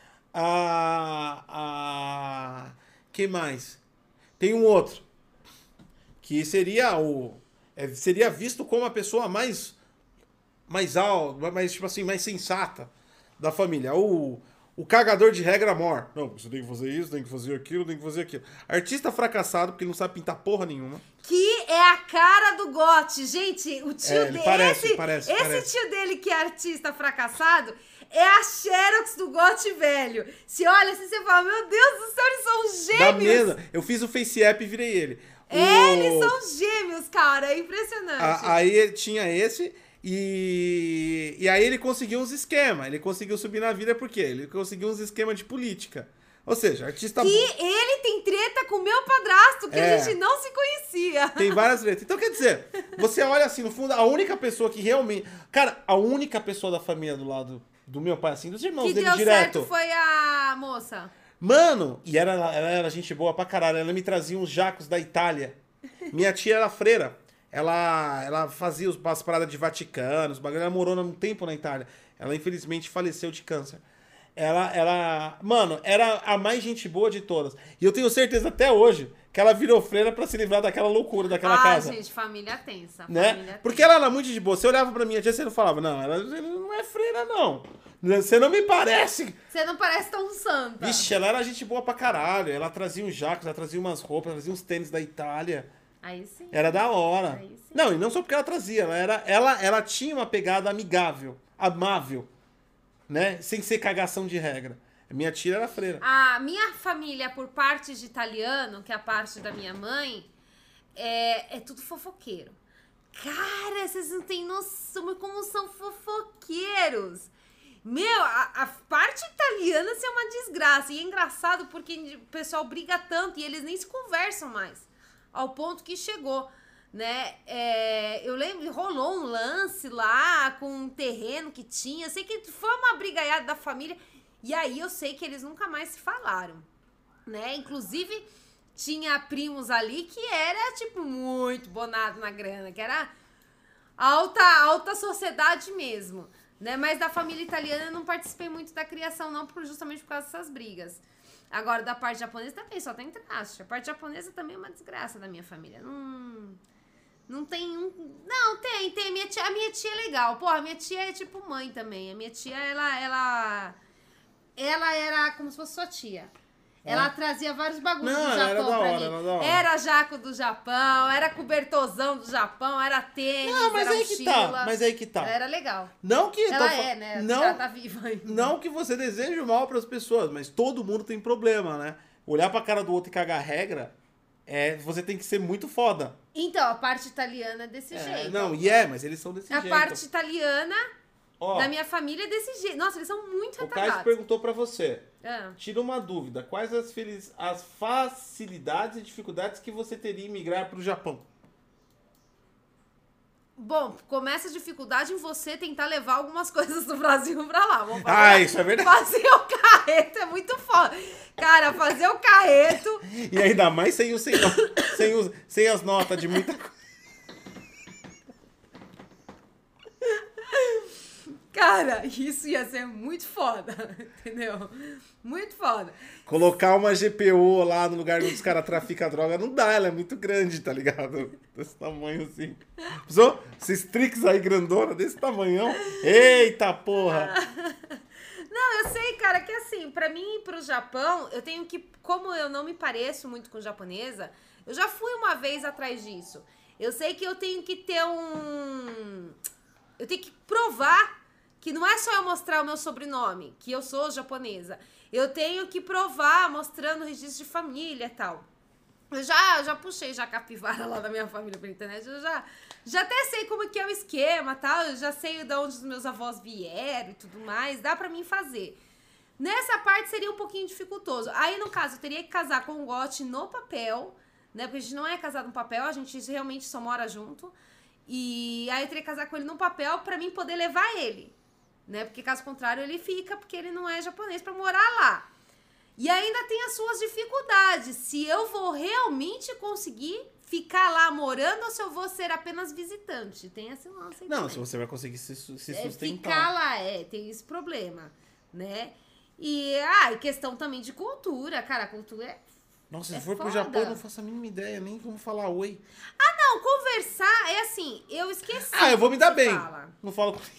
Ah, ah, que mais? Tem um outro, que seria o é, seria visto como a pessoa mais mais alta, mais tipo assim, mais sensata da família. O o cagador de regra mor. Não, você tem que fazer isso, tem que fazer aquilo, tem que fazer aquilo. Artista fracassado, porque ele não sabe pintar porra nenhuma. Que é a cara do Gotti. Gente, o tio É, ele dele. parece, esse parece, esse parece. tio dele que é artista fracassado é a Xerox do Gotti velho. Se olha assim, você fala: Meu Deus do céu, eles são Da gêmeos. mesa. Eu fiz o Face App e virei ele. É, O- eles são gêmeos, cara. É impressionante. A- aí ele tinha esse e... E aí ele conseguiu uns esquemas. Ele conseguiu subir na vida por quê? Ele conseguiu uns esquemas de política. Ou seja, artista... Que ele tem treta com o meu padrasto, que É. a gente não se conhecia. Tem várias letras. Então, quer dizer, você olha assim, no fundo, a única pessoa que realmente... Cara, a única pessoa da família do lado do meu pai, assim, dos irmãos Que dele deu direto. certo foi a moça. Mano, e ela, ela era gente boa pra caralho. Ela me trazia uns jacos da Itália. Minha tia era freira. Ela, ela fazia os, as paradas de Vaticano, os bagulho. Ela morou um tempo na Itália. Ela, infelizmente, faleceu de câncer. Ela, ela... Mano, era a mais gente boa de todas. E eu tenho certeza até hoje que ela virou freira pra se livrar daquela loucura, daquela ah, casa. gente, família tensa. Né? Família Porque ela era muito de boa. Você olhava pra minha tia, você não falava, não, ela, ela não é freira, não. Você não me parece. Você não parece tão santa. Vixe, ela era gente boa pra caralho. Ela trazia uns jacos, ela trazia umas roupas, ela trazia uns tênis da Itália. Aí sim. Era da hora. Aí sim. Não, e não só porque ela trazia, ela, era, ela, ela tinha uma pegada amigável, amável, né? Sem ser cagação de regra. Minha tia era freira. A minha família, por parte de italiano, que é a parte da minha mãe, é, é tudo fofoqueiro. Cara, vocês não têm noção de como são fofoqueiros. Meu, a, a parte italiana assim, é uma desgraça. E é engraçado porque o pessoal briga tanto e eles nem se conversam mais. Ao ponto que chegou, né? É, eu lembro, rolou um lance lá com um terreno que tinha. Sei que foi uma brigaiada da família. E aí eu sei que eles nunca mais se falaram, né? Inclusive, tinha primos ali que era, tipo, muito bonado na grana. Que era alta, alta sociedade mesmo. Né? Mas da família italiana eu não participei muito da criação, não, por, justamente por causa dessas brigas. Agora, da parte japonesa também, só tem traste. A parte japonesa também é uma desgraça da minha família. Não, não tem um... Não, tem, tem. A minha tia, a minha tia é legal. Porra, a minha tia é tipo mãe também. A minha tia, ela... Ela, ela era como se fosse sua tia. Ela é. trazia vários bagulhos não, do Japão era da pra hora, mim. Era, da hora. Era jaco do Japão, era cobertozão do Japão, era tênis, não, mas era aí que tá, mas aí que tá. Era legal. Não que ela tô, é, né? Não, ela tá viva ainda. Não que você deseje mal pras pessoas, mas todo mundo tem problema, né? Olhar pra cara do outro e cagar regra, é, você tem que ser muito foda. Então, a parte italiana é desse é, jeito. Não, e é, mas eles são desse a jeito. A parte italiana... Ó, da minha família é desse jeito. Nossa, eles são muito retardados. O Caio perguntou pra você. Ah. Tira uma dúvida. Quais as, feliz... as facilidades e dificuldades que você teria em migrar pro Japão? Bom, começa a dificuldade em você tentar levar algumas coisas do Brasil pra lá. Vamos fazer, ah, isso é verdade. Fazer o carreto é muito foda. Cara, fazer o carreto... E ainda mais sem, o, sem, sem, os, sem as notas de muita coisa. Cara, isso ia ser muito foda, entendeu? Muito foda. Colocar uma G P O lá no lugar onde os caras traficam droga não dá, ela é muito grande, tá ligado? Desse tamanho assim. Pensou? Esses tricks aí grandona, desse tamanhão. Eita porra! Não, eu sei, cara, que assim, pra mim ir pro Japão, eu tenho que... Como eu não me pareço muito com japonesa, eu já fui uma vez atrás disso. Eu sei que eu tenho que ter um... Eu tenho que provar que não é só eu mostrar o meu sobrenome, que eu sou japonesa. Eu tenho que provar mostrando o registro de família e tal. Eu já, já puxei já a capivara lá da minha família pela internet. Eu já, já até sei como que é o esquema e tal. Eu já sei de onde os meus avós vieram e tudo mais. Dá pra mim fazer. Nessa parte seria um pouquinho dificultoso. Aí, no caso, eu teria que casar com o Gotti no papel, né? Porque a gente não é casado no papel, a gente realmente só mora junto. E aí eu teria que casar com ele no papel pra mim poder levar ele, né? Porque caso contrário ele fica, porque ele não é japonês pra morar lá. E ainda tem as suas dificuldades. Se eu vou realmente conseguir ficar lá morando ou se eu vou ser apenas visitante. Tem esse lance aí Não, também. se você vai conseguir se, se sustentar. É, ficar lá, é, tem esse problema, né? E, ah, e questão também de cultura. Cara, a cultura é... Nossa, se é for foda. pro Japão, eu não faço a mínima ideia nem como falar oi. Ah, não, conversar é assim, eu esqueci. Ah, eu vou me dar bem. Fala. Não falo com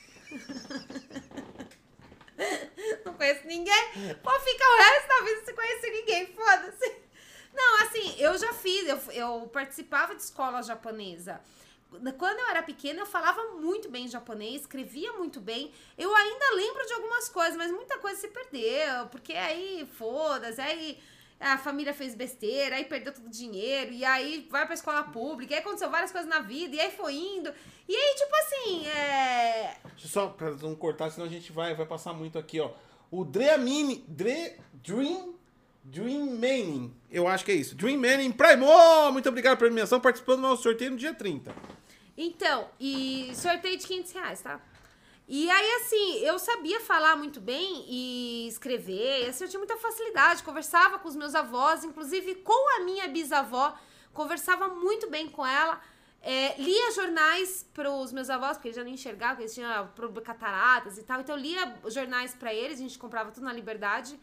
Não conheço ninguém. Pô, fica o resto da vida sem conhecer ninguém, foda-se. Não, assim, eu já fiz, eu, eu participava de escola japonesa. Quando eu era pequena, eu falava muito bem japonês, escrevia muito bem. Eu ainda lembro de algumas coisas, mas muita coisa se perdeu, porque aí, foda-se, aí a família fez besteira, aí perdeu todo o dinheiro, e aí vai pra escola pública, e aí aconteceu várias coisas na vida, e aí foi indo. E aí, tipo assim, é... Deixa eu só, pra não cortar, senão a gente vai, vai passar muito aqui, ó. O Dreamini, Dre, Dream Dream Manning, eu acho que é isso. Dream Manning Primo! Muito obrigado pela premiação, participando do nosso sorteio no dia trinta. Então, e sorteio de quinhentos reais, tá? E aí, assim, eu sabia falar muito bem e escrever, e, assim, eu tinha muita facilidade, conversava com os meus avós, inclusive com a minha bisavó, conversava muito bem com ela, é, lia jornais para os meus avós, porque eles já não enxergavam, porque eles tinham cataratas e tal, então eu lia jornais para eles, a gente comprava tudo na Liberdade,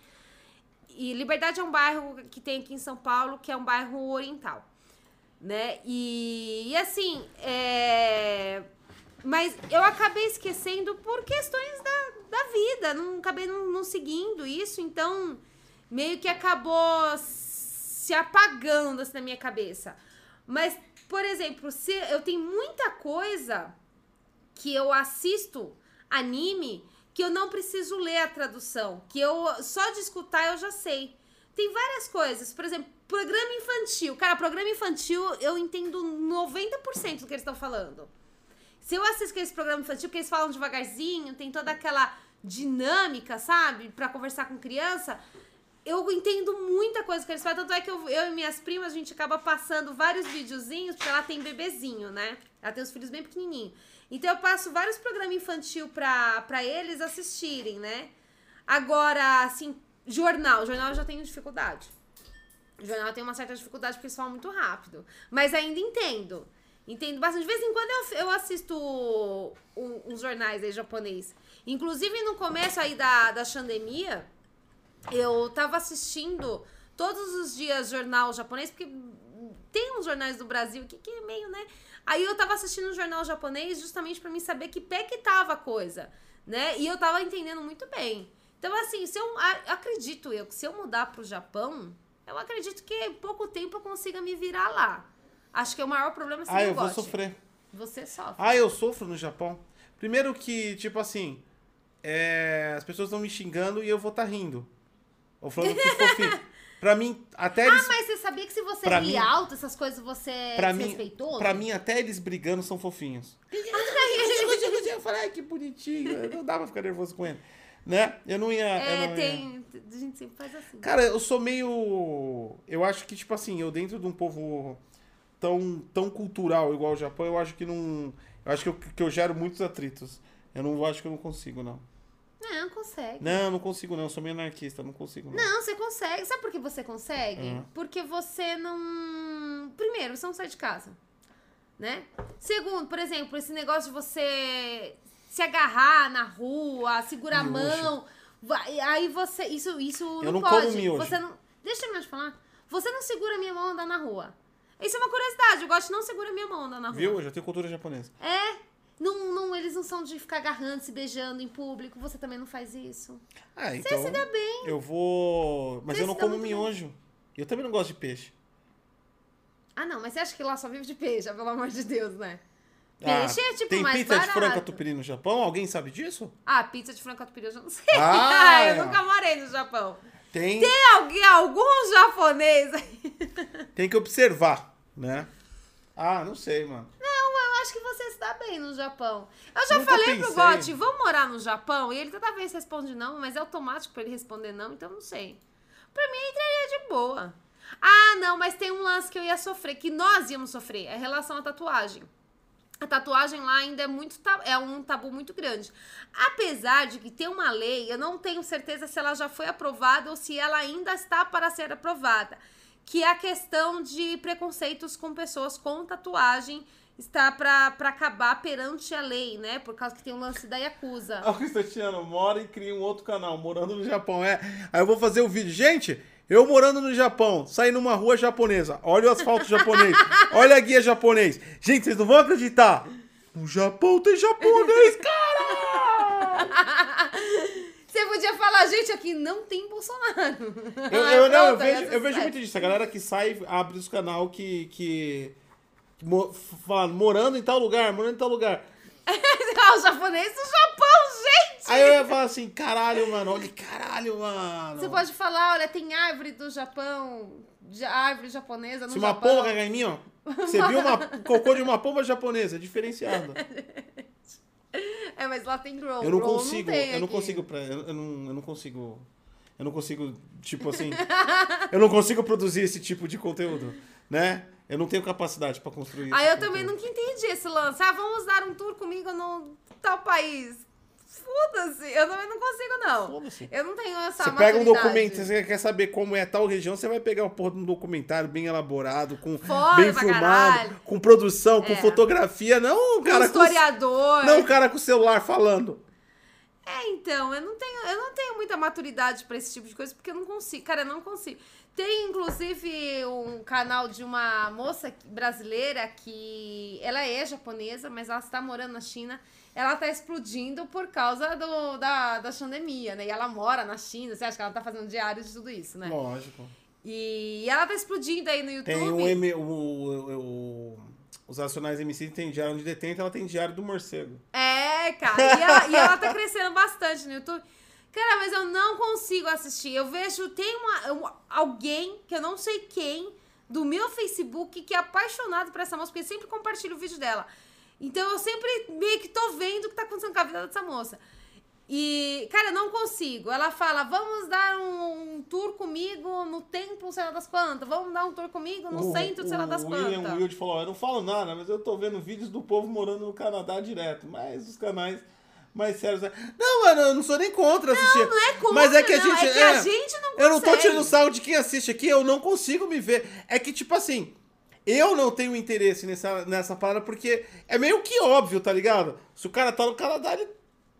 e Liberdade é um bairro que tem aqui em São Paulo, que é um bairro oriental, né, e, e assim, é... Mas eu acabei esquecendo por questões da, da vida, não acabei não, não seguindo isso, então meio que acabou se apagando assim na minha cabeça. Mas, por exemplo, se eu tenho muita coisa que eu assisto anime que eu não preciso ler a tradução, que eu só de escutar eu já sei. Tem várias coisas, por exemplo, programa infantil. Cara, programa infantil eu entendo noventa por cento do que eles estão falando. Se eu assisto esse programa infantil, porque eles falam devagarzinho, tem toda aquela dinâmica, sabe? Pra conversar com criança, eu entendo muita coisa que eles falam. Tanto é que eu, eu e minhas primas, a gente acaba passando vários videozinhos, porque ela tem bebezinho, né? Ela tem os filhos bem pequenininhos. Então eu passo vários programas infantil pra, pra eles assistirem, né? Agora, assim, jornal. Jornal eu já tenho dificuldade. Jornal eu tenho uma certa dificuldade, porque eles falam muito rápido. Mas ainda entendo. Entendo bastante. De vez em quando eu, eu assisto um, uns jornais aí japonês. Inclusive, no começo aí da, da pandemia, eu tava assistindo todos os dias jornal japonês, porque tem uns jornais do Brasil aqui que é meio, né? Aí eu tava assistindo um jornal japonês justamente pra mim saber que pé que tava a coisa, né? E eu tava entendendo muito bem. Então, assim, se eu acredito eu que se eu mudar pro Japão, eu acredito que em pouco tempo eu consiga me virar lá. Acho que o maior problema é se Ah, eu eu goste. vou sofrer. Você sofre. Ah, eu sofro no Japão. Primeiro que, tipo assim, é, as pessoas estão me xingando e eu vou estar tá rindo. Ou falando que fofinho. Pra mim, até eles... Ah, mas você sabia que se você ri mim, alto, essas coisas, você pra é mim, desrespeitoso? Pra mim, até eles brigando são fofinhos. Eu falei, ai, que bonitinho. Não dá pra ficar nervoso com ele. Né? Eu não ia... É, eu não tem... Ia... A gente sempre faz assim. Cara, eu sou meio... Eu acho que, tipo assim, eu dentro de um povo... Tão, tão cultural igual o Japão, eu acho que não. Eu acho que eu, que eu gero muitos atritos. Eu não acho que eu não consigo, não. Não, consegue. Não, não consigo, não. Eu sou meio anarquista, não consigo, não. Não, você consegue. Sabe por que você consegue? Uhum. Porque você não. Primeiro, você não sai de casa. Né? Segundo, por exemplo, esse negócio de você se agarrar na rua, segurar a mão. Vai, aí você. Isso, isso eu não, não pode. Como miojo. Você não. Deixa eu me falar. Você não segura a minha mão andar na rua. Isso é uma curiosidade, eu gosto de não segurar minha mão andando na rua. Viu? Eu já tenho cultura japonesa. É, não, não, eles não são de ficar agarrando, se beijando em público, você também não faz isso. Ah, então... Você se dá bem. Eu vou... Mas Você eu não se dá como muito miojo. E eu também não gosto de peixe. Ah, não, mas você acha que lá só vive de peixe, pelo amor de Deus, né? Ah, Peixe é tipo tem mais pizza barato. de frango catupiry no Japão? Alguém sabe disso? Ah, pizza de frango catupiry eu já não sei. Ah, eu nunca morei no Japão. Tem... Tem alguém, algum japonês aí? Tem que observar, né? Ah, não sei, mano. Não, eu acho que você se dá bem no Japão. Eu já Nunca falei pro pensei. Gotti, vamos morar no Japão? E ele toda vez responde não, mas é automático pra ele responder não, então não sei. Pra mim, entraria de boa. Ah, não, mas tem um lance que eu ia sofrer, que nós íamos sofrer, é relação à tatuagem. A tatuagem lá ainda é, muito é um tabu muito grande. Apesar de que tem uma lei, eu não tenho certeza se ela já foi aprovada ou se ela ainda está para ser aprovada, que é a questão de preconceitos com pessoas com tatuagem está pra, pra acabar perante a lei, né? Por causa que tem um lance da Yakuza. Ah, o Cristiano mora e cria um outro canal, morando no Japão. É. Aí eu vou fazer o vídeo. Gente, eu morando no Japão, saí numa rua japonesa. Olha o asfalto japonês. Olha a guia japonês. Gente, vocês não vão acreditar. No Japão tem japonês, cara! Você podia falar, gente, aqui não tem Bolsonaro. Eu, eu, não, eu Pronto, vejo, essa eu vejo sai. muito disso. A galera que sai, abre os canal que... que, que mo, fala, morando em tal lugar, morando em tal lugar. Ah, o japonês do Japão, gente! Aí eu ia falar assim, caralho, mano, olha, caralho, mano. Você pode falar, olha, tem árvore do Japão, de árvore japonesa no Se uma Japão. pomba cagar em mim, ó, você viu uma cocô de uma pomba japonesa, diferenciado. É, mas lá tem grow. Eu não grow consigo, não tem eu não aqui. consigo, pra, eu, eu, não, eu não consigo, eu Eu não consigo, tipo assim... eu não consigo produzir esse tipo de conteúdo, né? Eu não tenho capacidade pra construir isso. Ah, eu também nunca entendi esse lance. Ah, vamos dar um tour comigo no tal país. Foda-se, eu também não consigo, não. Foda-se. Eu não tenho essa Você pega um maturidade. documento, você quer saber como é tal região, você vai pegar uma porra de um documentário bem elaborado, com Foda bem pra filmado, caralho. com produção, com É. fotografia, não um cara Um historiador. com não um cara com o celular falando. É, então, eu não tenho, eu não tenho muita maturidade pra esse tipo de coisa, porque eu não consigo, cara, eu não consigo. Tem, inclusive, um canal de uma moça brasileira que... Ela é japonesa, mas ela está morando na China. Ela tá explodindo por causa do, da, da pandemia, né? E ela mora na China, você acha que ela tá fazendo diário de tudo isso, né? Lógico. E ela tá explodindo aí no YouTube. Tem um M, o, o, o, os Racionais M C tem diário de detento, ela tem diário do morcego. É, cara, e ela, e ela tá crescendo bastante no YouTube. Cara, mas eu não consigo assistir. Eu vejo, tem uma, um, alguém, que eu não sei quem, do meu Facebook, que é apaixonado por essa moça, porque sempre compartilho o vídeo dela. Então eu sempre meio que tô vendo o que tá acontecendo com a vida dessa moça. E, cara, eu não consigo. Ela fala, vamos dar um, um tour comigo no templo, sei lá das quantas. Vamos dar um tour comigo no O- centro, sei lá das o quantas. William Wild falou, eu não falo nada, mas eu tô vendo vídeos do povo morando no Canadá direto. Mas os canais mais sérios... Não, mano, eu não sou nem contra assistir. Não, não é contra, mas é que a não, gente... é que a gente não Eu não tô consegue. tirando sarro de quem assiste aqui, eu não consigo me ver. É que, tipo assim... Eu não tenho interesse nessa, nessa parada porque é meio que óbvio, tá ligado? Se o cara tá no Canadá, ele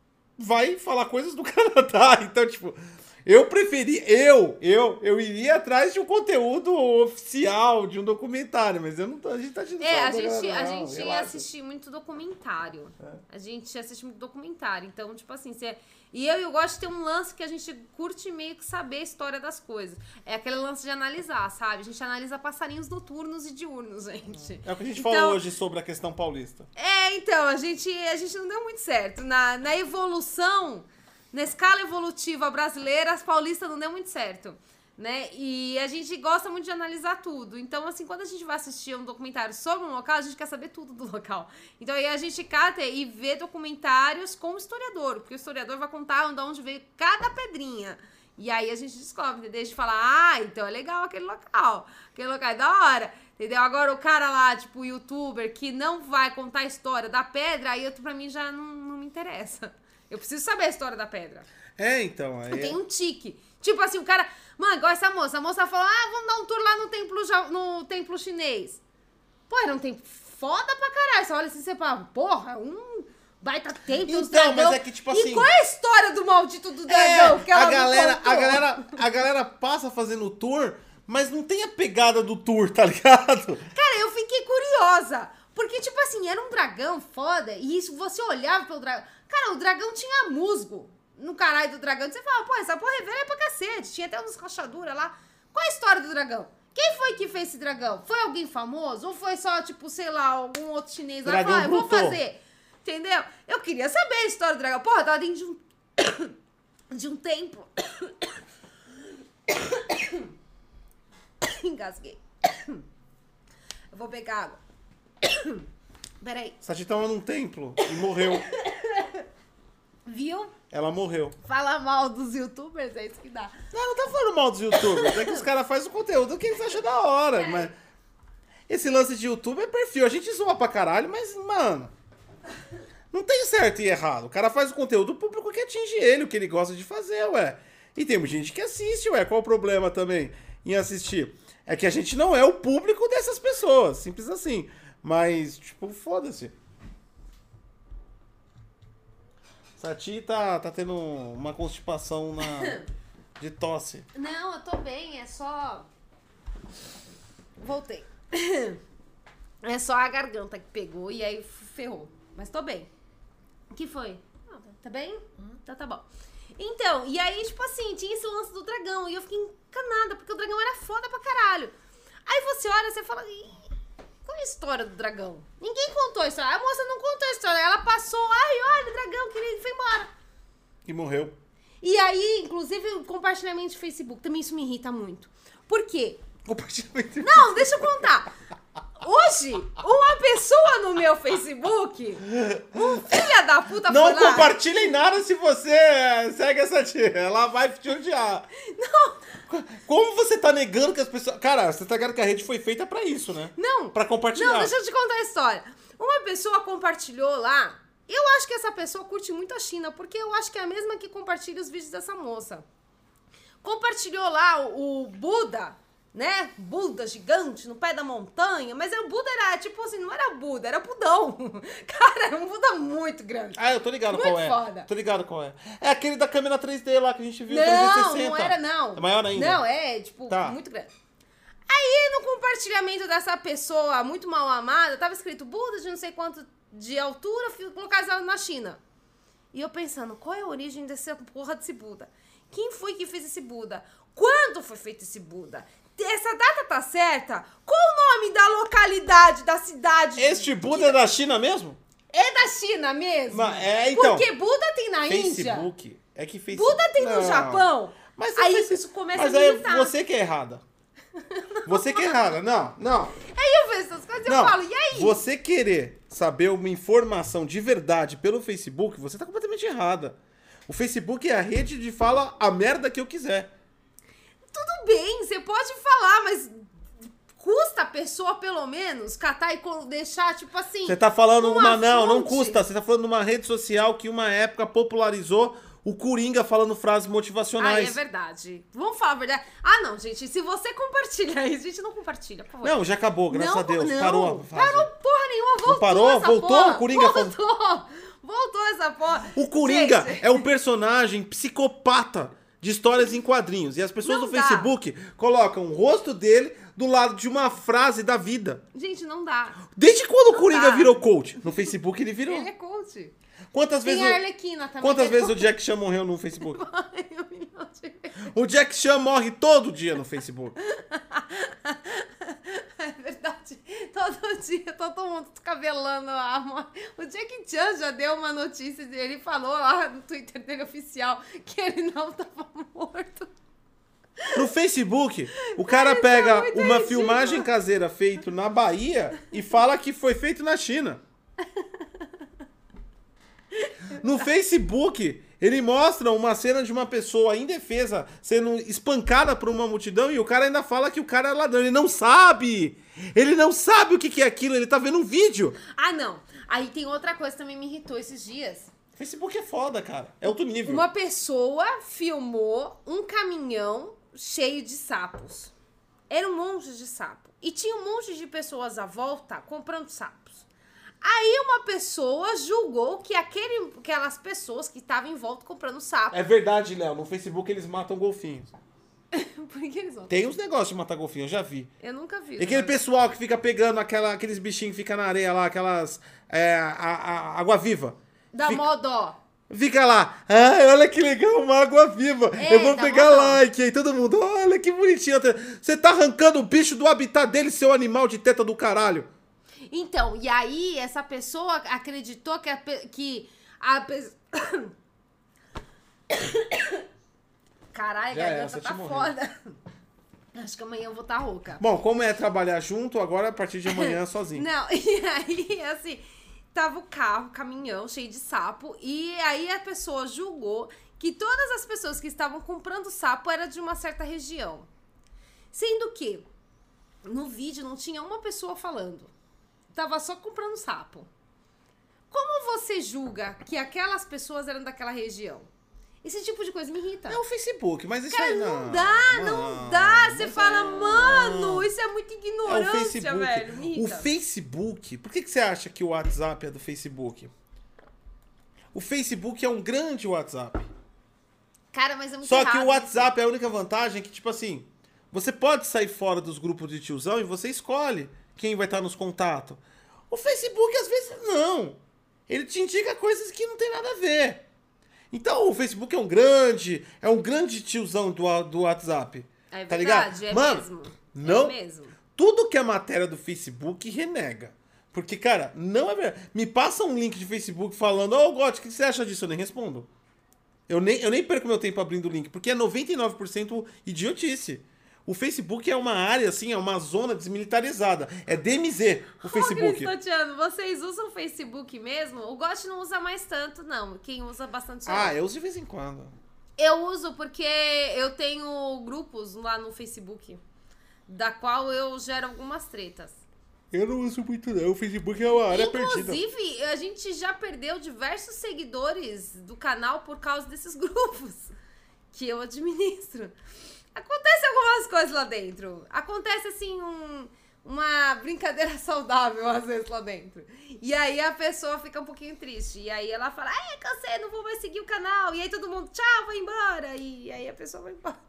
vai falar coisas do Canadá. Então, tipo, eu preferi, eu, eu, eu iria atrás de um conteúdo oficial, de um documentário, mas eu não tô, a gente tá tirando É, a sarro da gente, galera, a não, gente relaxa. assiste muito documentário. É. A gente assiste muito documentário. Então, tipo assim, você... E eu, eu gosto de ter um lance que a gente curte meio que saber a história das coisas. É aquele lance de analisar, sabe? A gente analisa passarinhos noturnos e diurnos, gente. É o que a gente Então- falou hoje sobre a questão paulista. É, então, a gente, a gente não deu muito certo. Na, na evolução, na escala evolutiva brasileira, as paulistas não deu muito certo, né? E a gente gosta muito de analisar tudo. Então, assim, quando a gente vai assistir um documentário sobre um local, a gente quer saber tudo do local. Então, aí a gente cata e vê documentários com o historiador, porque o historiador vai contar de onde veio cada pedrinha. E aí a gente descobre, entendeu? A gente fala, ah, então é legal aquele local. Aquele local é da hora, entendeu? Agora o cara lá, tipo, o youtuber, que não vai contar a história da pedra, aí eu, pra mim já não, não me interessa. Eu preciso saber a história da pedra. É, então. Aí Eu tenho um tique. Tipo assim, o cara... Mano, igual essa moça. A moça falou, ah, vamos dar um tour lá no templo, ja- no templo chinês. Pô, era um templo foda pra caralho. Você olha assim, você fala, porra, um baita templo, uns Então, dragão. mas é que, tipo assim- E qual é a história do maldito do É, dragão? que ela a não galera, contou? a galera, a galera passa fazendo o tour, mas não tem a pegada do tour, tá ligado? Cara, eu fiquei curiosa. Porque, tipo assim, era um dragão foda. E isso, você olhava pelo dragão... Cara, o dragão tinha musgo no caralho do dragão. E você fala, pô, essa porra é velha pra cacete. Tinha até umas rachaduras lá. Qual é a história do dragão? Quem foi que fez esse dragão? Foi alguém famoso? Ou foi só, tipo, sei lá, algum outro chinês lá? Dragão Falou, ah, eu vou brotou. fazer. Entendeu? Eu queria saber a história do dragão. Porra, tava dentro de um... de um templo. Engasguei. Eu vou pegar água. Peraí. Sati tava num templo e morreu. Viu? Ela morreu. Fala mal dos youtubers, é isso que dá. Não, não tá falando mal dos youtubers. É que os caras fazem o conteúdo que eles acham da hora. Mas esse lance de YouTube é perfil. A gente zoa pra caralho, mas, mano... Não tem certo e errado. O cara faz o conteúdo público que atinge ele, o que ele gosta de fazer, ué. E tem gente que assiste, ué. Qual o problema também em assistir? É que a gente não é o público dessas pessoas. Simples assim. Mas, tipo, foda-se. Sati tá, tá tendo uma constipação na, de tosse. Não, eu tô bem, é só... Voltei. É só a garganta que pegou e aí ferrou. Mas tô bem. O que foi? Ah, tá bem? Então tá bom. Então, e aí, tipo assim, tinha esse lance do dragão e eu fiquei encanada, porque o dragão era foda pra caralho. Aí você olha, você fala... "Ih, qual é a história do dragão? Ninguém contou a história. A moça não contou a história. Ela passou, ai, olha, o dragão, que ele foi embora. E morreu. E aí, inclusive, o compartilhamento de Facebook, também isso me irrita muito. Por quê? Compartilhamento. Não, deixa eu contar. Hoje, uma pessoa no meu Facebook, um filho da puta Não foi lá. compartilhem nada se você segue essa tia. Ela vai te odiar. Não. Como você tá negando que as pessoas... Cara, você tá ligado que a rede foi feita pra isso, né? Não. Pra compartilhar. Não, deixa eu te contar a história. Uma pessoa compartilhou lá. Eu acho que essa pessoa curte muito a China, porque eu acho que é a mesma que compartilha os vídeos dessa moça. Compartilhou lá o, o Buda, né? Buda gigante no pé da montanha. Mas o Buda era, tipo assim, não era Buda, era Budão. Cara, era um Buda muito grande. Ah, eu tô ligado Muito qual é. foda. Tô ligado qual é. É aquele da câmera três D lá que a gente viu Não, trezentos e sessenta. não era não. É maior ainda? Não, é, tipo, Tá. muito grande. Aí, no compartilhamento dessa pessoa muito mal amada, tava escrito Buda de não sei quanto de altura, localizado na China. E eu pensando, qual é a origem dessa porra desse Buda? Quem foi que fez esse Buda? Quando foi feito esse Buda? Essa data tá certa? Qual o nome da localidade, da cidade? Este Buda é da China mesmo? É da China mesmo? Mas, é, então. Porque Buda tem na Índia. Facebook. É que Facebook... Buda tem no Não. Japão. Mas Aí você- isso começa Mas a me é irritar. você que é errada. Você que é errada. Não, não. Aí eu vejo essas coisas e eu Não, falo, e aí? você querer saber uma informação de verdade pelo Facebook, você tá completamente errada. O Facebook é a rede de fala a merda que eu quiser. Tudo bem, você pode falar, mas custa a pessoa, pelo menos, catar e colo- deixar, tipo assim... Você tá falando uma uma... Não, não fonte. custa. Você tá falando de uma rede social que uma época popularizou o Coringa falando frases Ah, é motivacionais. verdade. Vamos falar a verdade. Ah, não, gente, se você compartilha isso, a gente não compartilha, por favor. Não, já acabou, graças Não, a Deus. não, Parou a fase. Parou porra nenhuma, voltou parou? essa Voltou porra. o Coringa falando- Voltou, voltou essa porra. O Coringa Gente, é um personagem psicopata de histórias em quadrinhos. E as pessoas Não do dá. Facebook colocam o rosto dele do lado de uma frase da vida. Gente, não dá. Desde quando o Não Coringa dá. virou coach? No Facebook ele virou. Ele é coach. Quantas vezes, Tem a o... Arlequina também. Quantas que é vezes o Jack Chan morreu no Facebook? coach. Um milhão de vezes. O Jack Chan morre todo dia no Facebook. É verdade. Todo dia, todo mundo descabelando a mãe. O Jack Chan já deu uma notícia, ele falou lá no Twitter dele oficial que ele não tava morto. No Facebook, o cara Isso é pega muito uma ridículo. filmagem caseira feita na Bahia e fala que foi feito na China. No Facebook, ele mostra uma cena de uma pessoa indefesa sendo espancada por uma multidão e o cara ainda fala que o cara é ladrão. Ele não sabe! Ele não sabe o que que é aquilo, ele tá vendo um vídeo. Ah, não. Aí tem outra coisa que também me irritou esses dias. Facebook é foda, cara. É outro nível. Uma pessoa filmou um caminhão cheio de sapos. Era um monte de sapo. E tinha um monte de pessoas à volta comprando sapos. Aí uma pessoa julgou que aquele, aquelas pessoas que estavam em volta comprando sapo. É verdade, Léo. No Facebook eles matam golfinhos. Por que eles vão? Tem uns negócios de matar golfinho, eu já vi. Eu nunca vi. E aquele mas- pessoal que fica pegando aquela, aqueles bichinhos que fica na areia lá, aquelas... É, a, a- água-viva. Da Fica- mó dó. Fica lá, ai, olha que legal, uma água viva. É, Eu vou dá pegar mó dó. like. Aí todo mundo, olha que bonitinho. Você tá arrancando o bicho do habitat dele, seu animal de teta do caralho. Então, e aí essa pessoa acreditou que a, pe- que a pessoa... Caralho, Já a era, garganta você tá te morreu. foda. Acho que amanhã eu vou estar tá rouca. Bom, como é trabalhar junto, agora a partir de amanhã sozinho. Não, e aí, assim, tava o carro, caminhão, cheio de sapo, e aí a pessoa julgou que todas as pessoas que estavam comprando sapo era de uma certa região. Sendo que no vídeo não tinha uma pessoa falando. Tava só comprando sapo. Como você julga que aquelas pessoas eram daquela região? Esse tipo de coisa me irrita. É o Facebook, mas isso Cara, aí não, não. dá, não, dá. Você mas fala, é- mano, isso é muita É o ignorância, Facebook. velho. Me O irrita. Facebook. Por que, que você acha que o WhatsApp é do Facebook? O Facebook é um grande WhatsApp. Cara, mas é muito Só errado que o isso. WhatsApp é a única vantagem que, tipo assim, você pode sair fora dos grupos de tiozão e você escolhe quem vai estar nos contatos. O Facebook, às vezes, não. Ele te indica coisas que não tem nada a ver. Então, o Facebook é um grande, é um grande tiozão do, do WhatsApp. É tá verdade, ligado? é Mano, mesmo. não, É mesmo. tudo que é matéria do Facebook renega. Porque, cara, não é verdade. Me passa um link de Facebook falando, ô, Gotti, o que você acha disso? Eu nem respondo. Eu nem, eu nem perco meu tempo abrindo o link, porque é noventa e nove por cento idiotice. O Facebook é uma área, assim, é uma zona desmilitarizada. É D M Z o Facebook. Ô, Cristotiano, vocês usam o Facebook mesmo? O Gotti não usa mais tanto, não. Quem usa bastante é Ah, eu uso de vez em quando. Eu uso porque eu tenho grupos lá no Facebook, da qual eu gero algumas tretas. Eu não uso muito, não. O Facebook é uma área perdida. Inclusive, a gente já perdeu diversos seguidores do canal por causa desses grupos que eu administro. Acontece algumas coisas lá dentro. Acontece, assim, um, uma brincadeira saudável, às vezes, lá dentro. E aí a pessoa fica um pouquinho triste. E aí ela fala, ai, cansei, não vou mais seguir o canal. E aí todo mundo, tchau, vai embora. E aí a pessoa vai embora.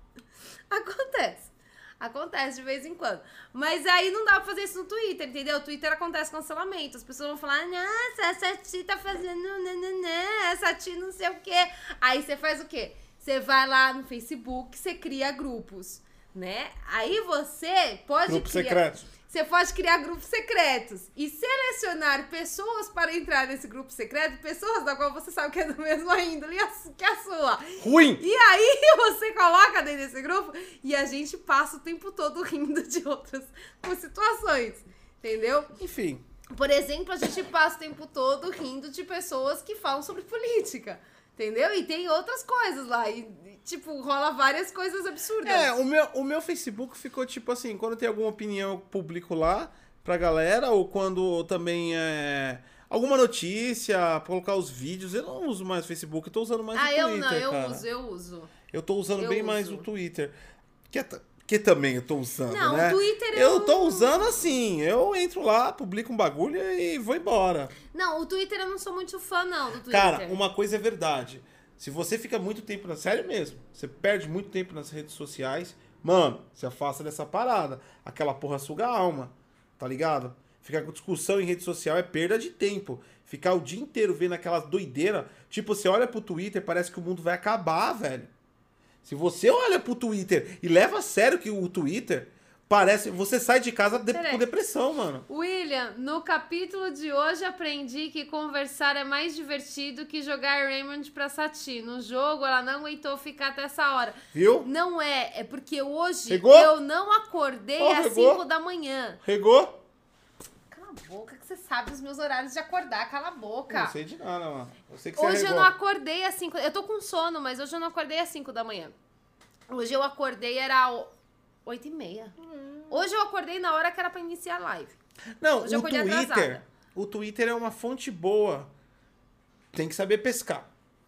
Acontece. Acontece de vez em quando. Mas aí não dá pra fazer isso no Twitter, entendeu? O Twitter acontece cancelamento. As pessoas vão falar, nossa, essa tia tá fazendo nananã, essa tia não sei o quê. Aí você faz o quê? Você vai lá no Facebook, você cria grupos, né? Aí você pode Grupos criar... secretos. Você pode criar grupos secretos e selecionar pessoas para entrar nesse grupo secreto, pessoas da qual você sabe que é do mesmo índole que a sua. Ruim! E aí você coloca dentro desse grupo e a gente passa o tempo todo rindo de outras situações, entendeu? Enfim. Por exemplo, a gente passa o tempo todo rindo de pessoas que falam sobre política. Entendeu? E tem outras coisas lá. E, tipo, rola várias coisas absurdas. É, o meu, o meu Facebook ficou tipo assim, quando tem alguma opinião eu publico lá pra galera, ou quando também é alguma notícia, colocar os vídeos. Eu não uso mais o Facebook, eu tô usando mais ah, o Twitter, eu não, eu cara. uso, eu uso. Eu tô usando eu bem uso. mais o Twitter. Que, é, que também eu tô usando, não, né? Não, o Twitter eu... Eu tô usando assim, eu entro lá, publico um bagulho e vou embora. Não, o Twitter eu não sou muito fã, não, do Twitter. Cara, uma coisa é verdade. Se você fica muito tempo na... Sério mesmo. Você perde muito tempo nas redes sociais. Mano, se afasta dessa parada. Aquela porra suga a alma. Tá ligado? Ficar com discussão em rede social é perda de tempo. Ficar o dia inteiro vendo aquelas doideiras. Tipo, você olha pro Twitter, parece que o mundo vai acabar, velho. Se você olha pro Twitter e leva a sério que o Twitter... Parece... Você sai de casa de, com depressão, mano. William, no capítulo de hoje aprendi que conversar é mais divertido que jogar Raymond pra Sati. No jogo, ela não aguentou ficar até essa hora. Viu? Não é. É porque hoje Regou? eu não acordei Oh, às regou? cinco da manhã. Regou? Cala a boca, que você sabe os meus horários de acordar. Cala a boca. Não sei de nada, mano. Eu sei que você Hoje regou. eu não acordei às cinco... Eu tô com sono, mas hoje eu não acordei às cinco da manhã. Hoje eu acordei, era oito e meia. Hoje eu acordei na hora que era pra iniciar a live. Não, Hoje eu o acordei Twitter, atrasada. o Twitter é uma fonte boa. Tem que saber pescar.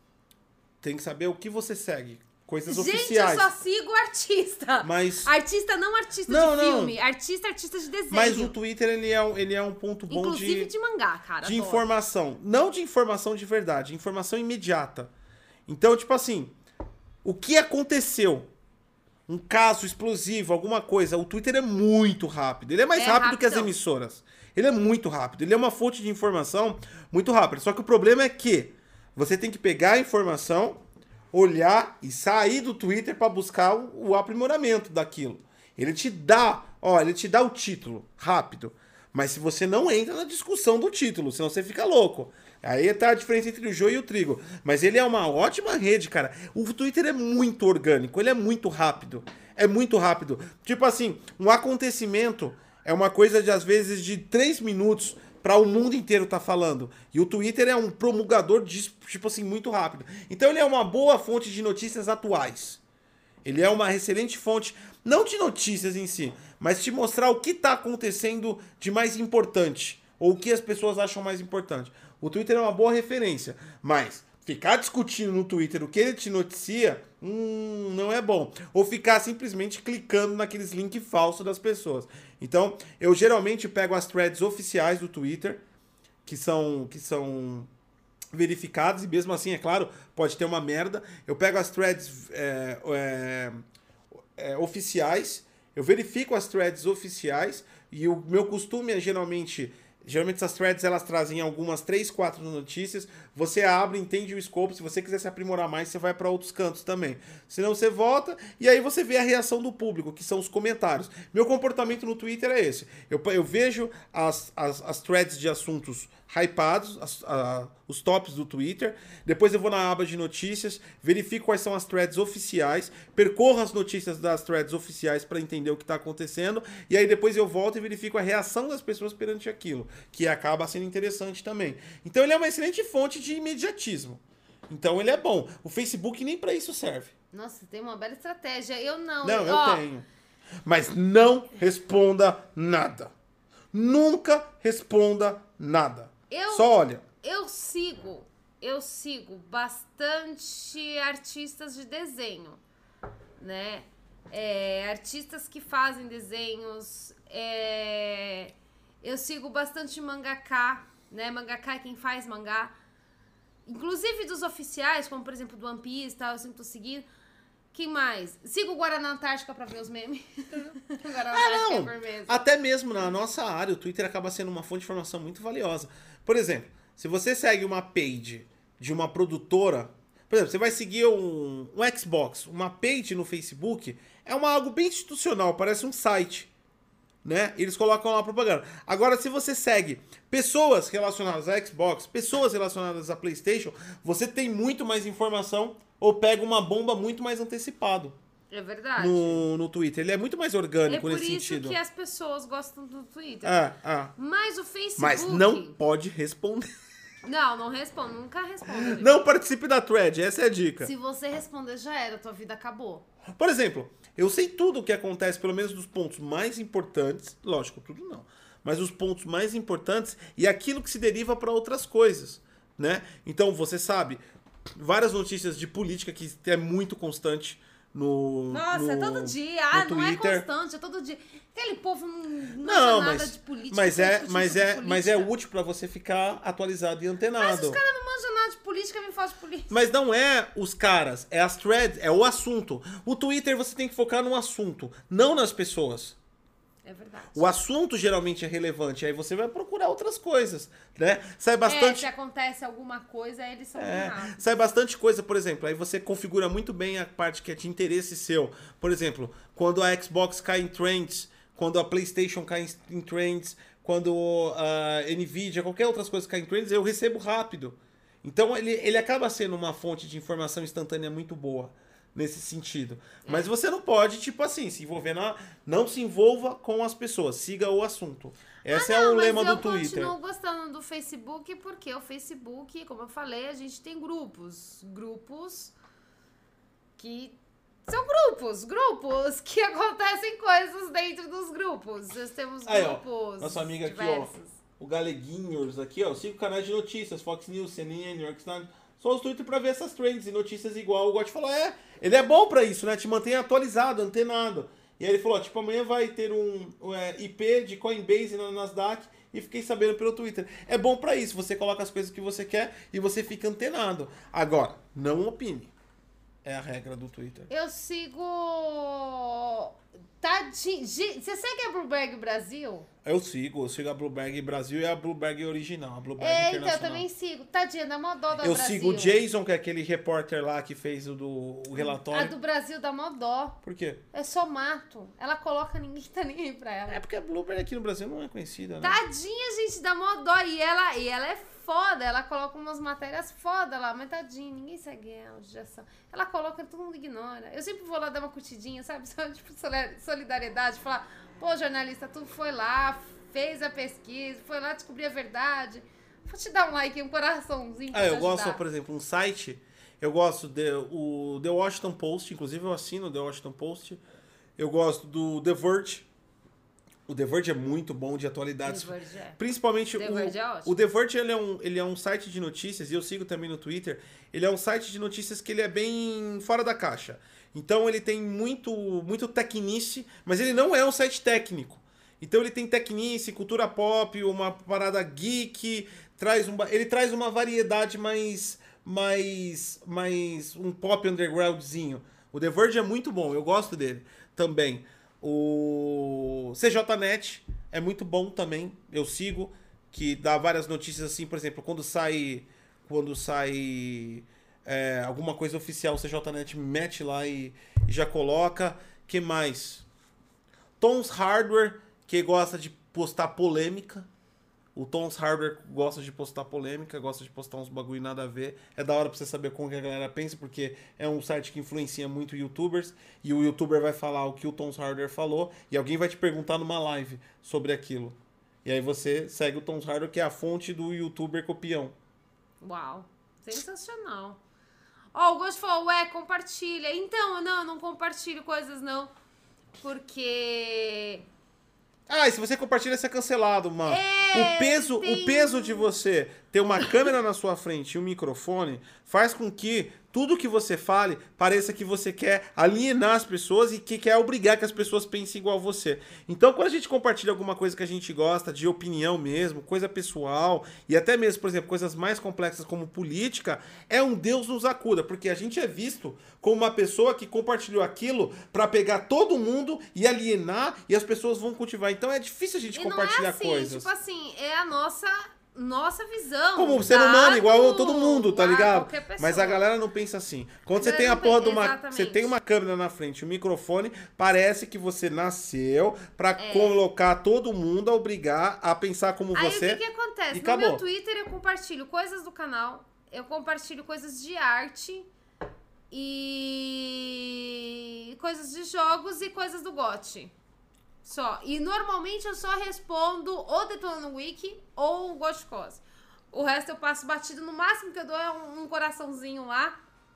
Tem que saber o que você segue. Coisas Gente, oficiais. eu só sigo artista. Mas, Artista não artista Não, de não. filme. Artista, artista de desenho. mas o Twitter, ele é, um- ele é um ponto bom Inclusive de, de mangá, cara. de adoro. informação. Não de informação de verdade, informação imediata. Então, tipo assim, o que aconteceu? Um caso explosivo, alguma coisa. O Twitter é muito rápido. Ele é mais É rápido que as rapidão. emissoras. Ele é muito rápido. Ele é uma fonte de informação muito rápida. Só que o problema é que você tem que pegar a informação, olhar e sair do Twitter para buscar o, o aprimoramento daquilo. Ele te dá, ó, ele te dá o título rápido. Mas se você não entra na discussão do título, senão você fica louco. Aí tá a diferença entre o joio e o trigo. Mas ele é uma ótima rede, cara. O Twitter é muito orgânico, ele é muito rápido. É muito rápido. Tipo assim, um acontecimento é uma coisa de, às vezes, de três minutos para o mundo inteiro tá falando. E o Twitter é um promulgador disso, tipo assim, muito rápido. Então ele é uma boa fonte de notícias atuais. Ele é uma excelente fonte, não de notícias em si, mas de mostrar o que tá acontecendo de mais importante. Ou o que as pessoas acham mais importante. O Twitter é uma boa referência, mas ficar discutindo no Twitter o que ele te noticia, hum, não é bom. Ou ficar simplesmente clicando naqueles links falsos das pessoas. Então, eu geralmente pego as threads oficiais do Twitter, que são, que são verificadas, e mesmo assim, é claro, pode ter uma merda. Eu pego as threads é, é, é, oficiais, eu verifico as threads oficiais, e o meu costume é geralmente... Geralmente essas threads, elas trazem algumas três, quatro notícias. Você abre, entende o escopo. Se você quiser se aprimorar mais, você vai para outros cantos também. Senão você volta e aí você vê a reação do público, que são os comentários. Meu comportamento no Twitter é esse. Eu, eu vejo as, as, as threads de assuntos hypados, as, a, os tops do Twitter. Depois eu vou na aba de notícias, verifico quais são as threads oficiais, percorro as notícias das threads oficiais para entender o que está acontecendo, e aí depois eu volto e verifico a reação das pessoas perante aquilo, que acaba sendo interessante também. Então ele é uma excelente fonte de imediatismo. Então ele é bom. O Facebook nem para isso serve. Nossa, tem uma bela estratégia. Eu não. Não, eu Ó, tenho. Mas não responda nada. Nunca responda nada. Eu, Só olha. Eu sigo, eu sigo bastante artistas de desenho, né? É, artistas que fazem desenhos. É, eu sigo bastante mangaka, né? Mangaka é quem faz mangá. Inclusive dos oficiais, como por exemplo do One Piece e tal, eu sempre tô seguindo. Quem mais? Sigo o Guaraná Antártica pra ver os memes. Guaraná Ah, Antártica não. é por mesmo. Até mesmo na nossa área, o Twitter acaba sendo uma fonte de informação muito valiosa. Por exemplo, se você segue uma page de uma produtora, por exemplo, você vai seguir um, um Xbox, uma page no Facebook, é uma, algo bem institucional, parece um site, né? Eles colocam lá propaganda. Agora, se você segue pessoas relacionadas a Xbox, pessoas relacionadas a PlayStation, você tem muito mais informação ou pega uma bomba muito mais antecipado. É verdade. No, no Twitter. Ele é muito mais orgânico é por nesse isso sentido. que as pessoas gostam do Twitter. É, é. Mas o Facebook... Mas não pode responder. Não, não responde. Nunca responde. Não participe da thread, essa é a dica. Se você responder, já era. Tua vida acabou. Por exemplo, eu sei tudo o que acontece, pelo menos dos pontos mais importantes. Lógico, tudo não. Mas os pontos mais importantes e aquilo que se deriva para outras coisas, né? Então, você sabe, várias notícias de política que é muito constante no Nossa, no, é todo dia. Ah, no não é Twitter. constante, é todo dia. Aquele povo não, não, Não, nada mas, de política. mas, fica é, discutindo mas, sobre é, política. mas é útil para você ficar atualizado e antenado. Mas os caras não manjam nada de política, me falam de política. Mas não é os caras, é as threads, é o assunto. O Twitter você tem que focar no assunto, não nas pessoas. É verdade. O assunto geralmente é relevante, aí você vai procurar outras coisas, né? Sai É, bastante, se acontece alguma coisa, eles são é, errados. sai bastante coisa, por exemplo, aí você configura muito bem a parte que é de interesse seu. Por exemplo, quando a Xbox cai em trends, quando a PlayStation cai em- em trends, quando a Nvidia, qualquer outras coisas caem em trends, eu recebo rápido. Então ele, ele acaba sendo uma fonte de informação instantânea muito boa nesse sentido. Mas você não pode, tipo assim, se envolver na... Não se envolva com as pessoas, siga o assunto. Esse ah, é não, o mas lema eu do Twitter. continuo gostando do Facebook, porque o Facebook, como eu falei, a gente tem grupos. Grupos que... São grupos, grupos que acontecem coisas dentro dos grupos. Nós temos Aí, ó, grupos nossa amiga aqui, diversos. ó, o Galeguinhos aqui, ó, cinco canais de notícias, Fox News, C N N, New York Times, só os Twitter pra ver essas trends e notícias igual. Eu gosto de falar, é, ele é bom pra isso, né, te mantém atualizado, antenado. E aí ele falou, ó, tipo, amanhã vai ter um, um é, I P de Coinbase na Nasdaq e fiquei sabendo pelo Twitter. É bom pra isso, você coloca as coisas que você quer e você fica antenado. Agora, não opine. É a regra do Twitter. Eu sigo... Tadinho. Você segue a Bloomberg Brasil? Eu sigo, eu sigo a Bloomberg Brasil e a Bloomberg original, a Bloomberg É, então, eu internacional. também sigo. Tadinha, dá mó dó da Eu Brasil. sigo o Jason, que é aquele repórter lá que fez o, do, o A relatório. do Brasil dá mó dó. Por quê? É só mato. Ela coloca, ninguém tá nem aí pra ela. É porque a Bloomberg aqui no Brasil não é conhecida, né? Tadinha, gente, dá mó dó. E ela, e ela é foda. Ela coloca umas matérias foda lá. Mas tadinha, ninguém segue ela. Judiação. Ela coloca, todo mundo ignora. Eu sempre vou lá dar uma curtidinha, sabe? Só, tipo, solidariedade. Falar, pô, jornalista, tu foi lá, fez a pesquisa, foi lá descobrir a verdade. Vou te dar um like, um coraçãozinho pra Ah, te eu ajudar. gosto, por exemplo, um site. Eu gosto do o The Washington Post, inclusive eu assino o The Washington Post. Eu gosto do The Verge. O The Verge é muito bom de atualidades. The Verge é. Principalmente The o, Verge é ótimo. o The Verge ele é, um, ele é um site de notícias, e eu sigo também no Twitter. Ele é um site de notícias que ele é bem fora da caixa. Então ele tem muito, muito tecnice, mas ele não é um site técnico. Então ele tem tecnice, cultura pop, uma parada geek, traz um, ele traz uma variedade mais, mais, mais um pop undergroundzinho. O The Verge é muito bom, eu gosto dele também. O C J Net é muito bom também, eu sigo, que dá várias notícias assim, por exemplo, quando sai quando sai é, alguma coisa oficial, o C J Net mete lá e, e já coloca. Que mais? Tom's Hardware, que gosta de postar polêmica. O Tom's Hardware gosta de postar polêmica, gosta de postar uns bagulho nada a ver. É da hora pra você saber como que a galera pensa, porque é um site que influencia muito youtubers, e o youtuber vai falar o que o Tom's Hardware falou, e alguém vai te perguntar numa live sobre aquilo. E aí você segue o Tom's Hardware, que é a fonte do youtuber copião. Uau, sensacional. Ó, o Ghost falou, ué, compartilha. Então, não, eu não compartilho coisas, não. Porque... Ah, e se você compartilha, você é cancelado, mano. É, o peso, tem... o peso de você ter uma câmera na sua frente e um microfone faz com que tudo que você fale pareça que você quer alienar as pessoas e que quer obrigar que as pessoas pensem igual a você. Então, quando a gente compartilha alguma coisa que a gente gosta, de opinião mesmo, coisa pessoal, e até mesmo, por exemplo, coisas mais complexas como política, é um Deus nos acuda, porque a gente é visto como uma pessoa que compartilhou aquilo pra pegar todo mundo e alienar, e as pessoas vão cultivar. Então, é difícil a gente e compartilhar não é assim, coisas. Tipo assim, é a nossa... Nossa visão. Como ser humano, igual todo mundo, tá ligado? Mas a galera não pensa assim. Quando você tem a porra de uma. Você tem uma câmera na frente, um microfone, parece que você nasceu pra é. colocar todo mundo a obrigar a pensar como Aí você. Aí o que, que acontece? E no acabou. meu Twitter eu compartilho coisas do canal, eu compartilho coisas de arte e coisas de jogos e coisas do G O T. Só. E normalmente eu só respondo ou Detonando Wiki ou o Ghost Cause. O resto eu passo batido. No máximo que eu dou é um, um coraçãozinho lá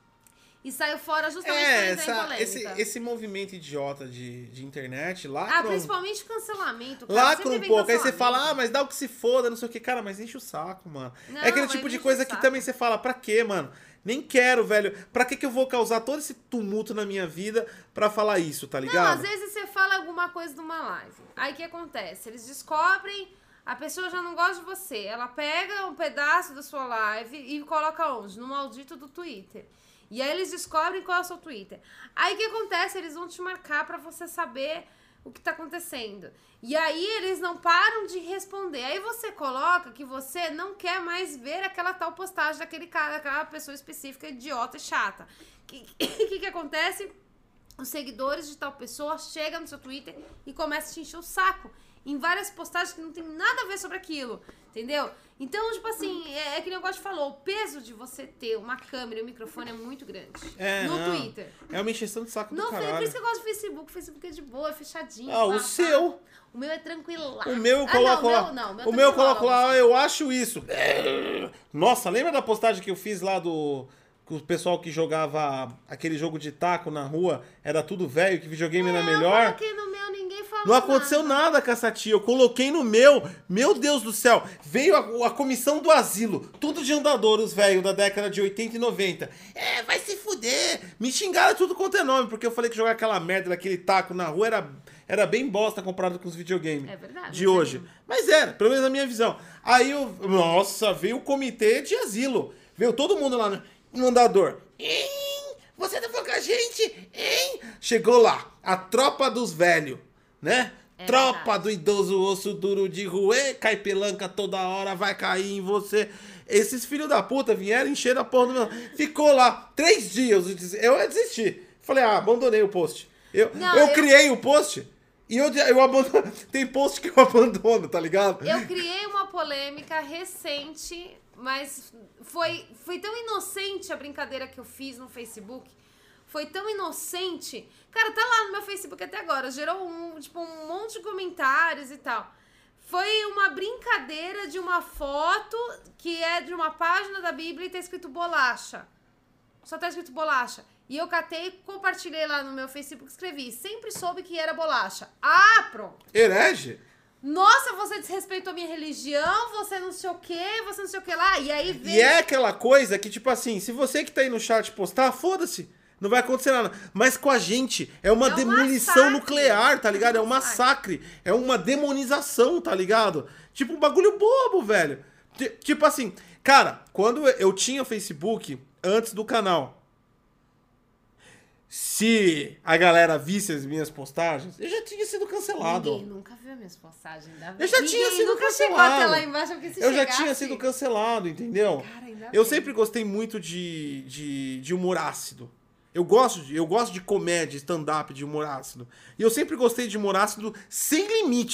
e saio fora justamente é, pra entrar essa, em polêmica. Esse, esse movimento idiota de, de internet lá. Ah, principalmente cancelamento. Cara, lacra um pouco. Aí você fala, ah, mas dá o que se foda, não sei o que. Cara, mas enche o saco, mano. Não, é aquele tipo de coisa que também você fala, pra quê, mano? Nem quero, velho. Pra que que eu vou causar todo esse tumulto na minha vida pra falar isso, tá ligado? Não, às vezes você fala alguma coisa numa live. Aí o que acontece? Eles descobrem, a pessoa já não gosta de você. Ela pega um pedaço da sua live e coloca onde? No maldito do Twitter. E aí eles descobrem qual é o seu Twitter. Aí o que acontece? Eles vão te marcar pra você saber o que tá acontecendo. E aí eles não param de responder. Aí você coloca que você não quer mais ver aquela tal postagem daquele cara, daquela pessoa específica, idiota e chata. O que, que que acontece? Os seguidores de tal pessoa chegam no seu Twitter e começam a te encher o saco em várias postagens que não tem nada a ver sobre aquilo, entendeu? Então, tipo assim, é, é que o negócio falou, o peso de você ter uma câmera e um microfone é muito grande. É, no não. Twitter. É uma encheção de saco não, do caralho. Por isso que eu gosto do Facebook. O Facebook é de boa, é fechadinho. Ah, o seu... O meu é tranquilo. O meu eu coloco lá. Ah, não, o meu, não, o meu eu coloco lá, eu acho isso. Nossa, lembra da postagem que eu fiz lá do... O pessoal que jogava aquele jogo de taco na rua, era tudo velho, que videogame é, era melhor. Eu coloquei no meu, ninguém falou Não aconteceu nada, nada Caçatia. Eu coloquei no meu. Meu Deus do céu. Veio a, a comissão do asilo. Tudo de andador, os velhos da década de oitenta e noventa. É, vai se fuder. Me xingaram tudo quanto é nome, porque eu falei que jogar aquela merda daquele taco na rua era, era bem bosta comparado com os videogames é verdade, de hoje. É. Mas era, pelo menos na minha visão. Aí, eu, nossa, veio o comitê de asilo. Veio todo mundo lá no... no andador. Hein? Você tá falando com a gente? Hein? Chegou lá, a tropa dos velhos, né? É tropa verdade. Do idoso osso duro de ruê, cai pelanca toda hora, vai cair em você. Esses filhos da puta vieram encher a porra do meu... Ficou lá três dias, eu desisti. Falei, ah, abandonei o post. Eu, Não, eu, eu criei o post e eu, eu abandono. Tem post que eu abandono, tá ligado? Eu criei uma polêmica recente... Mas foi, foi tão inocente a brincadeira que eu fiz no Facebook. Foi tão inocente. Cara, tá lá no meu Facebook até agora. Gerou um, tipo, um monte de comentários e tal. Foi uma brincadeira de uma foto que é de uma página da Bíblia e tá escrito bolacha. Só tá escrito bolacha. E eu catei, compartilhei lá no meu Facebook e escrevi. Sempre soube que era bolacha. Ah, pronto. Herege? Nossa, você desrespeitou a minha religião, você não sei o que, você não sei o que lá, e aí vem... E é aquela coisa que, tipo assim, se você que tá aí no chat postar, foda-se, não vai acontecer nada. Mas com a gente, é uma é um demolição massacre. nuclear, tá ligado? É um massacre, é uma demonização, tá ligado? Tipo, um bagulho bobo, velho. T- tipo assim, cara, quando eu tinha Facebook, antes do canal... Se a galera visse as minhas postagens, eu já tinha sido cancelado. Ninguém nunca viu as minhas postagens. Ainda eu já Ninguém tinha sido nunca cancelado. Chegou até lá embaixo, porque se eu chegasse... já tinha sido cancelado, entendeu? Cara, ainda eu bem. sempre gostei muito de, de, de humor ácido. Eu gosto de, eu gosto de comédia, stand-up, de humor ácido. E eu sempre gostei de humor ácido sem limites.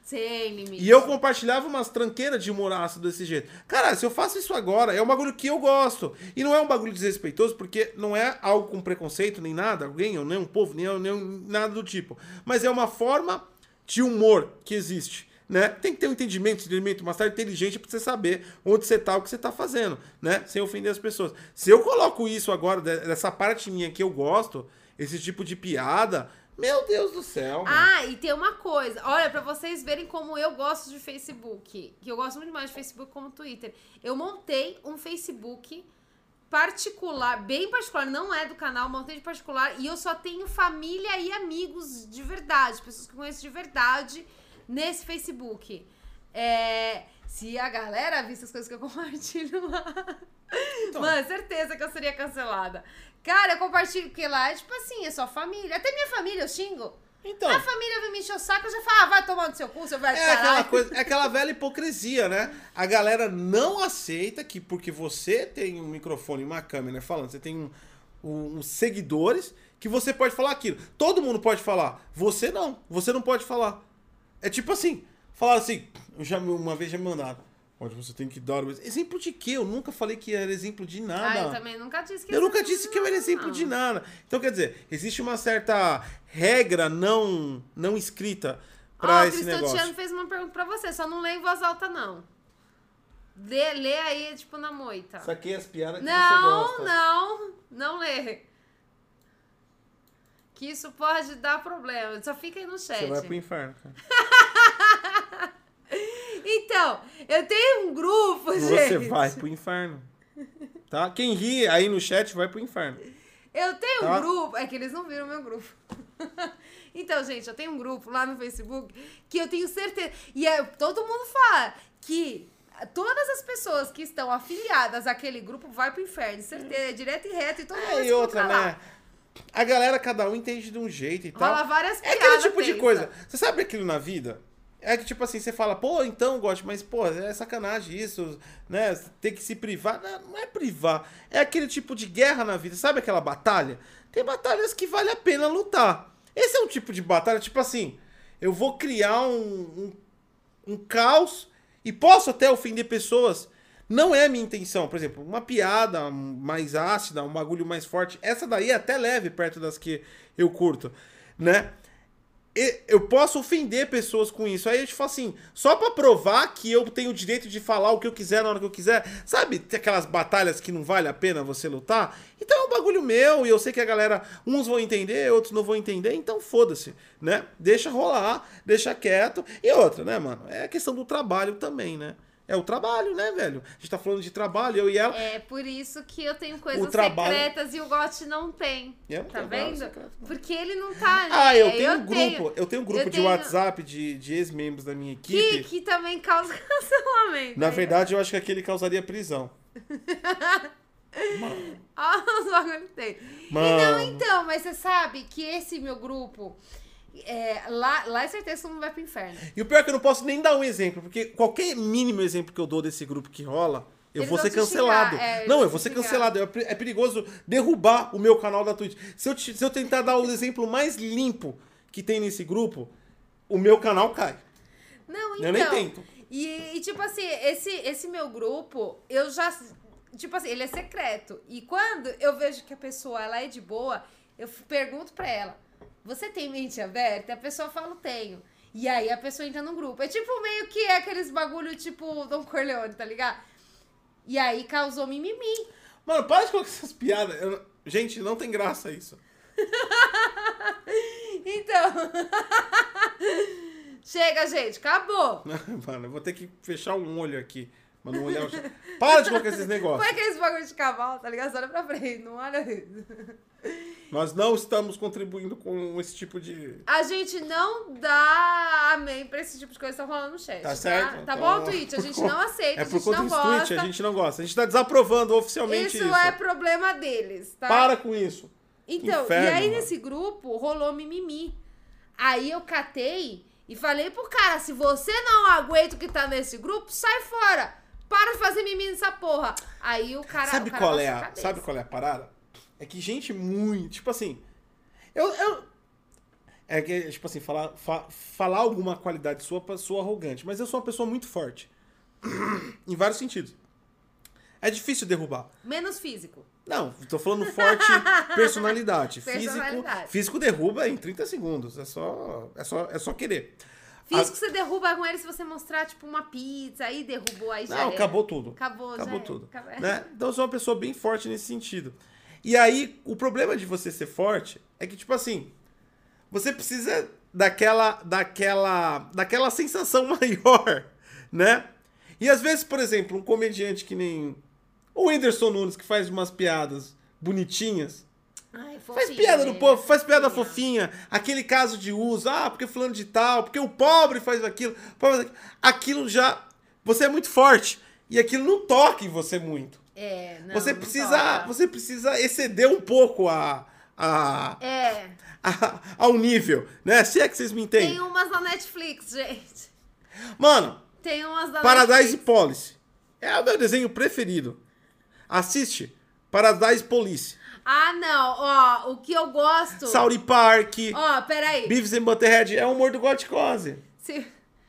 Sem limite. E eu compartilhava umas tranqueiras de humor ácido desse jeito. Cara, se eu faço isso agora, é um bagulho que eu gosto. E não é um bagulho desrespeitoso, porque não é algo com preconceito, nem nada, alguém, ou nem um povo, nem, nem nada do tipo. Mas é uma forma de humor que existe, né? Tem que ter um entendimento, entendimento, uma tarde inteligente pra você saber onde você tá, o que você tá fazendo, né? Sem ofender as pessoas. Se eu coloco isso agora, dessa parte minha que eu gosto, esse tipo de piada... Meu Deus do céu. Mano. Ah, e tem uma coisa. Olha, pra vocês verem como eu gosto de Facebook. Que eu gosto muito mais de Facebook como Twitter. Eu montei um Facebook particular, bem particular. Não é do canal, montei de particular. E eu só tenho família e amigos de verdade. Pessoas que eu conheço de verdade nesse Facebook. É... Se a galera visse as coisas que eu compartilho lá... Então. Mano, certeza que eu seria cancelada. Cara, eu compartilho, porque lá é tipo assim, é só família. Até minha família eu xingo. Então. A família vem me encher o saco, eu já falo, ah, vai tomar no seu cu, seu velho. É aquela coisa, é aquela velha hipocrisia, né? A galera não aceita que porque você tem um microfone e uma câmera falando, você tem um, um, uns seguidores, que você pode falar aquilo. Todo mundo pode falar. Você não. Você não pode falar. É tipo assim, falar assim, eu já, uma vez já me mandaram. Onde você tem que dar... Exemplo de quê? Eu nunca falei que era exemplo de nada. Ah, eu também nunca disse que Eu nunca disse que eu era exemplo não. de nada. Então, quer dizer, existe uma certa regra não, não escrita pra oh, esse negócio. O Cristiano fez uma pergunta pra você, só não lê em voz alta, não. Lê, lê aí, tipo, na moita. Saquei as piadas que não, você gosta. Não, não, não lê. Que isso pode dar problema. Só fica aí no chat. Você vai pro inferno, cara. Então, eu tenho um grupo, Você gente. Você vai pro inferno. Tá? Quem ri aí no chat vai pro inferno. Eu tenho tá? um grupo... É que eles não viram meu grupo. Então, gente, eu tenho um grupo lá no Facebook que eu tenho certeza... E é, todo mundo fala que todas as pessoas que estão afiliadas àquele grupo vai pro inferno. Certeza, é direto e reto. E todo mundo É, e outra, né? lá. A galera, cada um entende de um jeito e tal. Rola várias É piadas, aquele tipo pensa. de coisa. Você sabe aquilo na vida? É que, tipo assim, você fala, pô, então, gosto, mas, pô, é sacanagem isso, né? Tem que se privar. Não, não é privar. É aquele tipo de guerra na vida. Sabe aquela batalha? Tem batalhas que vale a pena lutar. Esse é um tipo de batalha, tipo assim, eu vou criar um, um, um caos e posso até ofender pessoas. Não é a minha intenção. Por exemplo, uma piada mais ácida, um bagulho mais forte. Essa daí é até leve perto das que eu curto, né? Eu posso ofender pessoas com isso. Aí eu te falo assim, só pra provar que eu tenho o direito de falar o que eu quiser na hora que eu quiser. Sabe, tem aquelas batalhas que não vale a pena você lutar? Então é um bagulho meu e eu sei que a galera, uns vão entender, outros não vão entender, então foda-se, né? Deixa rolar, deixa quieto. E outra, né, mano? É a questão do trabalho também, né? É o trabalho, né, velho? A gente tá falando de trabalho, eu e ela. É por isso que eu tenho coisas trabalho... secretas e o Gotti não tem. Eu não tá tenho vendo? secreto, Porque ele não tá, né? Ah, eu tenho eu um grupo. Tenho, eu tenho um grupo eu de tenho... WhatsApp de, de ex-membros da minha equipe. Que, que também causa cancelamento. Na verdade, eu acho que aquele causaria prisão. Olha os bagulhos dele. Não, então, mas você sabe que esse meu grupo... É, lá, lá é certeza que todo mundo vai pro inferno. E o pior é que eu não posso nem dar um exemplo, porque qualquer mínimo exemplo que eu dou desse grupo que rola, eu Eles vou ser vão te cancelado. xingar, é, não, eu vão vou te ser xingar. cancelado. É é perigoso derrubar o meu canal da Twitch. Se eu, te- se eu tentar dar o exemplo mais limpo que tem nesse grupo, o meu canal cai. Não, então... Eu nem tento. E, e, tipo assim, esse, esse meu grupo, eu já... Tipo assim, ele é secreto. E quando eu vejo que a pessoa, ela é de boa, eu f- pergunto pra ela, você tem mente aberta? A pessoa fala, tenho. E aí a pessoa entra no grupo. É tipo meio que é aqueles bagulho tipo Don Corleone, tá ligado? E aí causou mimimi. Mano, para de colocar essas piadas. Eu- Gente, não tem graça isso. Então... Chega, gente. Acabou. Mano, eu vou ter que fechar um olho aqui. Mas não olhar o chão. Para de colocar esses negócios. Foi aqueles bagulho de cavalo, tá ligado? Só olha pra frente, não olha isso. Nós não estamos contribuindo com esse tipo de... A gente não dá amém pra esse tipo de coisa que estão falando no chat. Tá certo? Tá Então, bom, Twitch? A gente não aceita, É a por gente conta não desse tweet, gosta. a gente não gosta. A gente tá desaprovando oficialmente Isso isso. é problema deles, tá? Para com isso. Então, Inferno, e aí mano. nesse grupo rolou mimimi. Aí eu catei e falei pro cara, se você não aguenta o que tá nesse grupo, sai fora. Para de fazer mimimi nessa porra. Aí o cara... Sabe o cara qual é baixou a, cabeça. sabe qual é a parada? É que gente muito... Tipo assim... Eu, eu, É que, tipo assim, falar, fa- falar alguma qualidade sua pra sua arrogante. Mas eu sou uma pessoa muito forte. Em vários sentidos. É difícil derrubar. Menos físico. Não, tô falando forte personalidade. Personalidade. Físico, físico derruba em trinta segundos. É só, é só, é só querer. Físico A- você derruba com ele se você mostrar, tipo, uma pizza, aí derrubou, aí já Não, era. acabou tudo. Acabou, já Acabou era. tudo. Acabou. Né? Então eu sou uma pessoa bem forte nesse sentido. E aí, o problema de você ser forte é que, tipo assim, você precisa daquela, daquela, daquela sensação maior, né? E às vezes, por exemplo, um comediante que nem o Whindersson Nunes, que faz umas piadas bonitinhas, Ai, faz fofinho, piada no né? povo, faz piada fofinha, aquele caso de uso, ah, porque fulano de tal, porque o pobre faz aquilo, o pobre faz aquilo. Aquilo já, você é muito forte, e aquilo não toca em você muito. É, não, você não precisa, toca. você precisa exceder um pouco a, a, É, a- ao nível, né? Se é que vocês me entendem. tem umas na Netflix, gente. Mano, Tem umas na Paradise Netflix. Police é o meu desenho preferido. Assiste Paradise Police. Ah, não, ó, o que eu gosto... South Park, Ó, peraí. Beavis and Butthead, é o humor do Goticose. Se,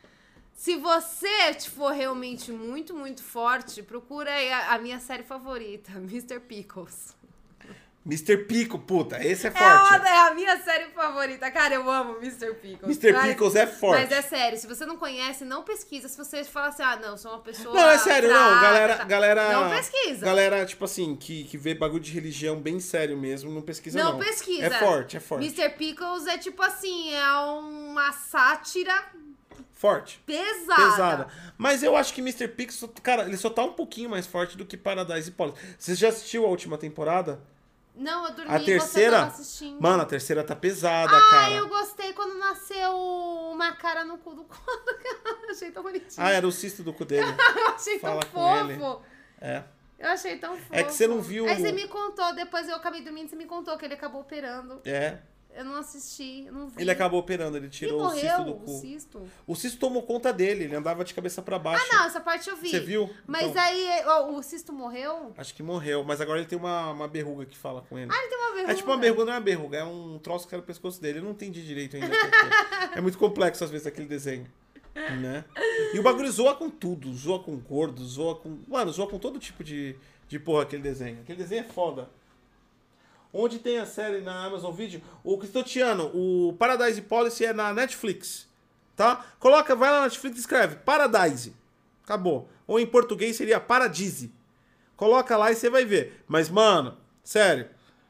se você for realmente muito, muito forte, procura aí a, a minha série favorita, mister Pickles. mister Pickle, puta, esse é É, forte. uma, é a minha série favorita. Cara, eu amo mister Pickles. mister Mas- Pickles é forte. Mas é sério, se você não conhece, não pesquisa. Se você falar assim, ah, não, sou uma pessoa. Não, é sério, não. fraca, Galera, tá. galera. Não pesquisa. Galera, tipo assim, que, que vê bagulho de religião bem sério mesmo, não pesquisa, não. Não pesquisa. É forte, é forte. mister Pickles é tipo assim, é uma sátira Forte. pesada. Pesada. Mas eu acho que mister Pickles, cara, ele só tá um pouquinho mais forte do que Paradise Police. Você já assistiu a última temporada? Não, eu dormi A e você terceira? tava assistindo. Mano, a terceira tá pesada, ah, cara. eu gostei quando nasceu uma cara no cu do quadro. Eu achei tão bonitinho. Ah, era o cisto do cu dele. Eu achei Fala tão com ele. fofo. É. Eu achei tão fofo. É que você não viu- Aí você me contou, depois eu acabei dormindo, você me contou que ele acabou operando. É. Eu não assisti, eu não vi. Ele acabou operando, ele E tirou o morreu cisto do o cu. cisto? O cisto tomou conta dele, ele andava de cabeça pra baixo. Ah, não, essa parte eu vi. Você viu? Mas Então. aí, ó, o cisto morreu? Acho que morreu, mas agora ele tem uma, uma berruga que fala com ele. Ah, ele tem uma verruga. É tipo uma berruga, não é uma berruga, é um troço que era o pescoço dele. Eu não entendi direito ainda. o que é. É muito complexo às vezes aquele desenho. Né? E o bagulho zoa com tudo. Zoa com gordo, zoa com. Mano, zoa com todo tipo de, de porra aquele desenho. Aquele desenho é foda. Onde tem a série na Amazon Video? O Cristotiano, o Paradise Policy é na Netflix. Tá? Coloca, vai lá na Netflix e escreve Paradise. Acabou. Ou em português seria Paradise. Coloca lá e você vai ver. Mas, mano, sério.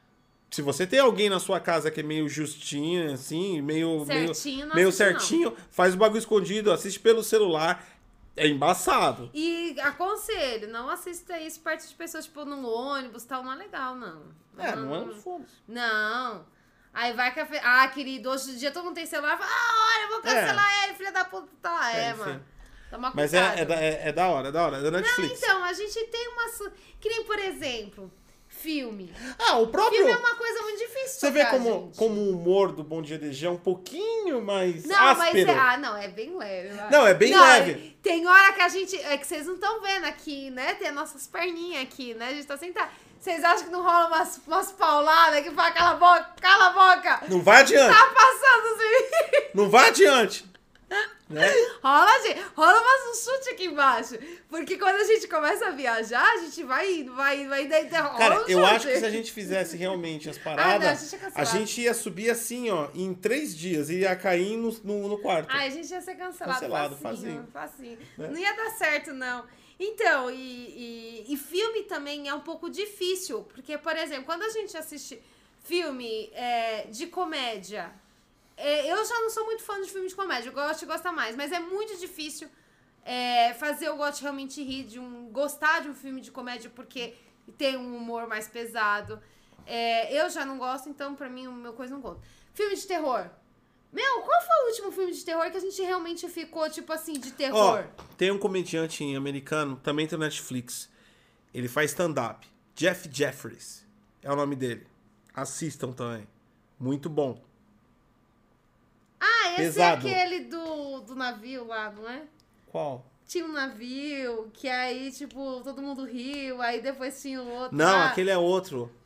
Se você tem alguém na sua casa que é meio justinho, assim, meio Certinho, meio, não meio assiste, não. certinho, faz o bagulho escondido, assiste pelo celular. É embaçado. E aconselho, não assista isso perto de pessoas, tipo, num ônibus e tal, não é legal, não. É, não é um foda. Não. Aí vai que a fe... Ah, querido, hoje em dia todo mundo tem celular. Fala, ah, olha, eu vou cancelar ele, filha da puta. Tá lá, é, É, mano. sim. Toma Mas cuidado. é, é, da- é, é da hora, é da hora. É da Netflix. Então, a gente tem umas... Que nem, por exemplo, filme. Ah, o próprio... Filme é uma coisa muito difícil Você vê tocar, como, gente. como o humor do Bom Dia D G é um pouquinho mais Não, mas áspero. é, ah, não, é bem leve. vai. Não, é bem Não, leve. Tem hora que a gente, é que vocês não estão vendo aqui, né? Tem as nossas perninhas aqui, né? A gente tá sentado. Vocês acham que não rola umas, umas pauladas que fala cala a boca, cala a boca? Não vai adiante. Tá passando os limites. Não vai adiante. Né? Rola, gente, rola umas um chute aqui embaixo. Porque quando a gente começa a viajar, a gente vai indo, vai indo, vai indo. Aí rola Cara, um eu chute. acho que se a gente fizesse realmente as Ah, paradas, não, a gente ia a cancelar. gente ia subir assim, ó, em três dias. E ia cair no, no, no quarto. Ai, a gente ia ser cancelado, Cancelado, facinho, facinho. facinho. Né? Não ia dar certo, não. Então, e, e, e filme também é um pouco difícil, porque, por exemplo, quando a gente assiste filme é, de comédia, é, eu já não sou muito fã de filme de comédia, eu gosto de gostar mais, mas é muito difícil é, fazer eu gosto de realmente rir, de um, gostar de um filme de comédia, porque tem um humor mais pesado. É, eu já não gosto, então pra mim o meu coisa não conta. Filme de terror. Meu, qual foi o último filme de terror que a gente realmente ficou, tipo assim, de Ó, terror? tem um comediante americano, também tem no Netflix. Ele faz stand-up. Jeff Jeffries é o nome dele. Assistam também. Muito bom. Ah, esse pesado. é aquele do, do navio lá, não é? Qual? Tinha um navio, que aí, tipo, todo mundo riu, aí depois tinha o outro Não, lá. aquele é outro.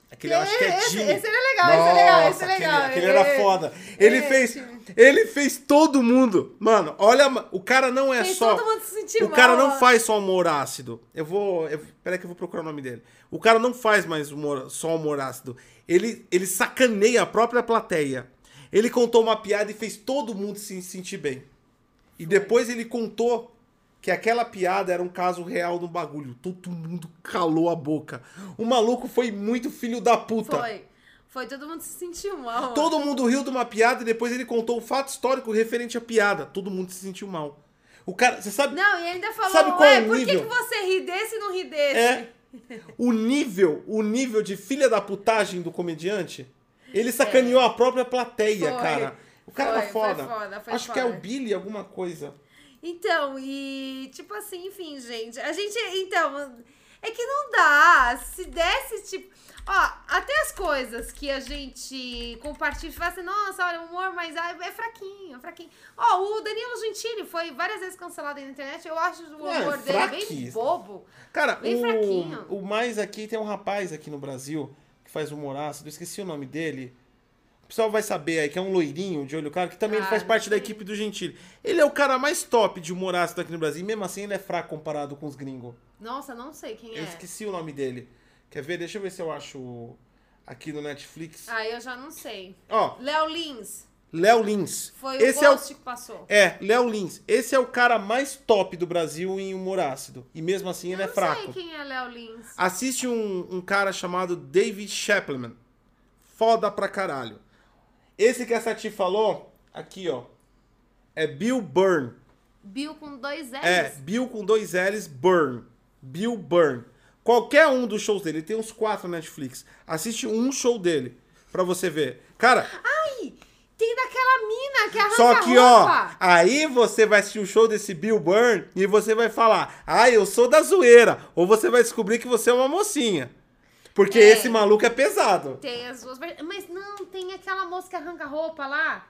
Aquele, eu acho que é esse, Jimmy. esse era legal, esse é legal, esse é legal. Aquele, aquele era foda. Ele Esse. fez, ele fez todo mundo. Mano, olha, o cara não é Fez só... todo mundo se sentir O mal, cara não ó. faz só humor ácido. Eu vou... Eu, peraí que eu vou procurar o nome dele. O cara não faz mais humor, só humor ácido. Ele, ele sacaneia a própria plateia. Ele contou uma piada e fez todo mundo se sentir bem. E depois ele contou que aquela piada era um caso real do bagulho. Todo mundo calou a boca. O maluco foi muito filho da puta. Foi. Foi, todo mundo se sentiu mal. Todo mundo riu de uma piada e depois ele contou o fato histórico referente à piada. Todo mundo se sentiu mal. O cara, você sabe... Não, e ainda falou, Sabe qual ué, é o por que, nível? que você ri desse e não ri desse? É. O nível, o nível de filha da putagem do comediante, ele sacaneou a própria plateia, Foi. cara. O cara Foi, era foda. foi foda, foi Acho foda. que é o Billy alguma coisa. Então, e tipo assim, enfim, gente, a gente, então, é que não dá, se desse, tipo, ó, até as coisas que a gente compartilha e fala assim, nossa, olha, o humor, mas ah, é fraquinho, é fraquinho. Ó, o Danilo Gentili foi várias vezes cancelado aí na internet, eu acho o É, humor dele bem fraquíssimo. bobo. Cara, Bem fraquinho. o, o mais aqui, tem um rapaz aqui no Brasil que faz humor ácido, eu esqueci o nome dele. O pessoal vai saber aí, que é um loirinho de olho claro, que também ele Ah, faz não parte da sei. equipe do Gentili. Ele é o cara mais top de humor ácido aqui no Brasil, e mesmo assim ele é fraco comparado com os gringos. Nossa, não sei quem Eu é. esqueci o nome dele. Quer ver? Deixa eu ver se eu acho aqui no Netflix. Ah, eu já não sei. Ó, Léo Lins, Léo Lins. foi Esse o é o post que passou. É, Léo Lins. Esse é o cara mais top do Brasil em humor ácido. E mesmo assim ele eu é não fraco. sei quem é Léo Lins. Assiste um, um cara chamado David Chapman. Foda pra caralho. Esse que a Sati falou, aqui ó, é Bill Burr. Bill com dois L's. É, Bill com dois L's, Burn. Bill Burr. Qualquer um dos shows dele, ele tem uns quatro na Netflix. Assiste um show dele pra você ver. Cara, Ai, tem daquela mina que arranca só que, a ó, roupa. aí você vai assistir o show desse Bill Burr e você vai falar, ah, eu sou da zoeira. Ou você vai descobrir que você é uma mocinha. Porque É. esse maluco é pesado. Tem as duas ver- Mas não, tem aquela moça que arranca a roupa lá.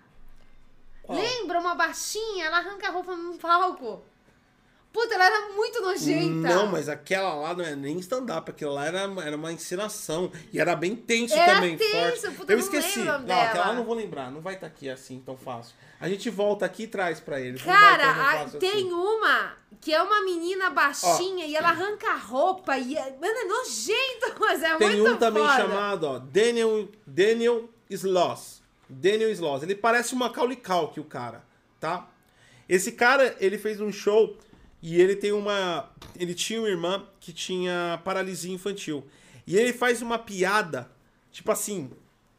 Qual? Lembra uma baixinha? Ela arranca a roupa no palco. Puta, ela era muito nojenta. Não, mas aquela lá não é nem stand-up, aquilo lá era, era uma encenação. E era bem tenso Era também, tenso, forte. puta, eu eu não esqueci. lembro o nome Não, aquela dela. lá eu não vou lembrar, não vai estar aqui assim tão fácil. A gente volta aqui e traz pra eles. não vai tão Cara, a- fácil tem assim. uma que é uma menina baixinha e ela arranca a roupa e é, mano, é nojento, mas é Tem muito um também foda. chamado, ó, Daniel, Daniel Sloss. Daniel Sloss. Ele parece uma Macaulay Culkin, o cara, tá? Esse cara, ele fez um show e ele tem uma... Ele tinha uma irmã que tinha paralisia infantil. E ele faz uma piada, tipo assim,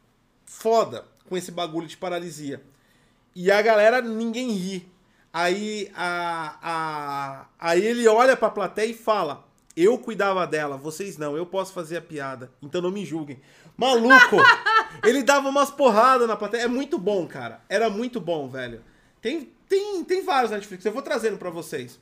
foda, com esse bagulho de paralisia. E a galera, ninguém ri. Aí, a, a, aí ele olha pra plateia e fala, eu cuidava dela, vocês não, eu posso fazer a piada, então não me julguem. Maluco! Ele dava umas porradas na plateia. É muito bom, cara. Era muito bom, velho. Tem, tem, tem vários na Netflix, eu vou trazendo pra vocês.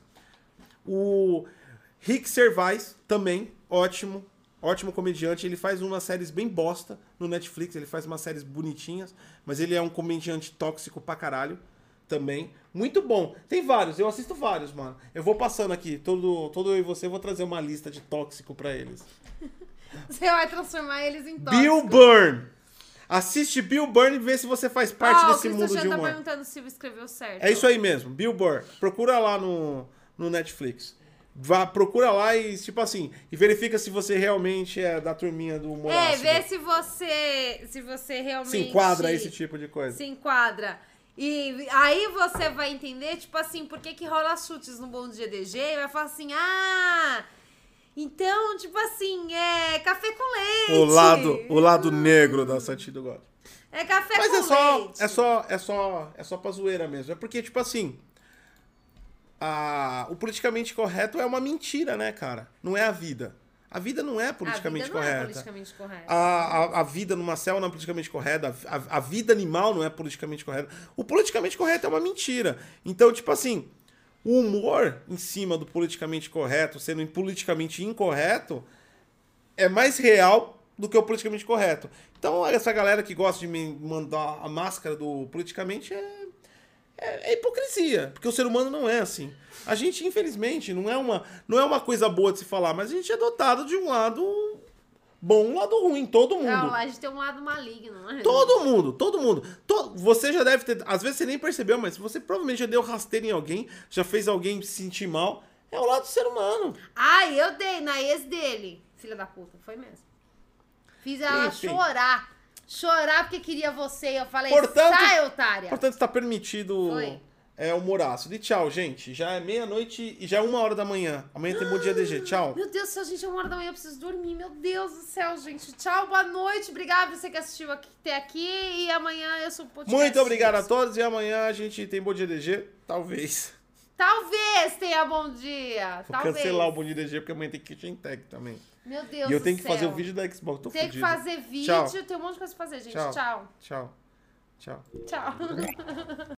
O Rick Gervais, também, ótimo. Ótimo comediante. Ele faz umas séries bem bosta no Netflix. Ele faz umas séries bonitinhas. Mas ele é um comediante tóxico pra caralho. Também. Muito bom. Tem vários. Eu assisto vários, mano. Eu vou passando aqui. Todo, todo eu e você, eu vou trazer uma lista de tóxico pra eles. Você vai transformar eles em tóxicos. Bill Burr. Assiste Bill Burr e vê se você faz parte Ah, desse o mundo de Cristiano tá humor. perguntando se escreveu certo. É isso aí mesmo. Bill Burr. Procura lá no, no Netflix. Vá, procura lá e, tipo assim, e verifica se você realmente é da turminha do humor É, ácido. vê se você, se você realmente... Se enquadra a esse tipo de coisa. Se enquadra. E aí você vai entender, tipo assim, por que que rola chutes no Bom Dia D G e vai falar assim, ah... Então, tipo assim, é café com leite. O lado, o lado negro da Sati do God. É café Mas com é só, leite. é só, é só, é só pra zoeira mesmo. É porque, tipo assim, a, o politicamente correto é uma mentira, né, cara? Não é a vida. A vida não é politicamente a vida não correta. é politicamente correta. A, a, a vida numa selva não é politicamente correta. A, a, a vida animal não é politicamente correta. O politicamente correto é uma mentira. Então, tipo assim, o humor em cima do politicamente correto, sendo politicamente incorreto, é mais real do que o politicamente correto. Então, essa galera que gosta de me mandar a máscara do politicamente é, é, é hipocrisia. Porque o ser humano não é assim. A gente, infelizmente, não é, uma, não é uma coisa boa de se falar, mas a gente é dotado de um lado bom, um lado ruim, todo mundo. Não, a gente tem um lado maligno, né? Todo mundo, todo mundo. To- Você já deve ter. Às vezes você nem percebeu, mas você provavelmente já deu rasteiro em alguém, já fez alguém se sentir mal. É o lado do ser humano. Ai, eu dei na ex dele. Filha da puta, foi mesmo. Fiz ela Enfim. chorar. Chorar porque queria você. Eu falei, Portanto- sai, otária. Portanto, está permitido Foi. é, o Moraço. E tchau, gente. Já é meia-noite e já é uma hora da manhã. Amanhã tem Bom Dia D G. Tchau. Meu Deus do céu, gente, é uma hora da manhã, eu preciso dormir. Meu Deus do céu, gente. Tchau, boa noite. Obrigada você que assistiu aqui, até aqui. E amanhã eu sou o podcast. Muito obrigado a todos e amanhã a gente tem Bom Dia D G. Talvez. Talvez tenha bom dia. Vou Talvez. cancelar o Bom Dia D G porque amanhã tem Kitchen Tech também. Meu Deus E eu do tenho que céu. fazer o vídeo da Xbox. Tô Tem fudido. que fazer vídeo. Tchau. Tem um monte de coisa pra fazer, gente. Tchau. Tchau. Tchau. Tchau. Tchau.